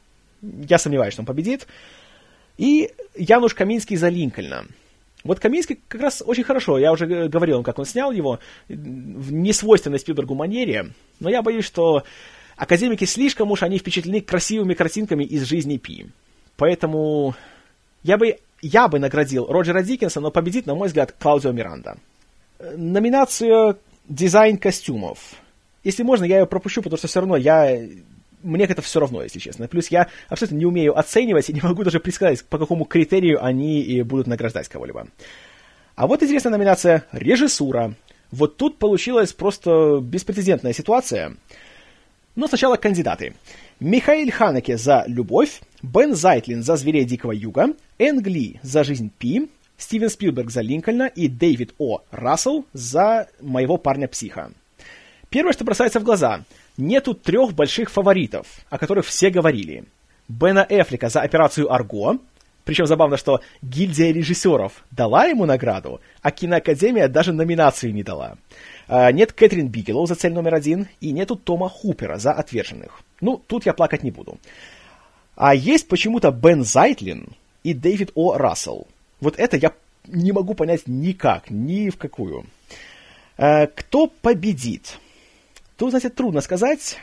Speaker 1: я сомневаюсь, что он победит. И Януш Каминский за Линкольна. Вот Каминский как раз очень хорошо, я уже говорил, как он снял его, в несвойственной Спилбергу манере, но я боюсь, что академики слишком уж они впечатлены красивыми картинками из «Жизни Пи». Поэтому я бы, я бы наградил Роджера Диккенса, но победит, на мой взгляд, Клаудио Миранда. Номинация «Дизайн костюмов». Если можно, я ее пропущу, потому что все равно я... Мне это все равно, если честно. Плюс я абсолютно не умею оценивать и не могу даже предсказать, по какому критерию они будут награждать кого-либо. А вот интересная номинация «Режиссура». Вот тут получилась просто беспрецедентная ситуация. Но сначала кандидаты. Михаэль Ханеке за «Любовь», Бен Зайтлин за «Зверей Дикого Юга», Энг Ли за «Жизнь Пи», Стивен Спилберг за «Линкольна» и Дэвид О. Рассел за «Моего парня-психа». Первое, что бросается в глаза – нету трех больших фаворитов, о которых все говорили. Бена Эффлека за «Операцию Арго», причем забавно, что гильдия режиссеров дала ему награду, а киноакадемия даже номинацию не дала. А, нет Кэтрин Бигелоу за «Цель номер один», и нету Тома Хупера за «Отверженных». Ну, тут я плакать не буду. А есть почему-то Бен Зайтлин и Дэвид О. Рассел. Вот это я не могу понять никак, ни в какую. А, кто победит? Тут, знаете, трудно сказать.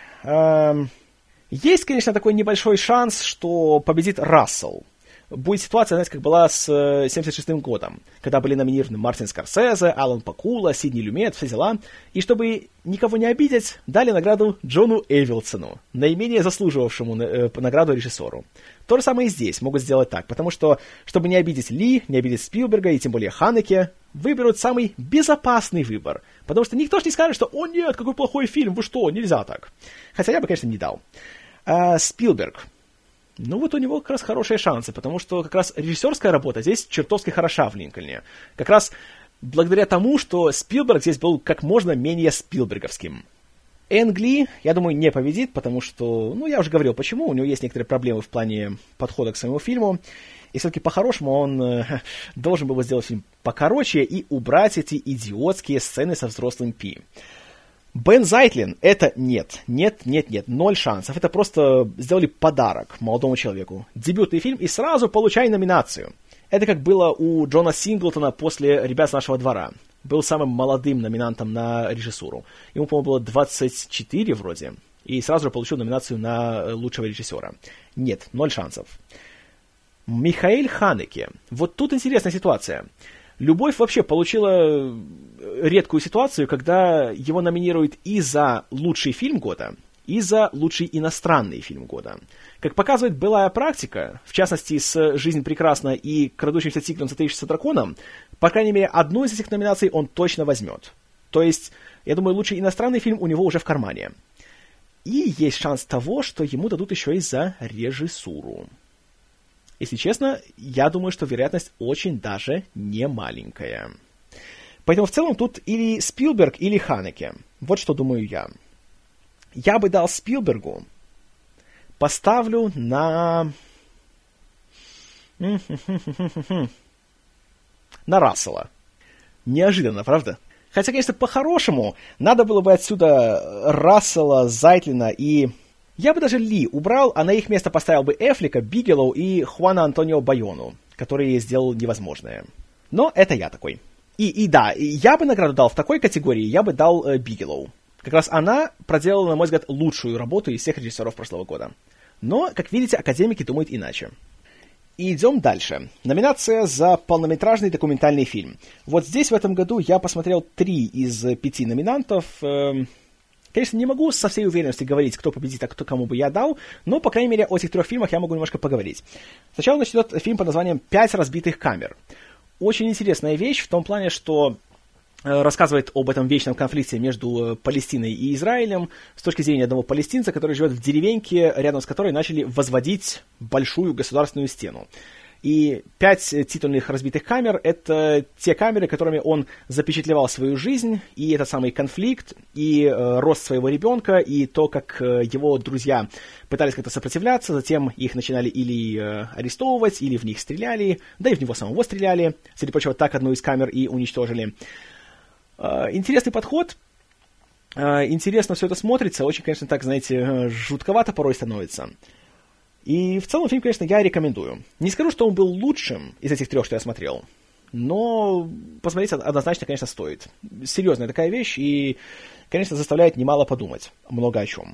Speaker 1: Есть, конечно, такой небольшой шанс, что победит Рассел. Будет ситуация, знаете, как была с семьдесят шестым годом, когда были номинированы Мартин Скорсезе, Алан Пакула, Сидни Люмет, все дела. И чтобы никого не обидеть, дали награду Джону Эвилсону, наименее заслуживавшему награду режиссеру. То же самое и здесь могут сделать так, потому что, чтобы не обидеть Ли, не обидеть Спилберга и тем более Ханеке, выберут самый безопасный выбор. Потому что никто же не скажет, что «О нет, какой плохой фильм, вы что, нельзя так». Хотя я бы, конечно, не дал. А, Спилберг. Ну вот у него как раз хорошие шансы, потому что как раз режиссерская работа здесь чертовски хороша в «Линкольне». Как раз благодаря тому, что Спилберг здесь был как можно менее спилберговским. Энг Ли, я думаю, не победит, потому что, ну, я уже говорил, почему. У него есть некоторые проблемы в плане подхода к своему фильму. И все-таки по-хорошему он э, должен был сделать фильм покороче и убрать эти идиотские сцены со взрослым Пи. Бен Зайтлин — это нет. Нет, нет, нет. Ноль шансов. Это просто сделали подарок молодому человеку. Дебютный фильм и сразу получай номинацию. Это как было у Джона Синглтона после «Ребят с нашего двора». Был самым молодым номинантом на режиссуру. Ему, по-моему, было двадцать четыре вроде. И сразу же получил номинацию на лучшего режиссера. Нет, ноль шансов. Михаэль Ханеке. Вот тут интересная ситуация. «Любовь» вообще получила редкую ситуацию, когда его номинируют и за лучший фильм года, и за лучший иностранный фильм года. Как показывает былая практика, в частности, с «Жизнь прекрасна» и «Крадущимся тигром, затаившимся драконом», по крайней мере, одну из этих номинаций он точно возьмет. То есть, я думаю, лучший иностранный фильм у него уже в кармане. И есть шанс того, что ему дадут еще и за режиссуру. Если честно, я думаю, что вероятность очень даже не маленькая. Поэтому в целом тут или Спилберг, или Ханеке. Вот что думаю я. я бы дал Спилбергу, поставлю на... на Рассела. Неожиданно, правда? Хотя, конечно, по-хорошему, надо было бы отсюда Рассела, Зайтлина и... Я бы даже Ли убрал, а на их место поставил бы Эфлика, Бигелоу и Хуана Антонио Байону, который сделал невозможное. Но это я такой. И, и да, я бы награду дал в такой категории, я бы дал э, Бигелоу. Как раз она проделала, на мой взгляд, лучшую работу из всех режиссеров прошлого года. Но, как видите, академики думают иначе. И идем дальше. Номинация за полнометражный документальный фильм. Вот здесь в этом году я посмотрел три из пяти номинантов. Конечно, не могу со всей уверенностью говорить, кто победит, а кто кому бы я дал, но, по крайней мере, о этих трех фильмах я могу немножко поговорить. Сначала начнет фильм под названием «Пять разбитых камер». Очень интересная вещь в том плане, что рассказывает об этом вечном конфликте между Палестиной и Израилем с точки зрения одного палестинца, который живет в деревеньке, рядом с которой начали возводить большую государственную стену. И пять титульных разбитых камер — это те камеры, которыми он запечатлевал свою жизнь, и этот самый конфликт, и э, рост своего ребенка, и то, как э, его друзья пытались как-то сопротивляться, затем их начинали или э, арестовывать, или в них стреляли, да и в него самого стреляли, среди прочего, так одну из камер и уничтожили. Э, интересный подход, э, интересно все это смотрится, очень, конечно, так, знаете, жутковато порой становится. И в целом фильм, конечно, я рекомендую. Не скажу, что он был лучшим из этих трех, что я смотрел, но посмотреть однозначно, конечно, стоит. Серьезная такая вещь и, конечно, заставляет немало подумать. Много о чем.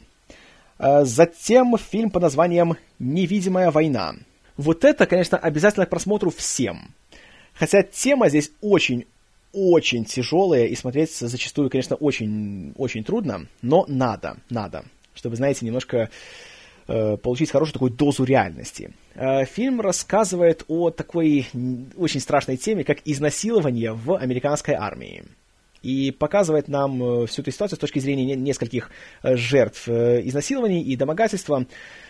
Speaker 1: Затем фильм под названием «Невидимая война». Вот это, конечно, обязательно к просмотру всем. Хотя тема здесь очень-очень тяжелая, и смотреть зачастую, конечно, очень, очень трудно, но надо, надо, чтобы, знаете, немножко... получить хорошую такую дозу реальности. Фильм рассказывает о такой очень страшной теме, как изнасилование в американской армии. И показывает нам всю эту ситуацию с точки зрения нескольких жертв изнасилований и домогательства,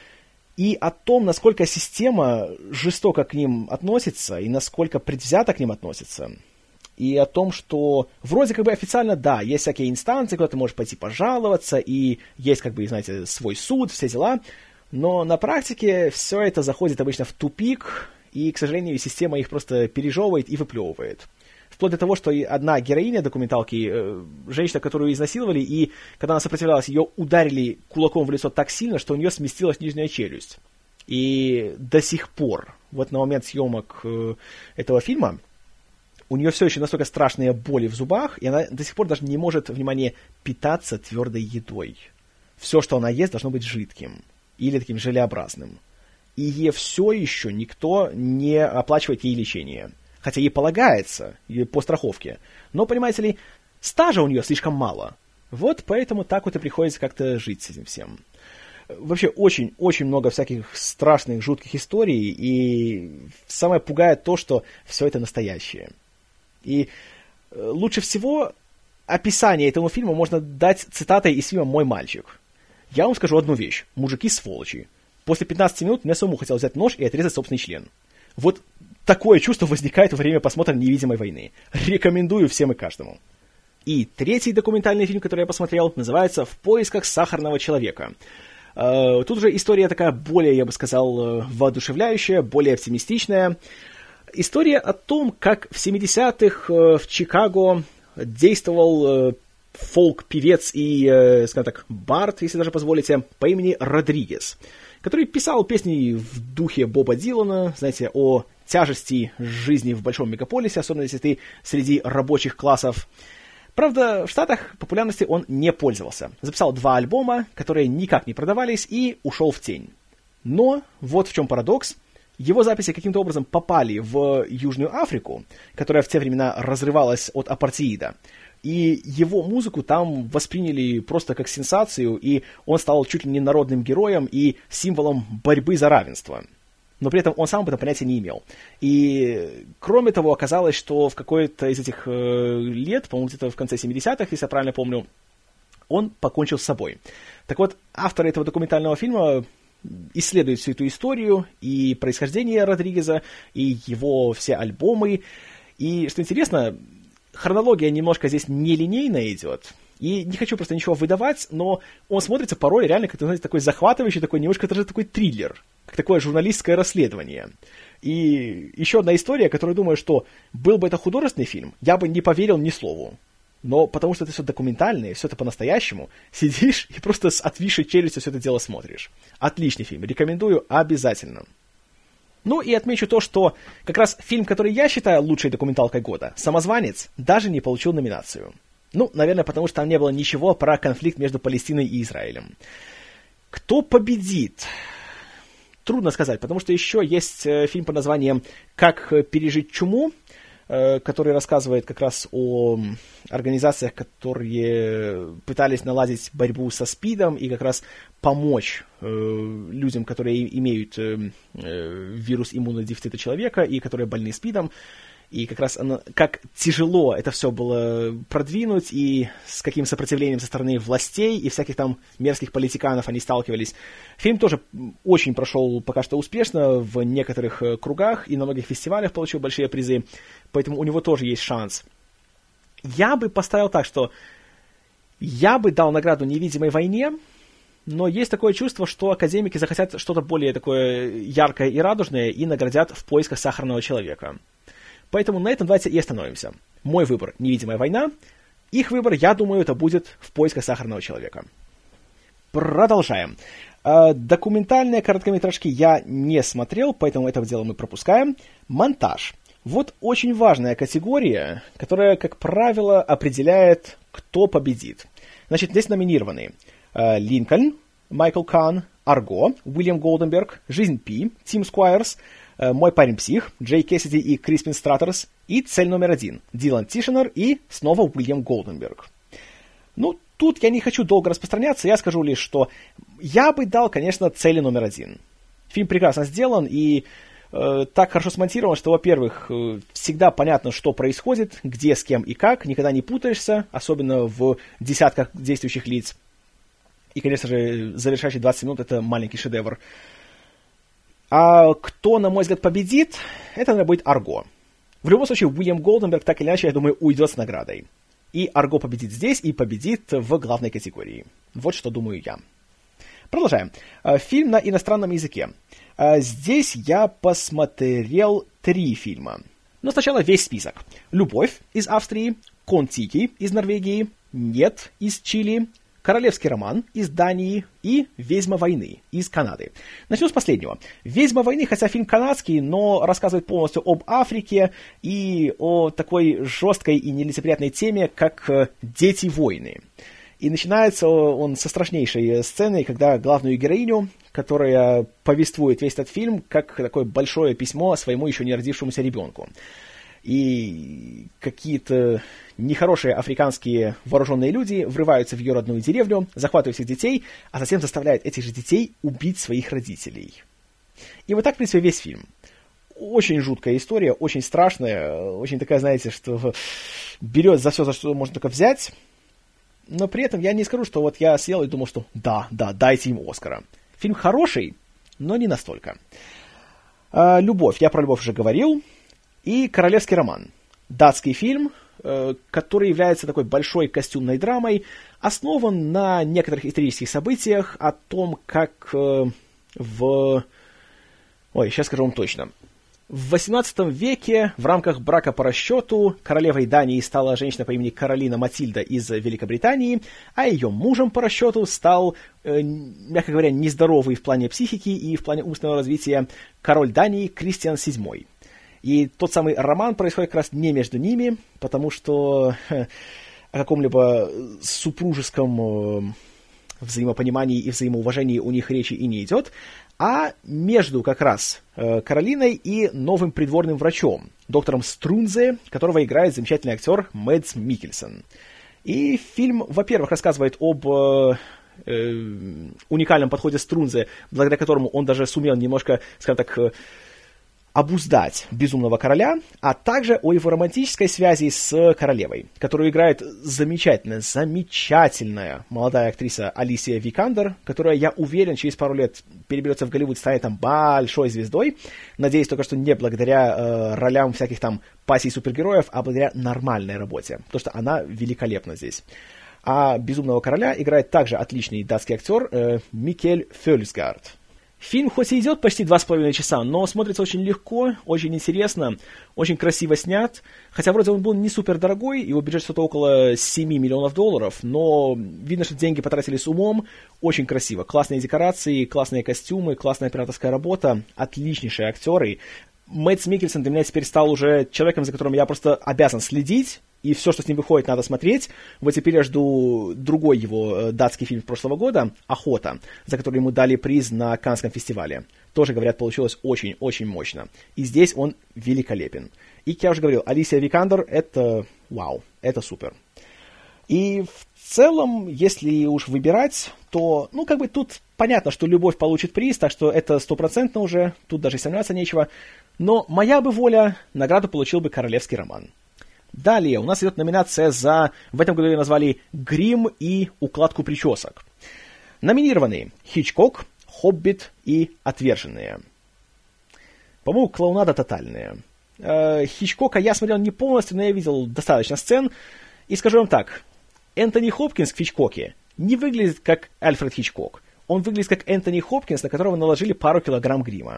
Speaker 1: и о том, насколько система жестоко к ним относится, и насколько предвзято к ним относится. И о том, что вроде как бы официально, да, есть всякие инстанции, куда ты можешь пойти пожаловаться, и есть, как бы, знаете, свой суд, все дела, но на практике все это заходит обычно в тупик, и, к сожалению, система их просто пережевывает и выплевывает. Вплоть до того, что одна героиня документалки, э, женщина, которую изнасиловали, и когда она сопротивлялась, ее ударили кулаком в лицо так сильно, что у нее сместилась нижняя челюсть. И до сих пор, вот на момент съемок э, этого фильма, у нее все еще настолько страшные боли в зубах, и она до сих пор даже не может, внимание, питаться твердой едой. Все, что она ест, должно быть жидким или таким желеобразным. И ей все еще никто не оплачивает ей лечение. Хотя ей полагается по страховке. Но, понимаете ли, стажа у нее слишком мало. Вот поэтому так вот и приходится как-то жить с этим всем. Вообще очень-очень много всяких страшных, жутких историй, и самое пугает то, что все это настоящее. И лучше всего описание этому фильму можно дать цитатой из фильма «Мой мальчик». Я вам скажу одну вещь. Мужики сволочи. После пятнадцати минут мне самому хотелось взять нож и отрезать собственный член. Вот такое чувство возникает во время просмотра «Невидимой войны». Рекомендую всем и каждому. И третий документальный фильм, который я посмотрел, называется «В поисках сахарного человека». Тут уже история такая более, я бы сказал, воодушевляющая, более оптимистичная. История о том, как в семидесятых в Чикаго действовал фолк-певец и, скажем так, бард, если даже позволите, по имени Родригес, который писал песни в духе Боба Дилана, знаете, о тяжести жизни в большом мегаполисе, особенно если ты среди рабочих классов. Правда, в Штатах популярности он не пользовался. Записал два альбома, которые никак не продавались, и ушел в тень. Но вот в чем парадокс. Его записи каким-то образом попали в Южную Африку, которая в те времена разрывалась от апартеида. И его музыку там восприняли просто как сенсацию, и он стал чуть ли не народным героем и символом борьбы за равенство. Но при этом он сам об этом понятия не имел. И, кроме того, оказалось, что в какой-то из этих э, лет, по-моему, где-то в конце семидесятых, если я правильно помню, он покончил с собой. Так вот, авторы этого документального фильма исследуют всю эту историю и происхождение Родригеса, и его все альбомы. И, что интересно, хронология немножко здесь нелинейно идет. И не хочу просто ничего выдавать, но он смотрится порой реально как, знаете, такой захватывающий, такой немножко даже такой триллер, как такое журналистское расследование. И еще одна история, которую думаю, что был бы это художественный фильм, я бы не поверил ни слову. Но потому что это все документальное, все это по-настоящему, сидишь и просто с отвисшей челюстью все это дело смотришь. Отличный фильм, рекомендую обязательно. Ну и отмечу то, что как раз фильм, который я считаю лучшей документалкой года, «Самозванец», даже не получил номинацию. Ну, наверное, потому что там не было ничего про конфликт между Палестиной и Израилем. Кто победит? Трудно сказать, потому что еще есть фильм под названием «Как пережить чуму», который рассказывает как раз о организациях, которые пытались наладить борьбу со СПИДом и как раз помочь э, людям, которые имеют э, вирус иммунодефицита человека и которые больны СПИДом. И как раз оно, как тяжело это все было продвинуть, и с каким сопротивлением со стороны властей и всяких там мерзких политиканов они сталкивались. Фильм тоже очень прошел пока что успешно в некоторых кругах и на многих фестивалях получил большие призы, поэтому у него тоже есть шанс. Я бы поставил так, что я бы дал награду «Невидимой войне», но есть такое чувство, что академики захотят что-то более такое яркое и радужное и наградят «В поисках сахарного человека». Поэтому на этом давайте и остановимся. Мой выбор — «Невидимая война». Их выбор, я думаю, это будет «В поисках сахарного человека». Продолжаем. Э, документальные короткометражки я не смотрел, поэтому это дело мы пропускаем. Монтаж. Вот очень важная категория, которая, как правило, определяет, кто победит. Значит, здесь номинированы э, «Линкольн», Майкл Кан, «Арго», Уильям Голденберг, «Жизнь Пи», Тим Сквайрс, «Мой парень псих», Джей Кэссиди и Криспин Стратерс, и «Цель номер один», Дилан Тишинер и снова Уильям Голденберг. Ну, тут я не хочу долго распространяться, я скажу лишь, что я бы дал, конечно, «Цели номер один». Фильм прекрасно сделан и э, так хорошо смонтирован, что, во-первых, э, всегда понятно, что происходит, где, с кем и как, никогда не путаешься, особенно в десятках действующих лиц. И, конечно же, завершающие двадцать минут — это маленький шедевр. А кто, на мой взгляд, победит, это, наверное, будет «Арго». В любом случае, Уильям Голденберг так или иначе, я думаю, уйдет с наградой. И «Арго» победит здесь и победит в главной категории. Вот что думаю я. Продолжаем. Фильм на иностранном языке. Здесь я посмотрел три фильма. Но сначала весь список. «Любовь» из Австрии, «Кон-Тики» из Норвегии, «Нет» из Чили, «Королевский роман» из Дании и «Ведьма войны» из Канады. Начну с последнего. «Ведьма войны», хотя фильм канадский, но рассказывает полностью об Африке и о такой жесткой и нелицеприятной теме, как «Дети войны». И начинается он со страшнейшей сцены, когда главную героиню, которая повествует весь этот фильм, как такое большое письмо своему еще не родившемуся ребенку. И какие-то нехорошие африканские вооруженные люди врываются в ее родную деревню, захватывают всех детей, а затем заставляют этих же детей убить своих родителей. И вот так, в принципе, весь фильм. Очень жуткая история, очень страшная, очень такая, знаете, что берет за все, за что можно только взять. Но при этом я не скажу, что вот я сел и думал, что да, да, дайте им Оскара. Фильм хороший, но не настолько. А, «Любовь», я про «Любовь» уже говорил. И «Королевский роман». Датский фильм, э, который является такой большой костюмной драмой, основан на некоторых исторических событиях о том, как э, в... Ой, сейчас скажу вам точно. В восемнадцатом веке в рамках брака по расчету королевой Дании стала женщина по имени Каролина Матильда из Великобритании, а ее мужем по расчету стал, э, мягко говоря, нездоровый в плане психики и в плане умственного развития король Дании Кристиан седьмой. И тот самый роман происходит как раз не между ними, потому что о каком-либо супружеском взаимопонимании и взаимоуважении у них речи и не идет, а между как раз Каролиной и новым придворным врачом, доктором Струнзе, которого играет замечательный актер Мэдс Миккельсон. И фильм, во-первых, рассказывает об э, уникальном подходе Струнзе, благодаря которому он даже сумел немножко, скажем так, обуздать безумного короля, а также о его романтической связи с королевой, которую играет замечательная, замечательная молодая актриса Алисия Викандер, которая, я уверен, через пару лет переберется в Голливуд, станет там большой звездой. Надеюсь только, что не благодаря э, ролям всяких там пассий супергероев, а благодаря нормальной работе, потому что она великолепна здесь. А «Безумного короля» играет также отличный датский актер э, Микель Фельсгард. Фильм хоть и идет почти два с половиной часа, но смотрится очень легко, очень интересно, очень красиво снят. Хотя вроде он был не супер дорогой, его бюджет что-то около семь миллионов долларов, но видно, что деньги потратили с умом, очень красиво. Классные декорации, классные костюмы, классная операторская работа, отличнейшие актеры. Мэтс Миккельсен для меня теперь стал уже человеком, за которым я просто обязан следить, и все, что с ним выходит, надо смотреть. Вот теперь я жду другой его датский фильм прошлого года «Охота», за который ему дали приз на Каннском фестивале. Тоже, говорят, получилось очень-очень мощно. И здесь он великолепен. И, как я уже говорил, Алисия Викандер — это вау, это супер. И в целом, если уж выбирать, то, ну, как бы тут понятно, что «Любовь» получит приз, так что это стопроцентно уже, тут даже сомневаться нечего. Но моя бы воля, награду получил бы «Королевский роман». Далее у нас идет номинация за, в этом году ее назвали «Грим и укладку причесок». Номинированы «Хичкок», «Хоббит» и «Отверженные». По-моему, клоунада тотальная. Э, Хичкока я смотрел не полностью, но я видел достаточно сцен. И скажу вам так, Энтони Хопкинс в Хичкоке не выглядит как Альфред Хичкок. Он выглядит как Энтони Хопкинс, на которого наложили пару килограмм грима.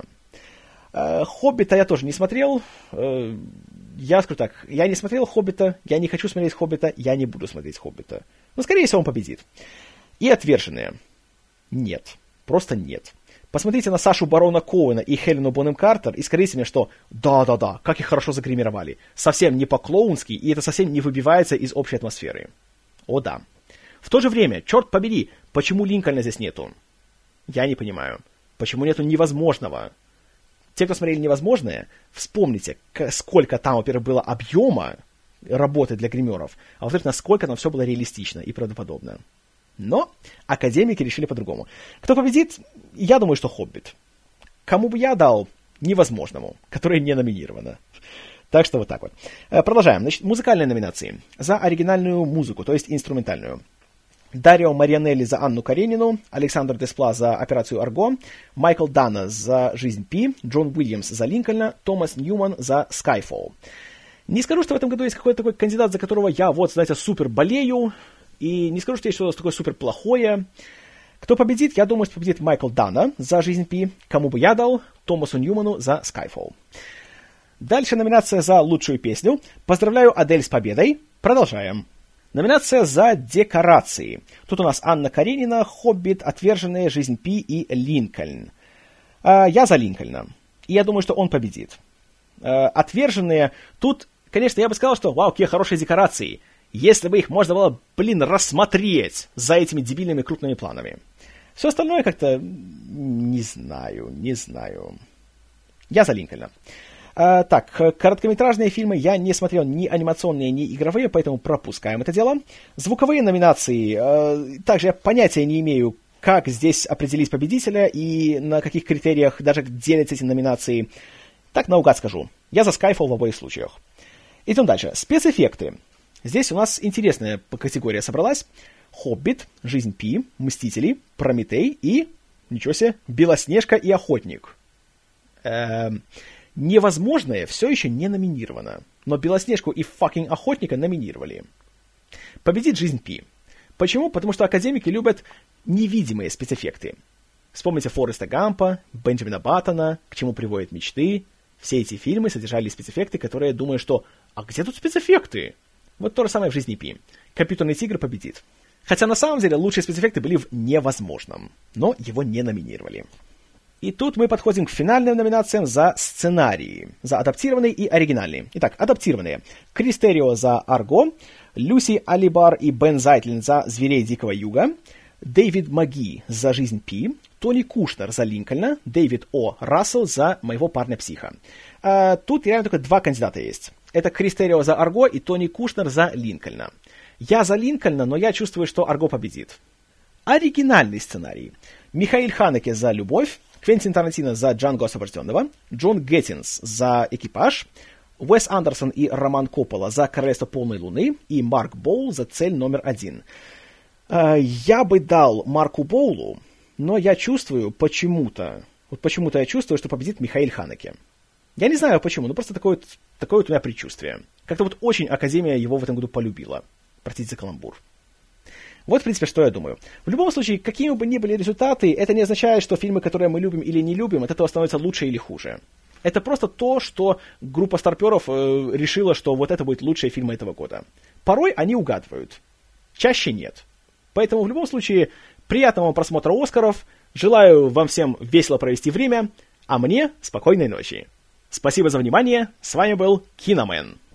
Speaker 1: Э, «Хоббита» я тоже не смотрел. Э, Я скажу так, я не смотрел «Хоббита», я не хочу смотреть «Хоббита», я не буду смотреть «Хоббита». Но, скорее всего, он победит. И «Отверженные». Нет. Просто нет. Посмотрите на Сашу Барона Коуэна и Хелену Бонем Картер и скажите мне, что да-да-да, как их хорошо загримировали. Совсем не по-клоунски, и это совсем не выбивается из общей атмосферы. О да. В то же время, черт побери, почему Линкольна здесь нету? Я не понимаю. Почему нету невозможного? Те, кто смотрели «Невозможное», вспомните, сколько там, во-первых, было объема работы для гримеров, а во-вторых, насколько там все было реалистично и правдоподобно. Но академики решили по-другому. Кто победит? Я думаю, что «Хоббит». Кому бы я дал? Невозможному, которое не номинировано. Так что вот так вот. Продолжаем. Значит, музыкальные номинации. За оригинальную музыку, то есть инструментальную. Дарио Марианелли за Анну Каренину, Александр Деспла за «Операцию Арго», Майкл Дана за «Жизнь Пи», Джон Уильямс за «Линкольна», Томас Ньюман за «Скайфолл». Не скажу, что в этом году есть какой-то такой кандидат, за которого я, вот, знаете, супер болею, и не скажу, что есть что-то такое супер плохое. Кто победит? Я думаю, что победит Майкл Дана за «Жизнь Пи». Кому бы я дал? Томасу Ньюману за «Скайфолл». Дальше номинация за лучшую песню. Поздравляю Адель с победой. Продолжаем. Номинация за декорации. Тут у нас Анна Каренина, «Хоббит», «Отверженные», «Жизнь Пи» и «Линкольн». А, я за Линкольна. И я думаю, что он победит. А, «Отверженные». Тут, конечно, я бы сказал, что вау, какие хорошие декорации. Если бы их можно было, блин, рассмотреть за этими дебильными крупными планами. Все остальное как-то не знаю, не знаю. Я за Линкольна. А, так, короткометражные фильмы я не смотрел ни анимационные, ни игровые, поэтому пропускаем это дело. Звуковые номинации. А, также я понятия не имею, как здесь определить победителя и на каких критериях даже делятся эти номинации. Так, наугад скажу. Я за Skyfall в обоих случаях. Идем дальше. Спецэффекты. Здесь у нас интересная категория собралась. «Хоббит», «Жизнь Пи», «Мстители», «Прометей» и, ничего себе, «Белоснежка и Охотник». Эм... Невозможное все еще не номинировано, но «Белоснежку» и «Факинг Охотника» номинировали. Победит «Жизнь Пи». Почему? Потому что академики любят невидимые спецэффекты. Вспомните Фореста Гампа, Бенджамина Баттона, «К чему приводят мечты». Все эти фильмы содержали спецэффекты, которые думают, что «а где тут спецэффекты?» Вот то же самое в «Жизни Пи». «Компьютерный тигр» победит. Хотя на самом деле лучшие спецэффекты были в «Невозможном», но его не номинировали. И тут мы подходим к финальным номинациям за сценарии, за адаптированные и оригинальные. Итак, адаптированные. Крис Террио за «Арго», Люси Алибар и Бен Зайтлин за «Зверей Дикого Юга», Дэвид Маги за «Жизнь Пи», Тони Кушнер за «Линкольна», Дэвид О. Рассел за «Моего парня-психа». А, тут реально только два кандидата есть. Это Крис Террио за «Арго» и Тони Кушнер за «Линкольна». Я за «Линкольна», но я чувствую, что «Арго» победит. Оригинальный сценарий. Михаил Ханеке за «Любовь», Квентин Тарантино за «Джанго освобожденного», Джон Геттинс за «Экипаж», Уэс Андерсон и Роман Коппола за «Королевство полной луны» и Марк Боул за «Цель номер один». Я бы дал Марку Боулу, но я чувствую почему-то, вот почему-то я чувствую, что победит Михаил Ханеке. Я не знаю почему, но просто такое вот, такое вот у меня предчувствие. Как-то вот очень Академия его в этом году полюбила. Простите за каламбур. Вот, в принципе, что я думаю. В любом случае, какими бы ни были результаты, это не означает, что фильмы, которые мы любим или не любим, от этого становятся лучше или хуже. Это просто то, что группа старперов э, решила, что вот это будет лучшие фильмы этого года. Порой они угадывают, чаще нет. Поэтому, в любом случае, приятного просмотра «Оскаров», желаю вам всем весело провести время, а мне спокойной ночи. Спасибо за внимание, с вами был Киномен.